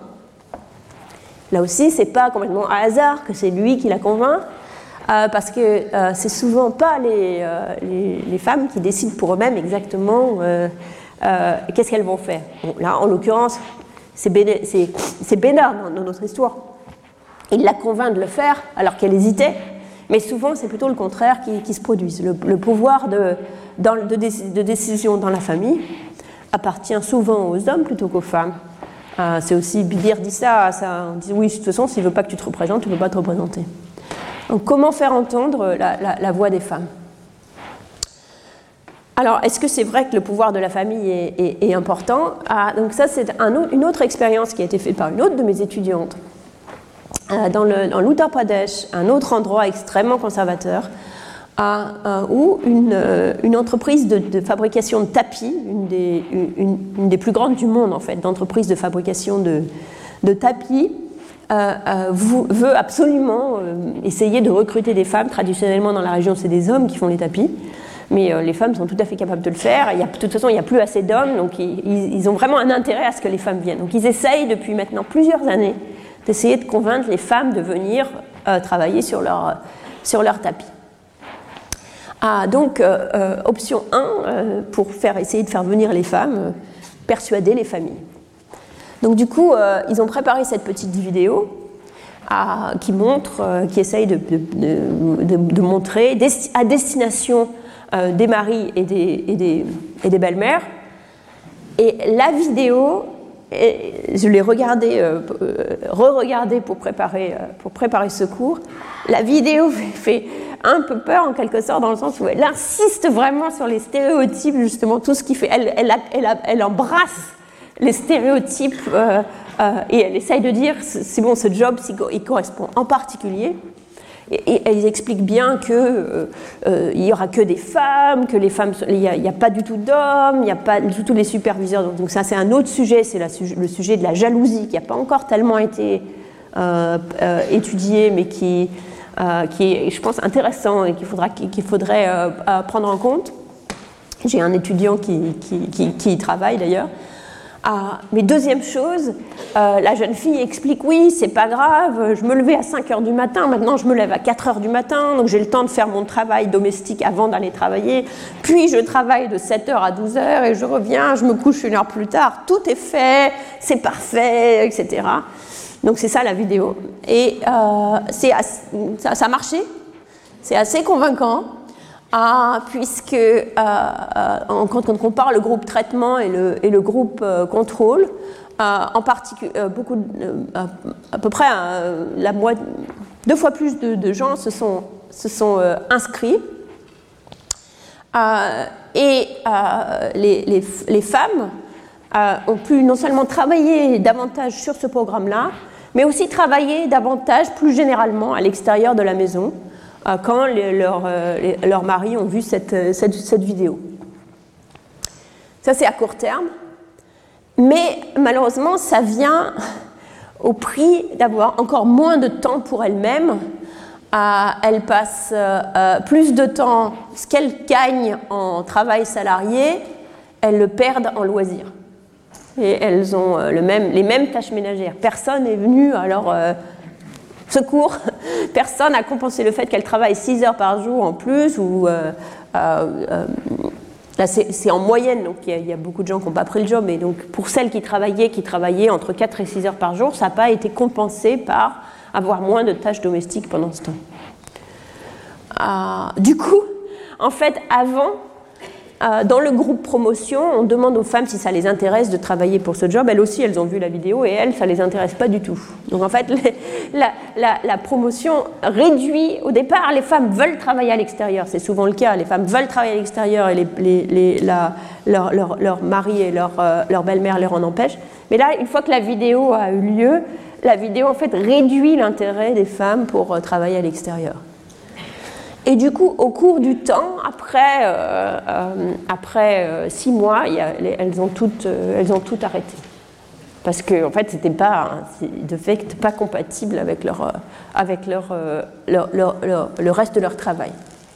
Là aussi, c'est pas complètement à hasard que c'est lui qui la convainc, euh, parce que euh, c'est souvent pas les, euh, les, les femmes qui décident pour eux-mêmes exactement euh, euh, qu'est-ce qu'elles vont faire. Bon, là, en l'occurrence, c'est, Béné, c'est, c'est Bénard dans, dans notre histoire. Il la convainc de le faire alors qu'elle hésitait, mais souvent c'est plutôt le contraire qui, qui se produise. Le, le pouvoir de, dans, de, de décision dans la famille appartient souvent aux hommes plutôt qu'aux femmes. Euh, c'est aussi, Bidir dit ça, ça, on dit oui, de toute façon, s'il ne veut pas que tu te représentes, tu ne peux pas te représenter. Donc comment faire entendre la, la, la voix des femmes? Alors, est-ce que c'est vrai que le pouvoir de la famille est, est, est important? Ah, donc ça, c'est un, une autre expérience qui a été faite par une autre de mes étudiantes. Euh, dans, le, dans l'Uttar Pradesh, un autre endroit extrêmement conservateur, À, à, où une, euh, une entreprise de, de fabrication de tapis, une des, une, une des plus grandes du monde en fait, d'entreprises de fabrication de, de tapis, euh, euh, vous, veut absolument euh, essayer de recruter des femmes. Traditionnellement dans la région, c'est des hommes qui font les tapis, mais euh, les femmes sont tout à fait capables de le faire. Il y a, de toute façon, il n'y a plus assez d'hommes, donc ils, ils ont vraiment un intérêt à ce que les femmes viennent. Donc ils essayent depuis maintenant plusieurs années d'essayer de convaincre les femmes de venir euh, travailler sur leur, sur leur tapis. Ah, donc, euh, euh, option un, euh, pour faire, essayer de faire venir les femmes, euh, persuader les familles. Donc, du coup, euh, ils ont préparé cette petite vidéo à, qui montre, euh, qui essaye de, de, de, de montrer desti- à destination euh, des maris et des, et des, et des belles-mères. Et la vidéo, et je l'ai regardée, euh, euh, re-regardée pour préparer, euh, pour préparer ce cours. La vidéo fait un peu peur en quelque sorte dans le sens où elle insiste vraiment sur les stéréotypes, justement tout ce qui fait, elle, elle, elle, elle embrasse les stéréotypes euh, euh, et elle essaye de dire, c'est bon, ce job, il correspond en particulier. Et, et elles expliquent bien qu'il euh, euh, n'y aura que des femmes, que les femmes, il n'y a, a pas du tout d'hommes, il n'y a pas du tout les superviseurs. Donc, donc ça, c'est un autre sujet, c'est le sujet de la jalousie qui n'a pas encore tellement été euh, euh, étudié, mais qui, euh, qui est, je pense, intéressant et qu'il faudra, qu'il faudrait euh, prendre en compte. J'ai un étudiant qui, qui, qui, qui y travaille d'ailleurs. Ah, mais deuxième chose, euh, la jeune fille explique, oui, c'est pas grave, je me levais à cinq heures du matin, maintenant je me lève à quatre heures du matin, donc j'ai le temps de faire mon travail domestique avant d'aller travailler, puis je travaille de sept heures à douze heures et je reviens, je me couche une heure plus tard, tout est fait, c'est parfait, et cetera. Donc c'est ça la vidéo. Et euh, c'est assez, ça, ça a marché, c'est assez convaincant. Ah, puisque euh, euh, quand on compare le groupe traitement et le, et le groupe euh, contrôle, euh, en particulier, euh, beaucoup, euh, à peu près euh, la moitié, deux fois plus de, de gens se sont, se sont euh, inscrits. Euh, et euh, les, les, les femmes euh, ont pu non seulement travailler davantage sur ce programme-là, mais aussi travailler davantage, plus généralement, à l'extérieur de la maison, quand les, leurs euh, leur maris ont vu cette, cette, cette vidéo. Ça, c'est à court terme, mais malheureusement, ça vient au prix d'avoir encore moins de temps pour elles-mêmes. Euh, elles passent euh, plus de temps, ce qu'elles gagnent en travail salarié, elles le perdent en loisirs. Et elles ont euh, le même, les mêmes tâches ménagères. Personne n'est venu à leur euh, secours, personne n'a compensé le fait qu'elle travaille six heures par jour en plus, ou euh, euh, euh, là c'est en moyenne, donc il y, y a beaucoup de gens qui n'ont pas pris le job, mais donc pour celles qui travaillaient, qui travaillaient entre quatre et six heures par jour, ça n'a pas été compensé par avoir moins de tâches domestiques pendant ce temps. Euh, du coup, en fait, avant, Euh, dans le groupe promotion, on demande aux femmes si ça les intéresse de travailler pour ce job. Elles aussi, elles ont vu la vidéo et elles, ça ne les intéresse pas du tout. Donc en fait, les, la, la, la promotion réduit, au départ, les femmes veulent travailler à l'extérieur, c'est souvent le cas, les femmes veulent travailler à l'extérieur et les, les, les, la, leur, leur, leur mari et leur, euh, leur belle-mère leur en empêchent. Mais là, une fois que la vidéo a eu lieu, la vidéo en fait réduit l'intérêt des femmes pour euh, travailler à l'extérieur. Et du coup, au cours du temps, après, euh, euh, après euh, six mois, il y a, elles, ont toutes, euh, elles ont toutes arrêté. Parce que, en fait, c'était pas, de fait, pas compatible avec, leur, euh, avec leur, euh, leur, leur, leur, le reste de leur travail.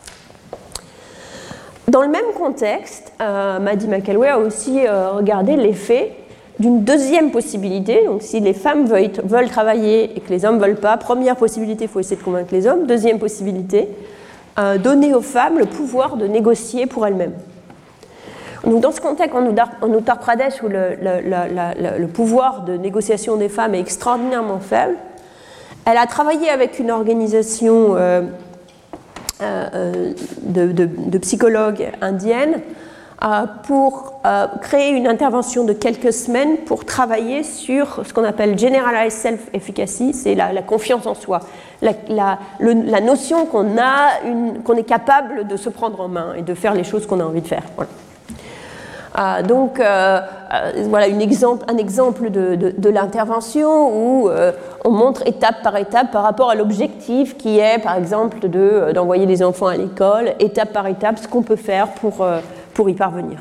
Dans le même contexte, euh, Maddie McElway a aussi euh, regardé l'effet d'une deuxième possibilité. Donc, si les femmes veulent, veulent travailler et que les hommes ne veulent pas, première possibilité, il faut essayer de convaincre les hommes. Deuxième possibilité, Euh, donner aux femmes le pouvoir de négocier pour elles-mêmes. Donc, dans ce contexte, en Uttar Pradesh, où le, le, le, le pouvoir de négociation des femmes est extraordinairement faible, elle a travaillé avec une organisation euh, euh, de, de, de psychologues indiennes euh, pour euh, créer une intervention de quelques semaines pour travailler sur ce qu'on appelle Generalized Self-Efficacy, c'est la, la confiance en soi. La, la, le, la notion qu'on a, une, qu'on est capable de se prendre en main et de faire les choses qu'on a envie de faire. Voilà. Euh, donc, euh, euh, voilà une exemple, un exemple de, de, de l'intervention où euh, on montre étape par étape par rapport à l'objectif qui est, par exemple, de, d'envoyer les enfants à l'école, étape par étape, ce qu'on peut faire pour, euh, pour y parvenir.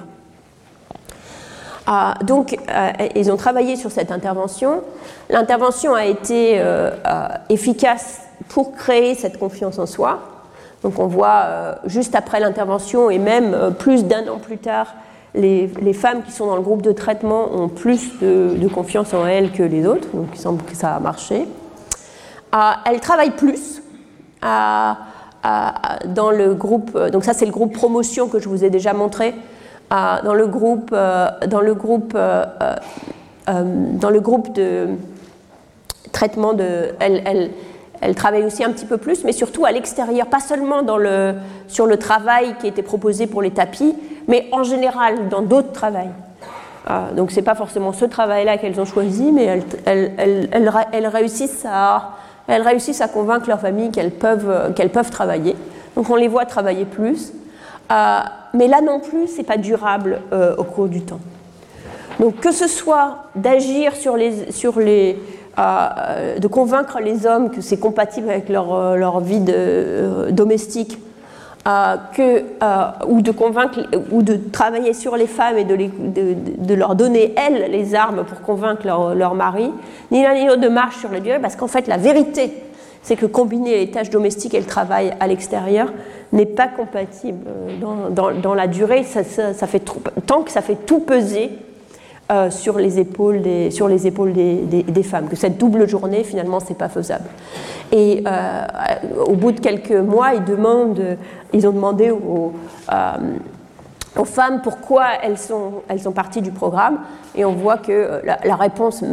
Ah, donc, euh, ils ont travaillé sur cette intervention. L'intervention a été euh, euh, efficace pour créer cette confiance en soi. Donc, on voit euh, juste après l'intervention et même euh, plus d'un an plus tard, les, les femmes qui sont dans le groupe de traitement ont plus de, de confiance en elles que les autres. Donc, il semble que ça a marché. Euh, elles travaillent plus. Euh, euh, dans le groupe, donc ça, c'est le groupe promotion que je vous ai déjà montré. Euh, dans le groupe, euh, dans le groupe, euh, euh, dans le groupe de traitement de, elle, elle, elle travaille aussi un petit peu plus, mais surtout à l'extérieur, pas seulement dans le, sur le travail qui était proposé pour les tapis, mais en général dans d'autres travails. Euh, donc c'est pas forcément ce travail-là qu'elles ont choisi, mais elles, elles, elles, elles, elles réussissent à, elles réussissent à convaincre leur famille qu'elles peuvent, qu'elles peuvent travailler. Donc on les voit travailler plus. Euh, mais là non plus, ce n'est pas durable euh, au cours du temps. Donc que ce soit d'agir sur les, sur les euh, de convaincre les hommes que c'est compatible avec leur, leur vie de, euh, domestique, euh, que, euh, ou de convaincre, ou de travailler sur les femmes et de, les, de, de leur donner, elles, les armes pour convaincre leur, leur mari, ni l'un ni l'autre de marche sur la durée, parce qu'en fait, la vérité, c'est que combiner les tâches domestiques et le travail à l'extérieur n'est pas compatible dans, dans, dans la durée, ça, ça, ça fait trop, tant que ça fait tout peser euh, sur les épaules, des, sur les épaules des, des, des femmes, que cette double journée, finalement, c'est pas faisable. Et euh, au bout de quelques mois, ils, demandent, ils ont demandé aux, euh, aux femmes pourquoi elles sont, elles sont parties du programme, et on voit que la, la réponse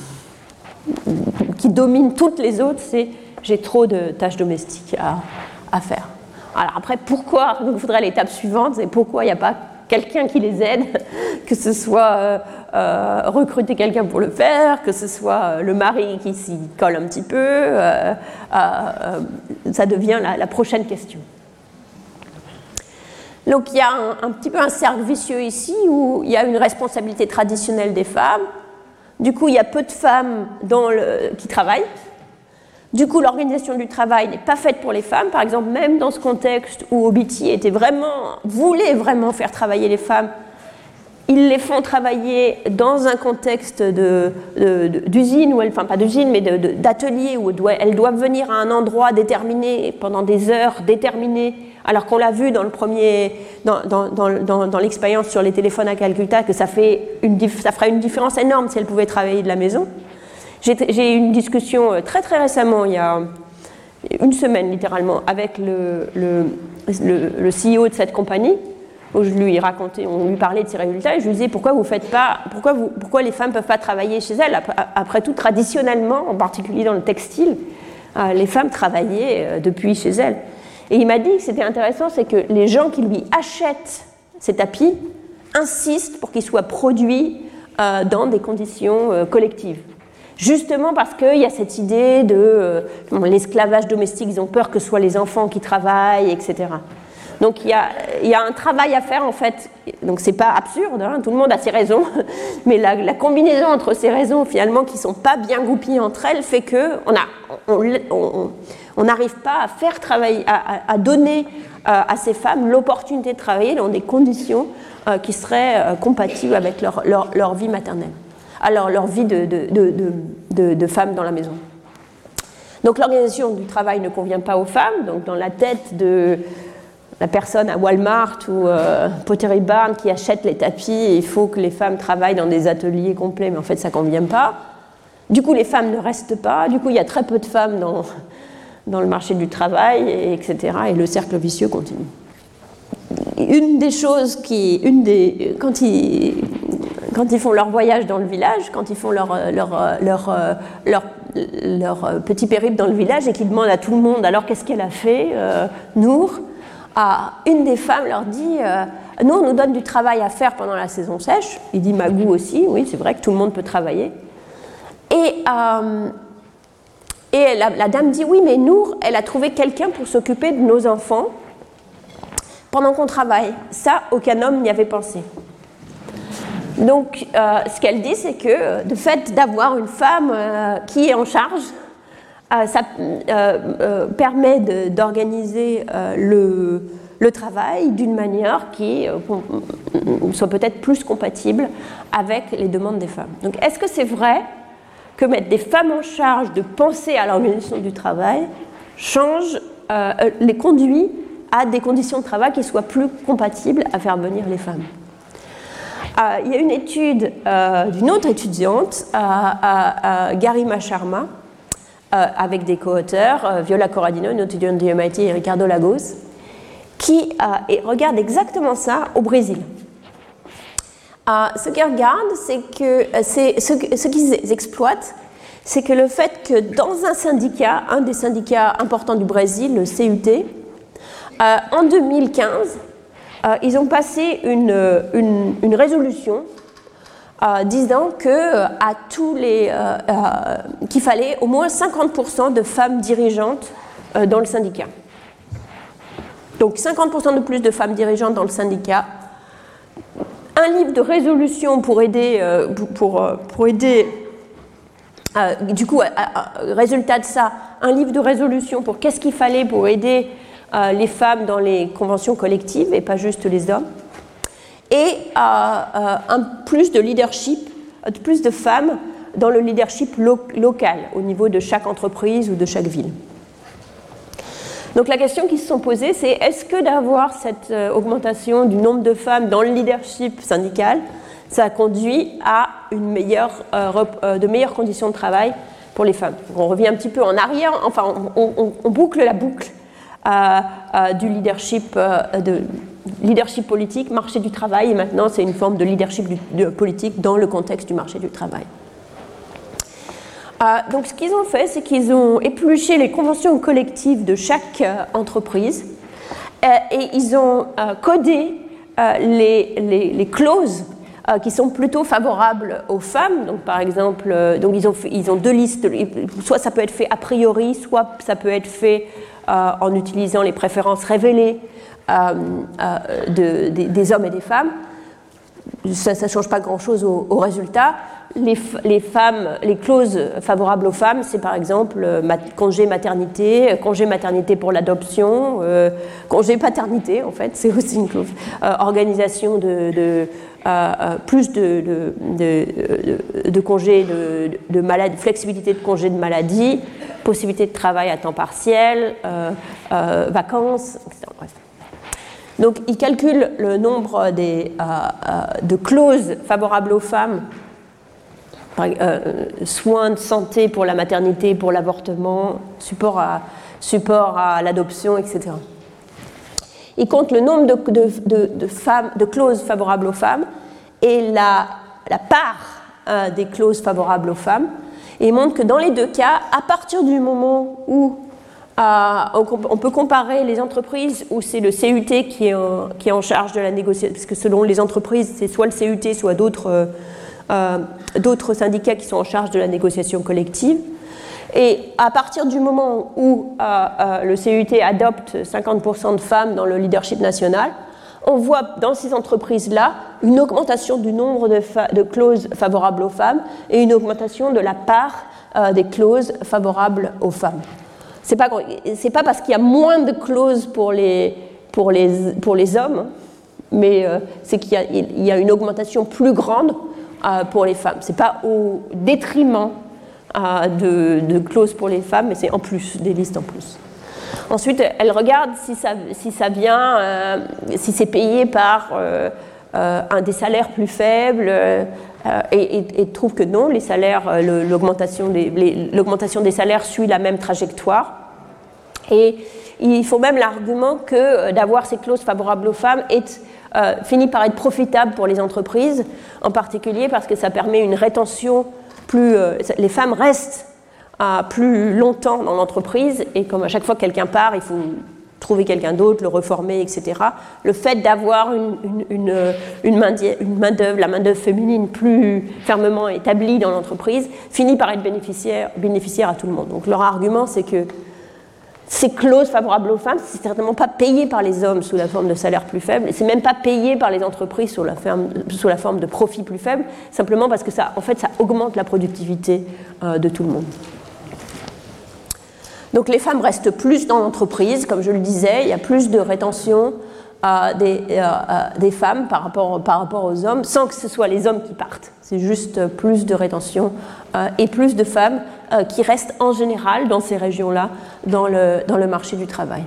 qui domine toutes les autres, c'est « j'ai trop de tâches domestiques à, à faire ». Alors après, pourquoi, donc il faudrait l'étape suivante, c'est pourquoi il n'y a pas quelqu'un qui les aide, que ce soit euh, euh, recruter quelqu'un pour le faire, que ce soit le mari qui s'y colle un petit peu, euh, euh, ça devient la, la prochaine question. Donc il y a un, un petit peu un cercle vicieux ici, où il y a une responsabilité traditionnelle des femmes, du coup il y a peu de femmes dans le, qui travaillent. Du coup, l'organisation du travail n'est pas faite pour les femmes. Par exemple, même dans ce contexte où O B T était vraiment, voulait vraiment faire travailler les femmes, ils les font travailler dans un contexte de, de, de, d'usine, ou elles, enfin pas d'usine, mais de, de, d'atelier, où elles doivent venir à un endroit déterminé pendant des heures déterminées, alors qu'on l'a vu dans, le premier, dans, dans, dans, dans, dans l'expérience sur les téléphones à Calcutta, que ça, fait une, ça ferait une différence énorme si elles pouvaient travailler de la maison. J'ai eu une discussion très très récemment, il y a une semaine littéralement, avec le, le, le, le C E O de cette compagnie, où je lui racontais, on lui parlait de ses résultats, et je lui disais pourquoi vous faites pas, pourquoi, vous, pourquoi les femmes ne peuvent pas travailler chez elles. Après, après tout, traditionnellement, en particulier dans le textile, euh, les femmes travaillaient euh, depuis chez elles. Et il m'a dit que c'était intéressant, c'est que les gens qui lui achètent ces tapis insistent pour qu'ils soient produits euh, dans des conditions euh, collectives. Justement parce qu'il y a cette idée de euh, l'esclavage domestique, ils ont peur que ce soit les enfants qui travaillent, et cetera. Donc il y a, il y a un travail à faire en fait, donc c'est pas absurde, hein, tout le monde a ses raisons, mais la, la combinaison entre ces raisons finalement qui sont pas bien goupillées entre elles fait que on n'arrive pas à faire travailler, à, à donner euh, à ces femmes l'opportunité de travailler dans des conditions euh, qui seraient euh, compatibles avec leur, leur, leur vie maternelle. Alors leur vie de, de, de, de, de, de femmes dans la maison. Donc l'organisation du travail ne convient pas aux femmes, donc dans la tête de la personne à Walmart ou euh, Pottery Barn qui achète les tapis, il faut que les femmes travaillent dans des ateliers complets, mais en fait ça ne convient pas. Du coup les femmes ne restent pas, du coup il y a très peu de femmes dans, dans le marché du travail, et, etc. Et le cercle vicieux continue. Une des choses qui, une des, quand ils Quand ils font leur voyage dans le village, quand ils font leur, leur, leur, leur, leur petit périple dans le village et qu'ils demandent à tout le monde alors qu'est-ce qu'elle a fait, euh, Nour, ah, une des femmes leur dit euh, nous on nous donne du travail à faire pendant la saison sèche. Il dit Magou aussi, oui c'est vrai que tout le monde peut travailler. Et, euh, et la, la dame dit oui mais Nour elle a trouvé quelqu'un pour s'occuper de nos enfants pendant qu'on travaille. Ça aucun homme n'y avait pensé. Donc, euh, ce qu'elle dit, c'est que le fait d'avoir une femme euh, qui est en charge, euh, ça euh, euh, permet de, d'organiser euh, le, le travail d'une manière qui euh, soit peut-être plus compatible avec les demandes des femmes. Donc, est-ce que c'est vrai que mettre des femmes en charge de penser à l'organisation du travail change, euh, les conduit à des conditions de travail qui soient plus compatibles à faire venir les femmes ? Euh, il y a une étude euh, d'une autre étudiante, euh, euh, Garima Sharma, euh, avec des co-auteurs, euh, Viola Corradino, une étudiante de M I T, et Ricardo Lagos, qui euh, et regarde exactement ça au Brésil. Euh, ce qu'ils regardent, c'est que c'est, ce, ce qu'ils exploitent, c'est que le fait que dans un syndicat, un des syndicats importants du Brésil, le C U T, euh, en deux mille quinze, Euh, ils ont passé une, une, une résolution euh, disant que, euh, à tous les, euh, euh, qu'il fallait au moins cinquante pour cent de femmes dirigeantes euh, dans le syndicat. Donc cinquante pour cent de plus de femmes dirigeantes dans le syndicat un livre de résolution pour aider, euh, pour, pour, pour aider euh, du coup, à, à, résultat de ça, un livre de résolution pour qu'est-ce qu'il fallait pour aider euh, les femmes dans les conventions collectives et pas juste les hommes, et euh, euh, un plus de leadership, plus de femmes dans le leadership lo- local au niveau de chaque entreprise ou de chaque ville. Donc la question qui se sont posées, c'est est-ce que d'avoir cette euh, augmentation du nombre de femmes dans le leadership syndical, ça conduit à une meilleure, euh, euh, de meilleures conditions de travail pour les femmes. Donc on revient un petit peu en arrière, enfin on, on, on boucle la boucle euh, euh, du leadership, euh, de leadership politique, marché du travail, et maintenant c'est une forme de leadership du, de politique dans le contexte du marché du travail. Euh, donc ce qu'ils ont fait, c'est qu'ils ont épluché les conventions collectives de chaque euh, entreprise euh, et ils ont euh, codé euh, les, les, les clauses euh, qui sont plutôt favorables aux femmes. Donc par exemple, euh, donc ils, ont fait, ils ont deux listes, soit ça peut être fait a priori, soit ça peut être fait euh, en utilisant les préférences révélées euh, euh, de, de, des hommes et des femmes. Ça ne change pas grand-chose au, au résultat. Les, les femmes, les clauses favorables aux femmes, c'est par exemple euh, mat, congé maternité, congé maternité pour l'adoption, euh, congé paternité en fait, c'est aussi une clause. Euh, organisation de, de euh, euh, plus de, de, de, de, de congés de, de maladie, flexibilité de congé de maladie, possibilité de travail à temps partiel, euh, euh, vacances, et cetera. Bref. Donc, ils calculent le nombre des, euh, euh, de clauses favorables aux femmes, par, euh, soins de santé pour la maternité, pour l'avortement, support à, support à l'adoption, et cetera. Ils comptent le nombre de, de, de, de, femmes, de clauses favorables aux femmes et la, la part euh, des clauses favorables aux femmes. Et ils montrent que dans les deux cas, à partir du moment où Euh, on peut comparer les entreprises où c'est le C U T qui est en, qui est en charge de la négociation, parce que selon les entreprises, c'est soit le C U T, soit d'autres, euh, d'autres syndicats qui sont en charge de la négociation collective. Et à partir du moment où euh, euh, le C U T adopte cinquante pour cent de femmes dans le leadership national, on voit dans ces entreprises-là une augmentation du nombre de, fa- de clauses favorables aux femmes et une augmentation de la part euh, des clauses favorables aux femmes. C'est pas, c'est pas parce qu'il y a moins de clauses pour les, pour les, pour les hommes, mais euh, c'est qu'il y a, il y a une augmentation plus grande euh, pour les femmes. C'est pas au détriment euh, de, de clauses pour les femmes, mais c'est en plus, des listes en plus. Ensuite, elle regarde si ça, si ça vient, euh, si c'est payé par euh, euh, un des salaires plus faibles, euh, et, et, et trouve que non, les salaires, le, l'augmentation, des, les, l'augmentation des salaires suit la même trajectoire. Et il faut même l'argument que d'avoir ces clauses favorables aux femmes est, euh, finit par être profitable pour les entreprises, en particulier parce que ça permet une rétention plus... Euh, les femmes restent euh, plus longtemps dans l'entreprise, et comme à chaque fois que quelqu'un part, il faut trouver quelqu'un d'autre, le reformer, et cetera. Le fait d'avoir une, une, une, une, main, une main-d'œuvre, la main-d'œuvre féminine plus fermement établie dans l'entreprise, finit par être bénéficiaire, bénéficiaire à tout le monde. Donc leur argument, c'est que ces clauses favorables aux femmes, c'est certainement pas payé par les hommes sous la forme de salaires plus faibles, et c'est même pas payé par les entreprises sous la, ferme, sous la forme de profits plus faibles, simplement parce que ça, en fait, ça augmente la productivité euh, de tout le monde. Donc les femmes restent plus dans l'entreprise, comme je le disais, il y a plus de rétention euh, des, euh, des femmes par rapport, par rapport aux hommes, sans que ce soit les hommes qui partent. C'est juste plus de rétention euh, et plus de femmes euh, qui restent en général dans ces régions-là, dans le, dans le marché du travail.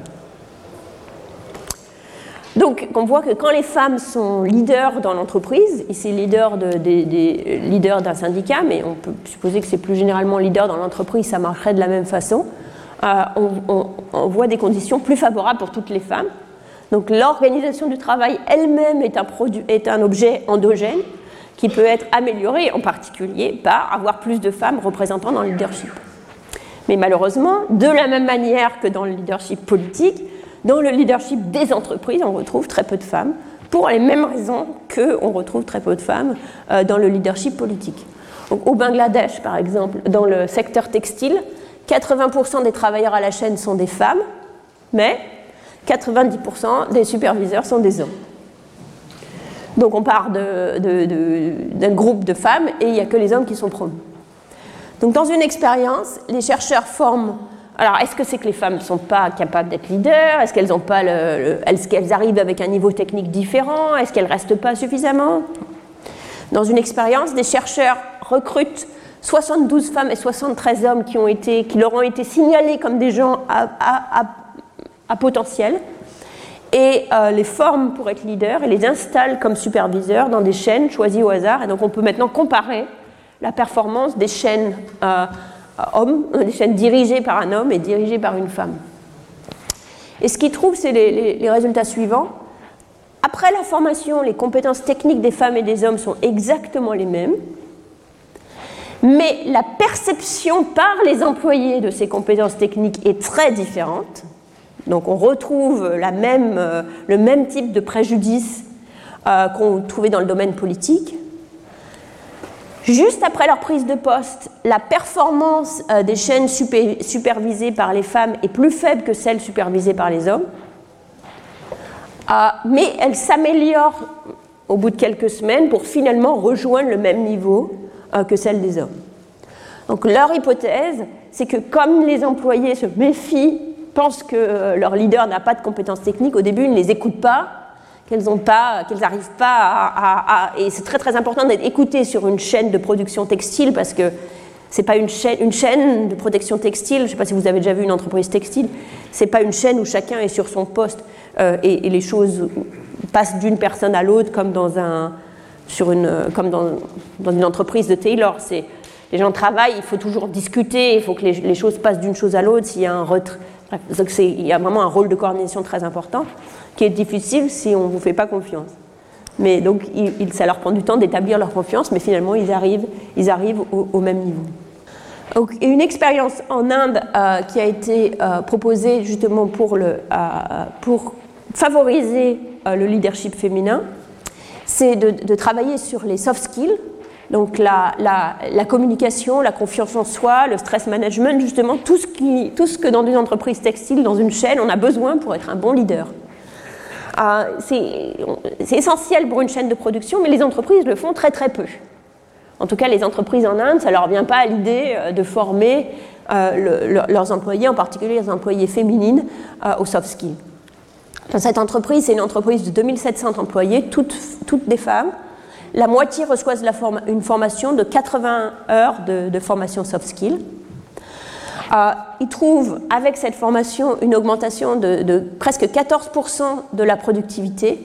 Donc on voit que quand les femmes sont leaders dans l'entreprise, ici leaders, de, des, des, leaders d'un syndicat, mais on peut supposer que c'est plus généralement leader dans l'entreprise, ça marcherait de la même façon. Euh, on, on, on voit des conditions plus favorables pour toutes les femmes. Donc l'organisation du travail elle-même est un, produit, est un objet endogène qui peut être amélioré en particulier par avoir plus de femmes représentant dans le leadership. Mais malheureusement, de la même manière que dans le leadership politique, dans le leadership des entreprises, on retrouve très peu de femmes, pour les mêmes raisons qu'on retrouve très peu de femmes euh, dans le leadership politique. Donc, au Bangladesh, par exemple, dans le secteur textile, quatre-vingts pour cent des travailleurs à la chaîne sont des femmes, mais quatre-vingt-dix pour cent des superviseurs sont des hommes. Donc on part de, de, de, d'un groupe de femmes et il n'y a que les hommes qui sont promus. Donc dans une expérience, les chercheurs forment... Alors est-ce que c'est que les femmes ne sont pas capables d'être leaders? Est-ce qu'elles ont pas le, le, est-ce qu'elles arrivent avec un niveau technique différent? Est-ce qu'elles ne restent pas suffisamment? Dans une expérience, des chercheurs recrutent soixante-douze femmes et soixante-treize hommes qui, ont été, qui leur ont été signalés comme des gens à, à, à, à potentiel et euh, les forment pour être leaders et les installent comme superviseurs dans des chaînes choisies au hasard. Et donc on peut maintenant comparer la performance des chaînes euh, hommes, des chaînes dirigées par un homme et dirigées par une femme. Et ce qu'ils trouvent, c'est les, les, les résultats suivants. Après la formation, les compétences techniques des femmes et des hommes sont exactement les mêmes, mais la perception par les employés de ces compétences techniques est très différente. Donc on retrouve la même, euh, le même type de préjudice euh, qu'on trouvait dans le domaine politique. Juste après leur prise de poste, la performance euh, des chaînes super, supervisées par les femmes est plus faible que celle supervisée par les hommes. Euh, mais elle s'améliore au bout de quelques semaines pour finalement rejoindre le même niveau euh, que celle des hommes. Donc leur hypothèse, c'est que comme les employés se méfient, pensent que euh, leur leader n'a pas de compétences techniques, au début ils ne les écoutent pas, qu'elles n'arrivent pas, qu'elles pas à, à, à... Et c'est très très important d'être écouté sur une chaîne de production textile parce que c'est pas une chaîne, une chaîne de production textile, je ne sais pas si vous avez déjà vu une entreprise textile, c'est pas une chaîne où chacun est sur son poste euh, et, et les choses passent d'une personne à l'autre comme dans, un, sur une, comme dans, dans une entreprise de tailor. C'est, les gens travaillent, il faut toujours discuter, il faut que les, les choses passent d'une chose à l'autre, s'il y a un retrait. Donc c'est, il y a vraiment un rôle de coordination très important qui est difficile si on ne vous fait pas confiance. Mais donc il, il, ça leur prend du temps d'établir leur confiance, mais finalement ils arrivent, ils arrivent au, au même niveau. Donc, une expérience en Inde euh, qui a été euh, proposée justement pour, le, euh, pour favoriser euh, le leadership féminin, c'est de, de travailler sur les soft skills, donc la, la, la communication, la confiance en soi, le stress management, justement tout ce, qui, tout ce que dans une entreprise textile, dans une chaîne, on a besoin pour être un bon leader. Euh, c'est, c'est essentiel pour une chaîne de production, mais les entreprises le font très très peu. En tout cas, les entreprises en Inde, ça ne leur vient pas à l'idée de former euh, le, le, leurs employés, en particulier les employés féminines, euh, aux soft skills. Dans cette entreprise, c'est une entreprise de deux mille sept cents employés, toutes, toutes des femmes. La moitié reçoivent la forma- une formation de quatre-vingts heures de, de formation soft skills. Euh, ils trouvent avec cette formation une augmentation de, de presque quatorze pour cent de la productivité.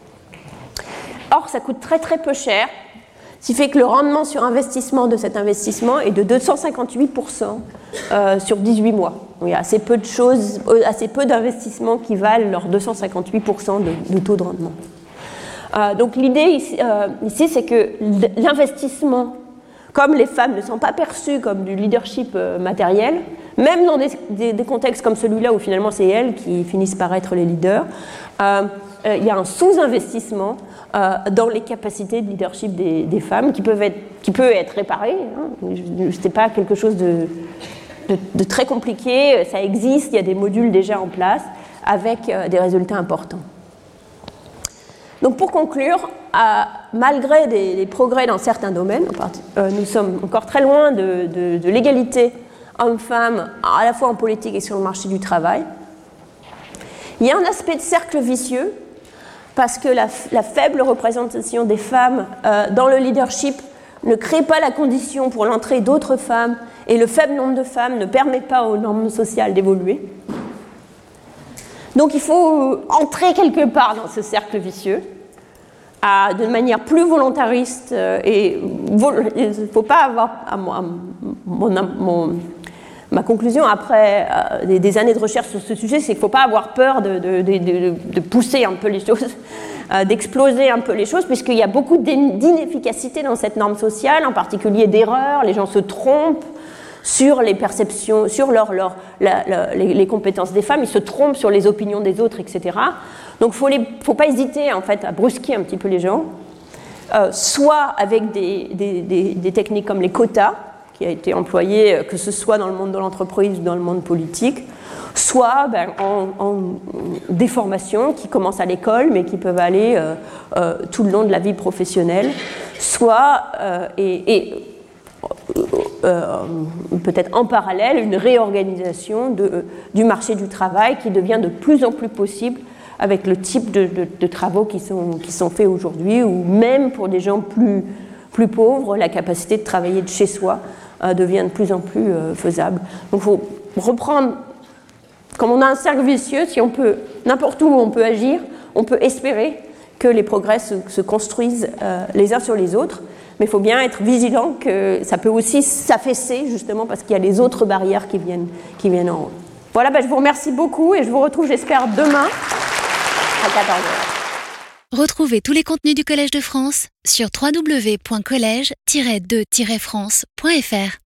Or, ça coûte très très peu cher, ce qui fait que le rendement sur investissement de cet investissement est de deux cent cinquante-huit pour cent euh, sur dix-huit mois. Donc, il y a assez peu de choses, assez peu d'investissements qui valent leurs deux cent cinquante-huit pour cent de, de taux de rendement. Euh, donc l'idée ici, euh, ici, c'est que l'investissement, comme les femmes ne sont pas perçues comme du leadership euh, matériel, même dans des, des, des contextes comme celui-là où finalement c'est elles qui finissent par être les leaders, euh, euh, il y a un sous-investissement euh, dans les capacités de leadership des, des femmes qui, peuvent être, qui peut être réparé. Hein. Ce n'est pas quelque chose de, de, de très compliqué, ça existe, il y a des modules déjà en place avec euh, des résultats importants. Donc pour conclure, euh, malgré des, des progrès dans certains domaines, en part, euh, nous sommes encore très loin de, de, de l'égalité hommes-femmes, à la fois en politique et sur le marché du travail. Il y a un aspect de cercle vicieux, parce que la, la faible représentation des femmes euh, dans le leadership ne crée pas la condition pour l'entrée d'autres femmes, et le faible nombre de femmes ne permet pas aux normes sociales d'évoluer. Donc il faut entrer quelque part dans ce cercle vicieux, à, de manière plus volontariste, euh, et il ne faut pas avoir... À moi, à mon, mon, ma conclusion après euh, des, des années de recherche sur ce sujet, c'est qu'il ne faut pas avoir peur de, de, de, de, de pousser un peu les choses, euh, d'exploser un peu les choses, puisqu'il y a beaucoup d'inefficacité dans cette norme sociale, en particulier d'erreurs, les gens se trompent sur les perceptions, sur leur, leur, la, la, les, les compétences des femmes, ils se trompent sur les opinions des autres, et cetera. Donc il ne faut pas hésiter en fait, à brusquer un petit peu les gens, euh, soit avec des, des, des, des techniques comme les quotas, qui a été employée, que ce soit dans le monde de l'entreprise ou dans le monde politique, soit ben, en, en des formations qui commencent à l'école mais qui peuvent aller euh, euh, tout le long de la vie professionnelle, soit euh, et, et euh, peut-être en parallèle une réorganisation de, euh, du marché du travail qui devient de plus en plus possible avec le type de, de, de travaux qui sont, qui sont faits aujourd'hui, ou même pour des gens plus, plus pauvres, la capacité de travailler de chez soi euh, devient de plus en plus euh, faisable. Donc il faut reprendre, comme on a un cercle vicieux, si on peut, n'importe où on peut agir, on peut espérer que les progrès se, se construisent euh, les uns sur les autres, mais il faut bien être vigilant que ça peut aussi s'affaisser, justement parce qu'il y a les autres barrières qui viennent, qui viennent en haut. Voilà, ben je vous remercie beaucoup et je vous retrouve, j'espère, demain à quatorze heures. Retrouvez tous les contenus du Collège de France sur w w w point collège tiret de tiret france point f r.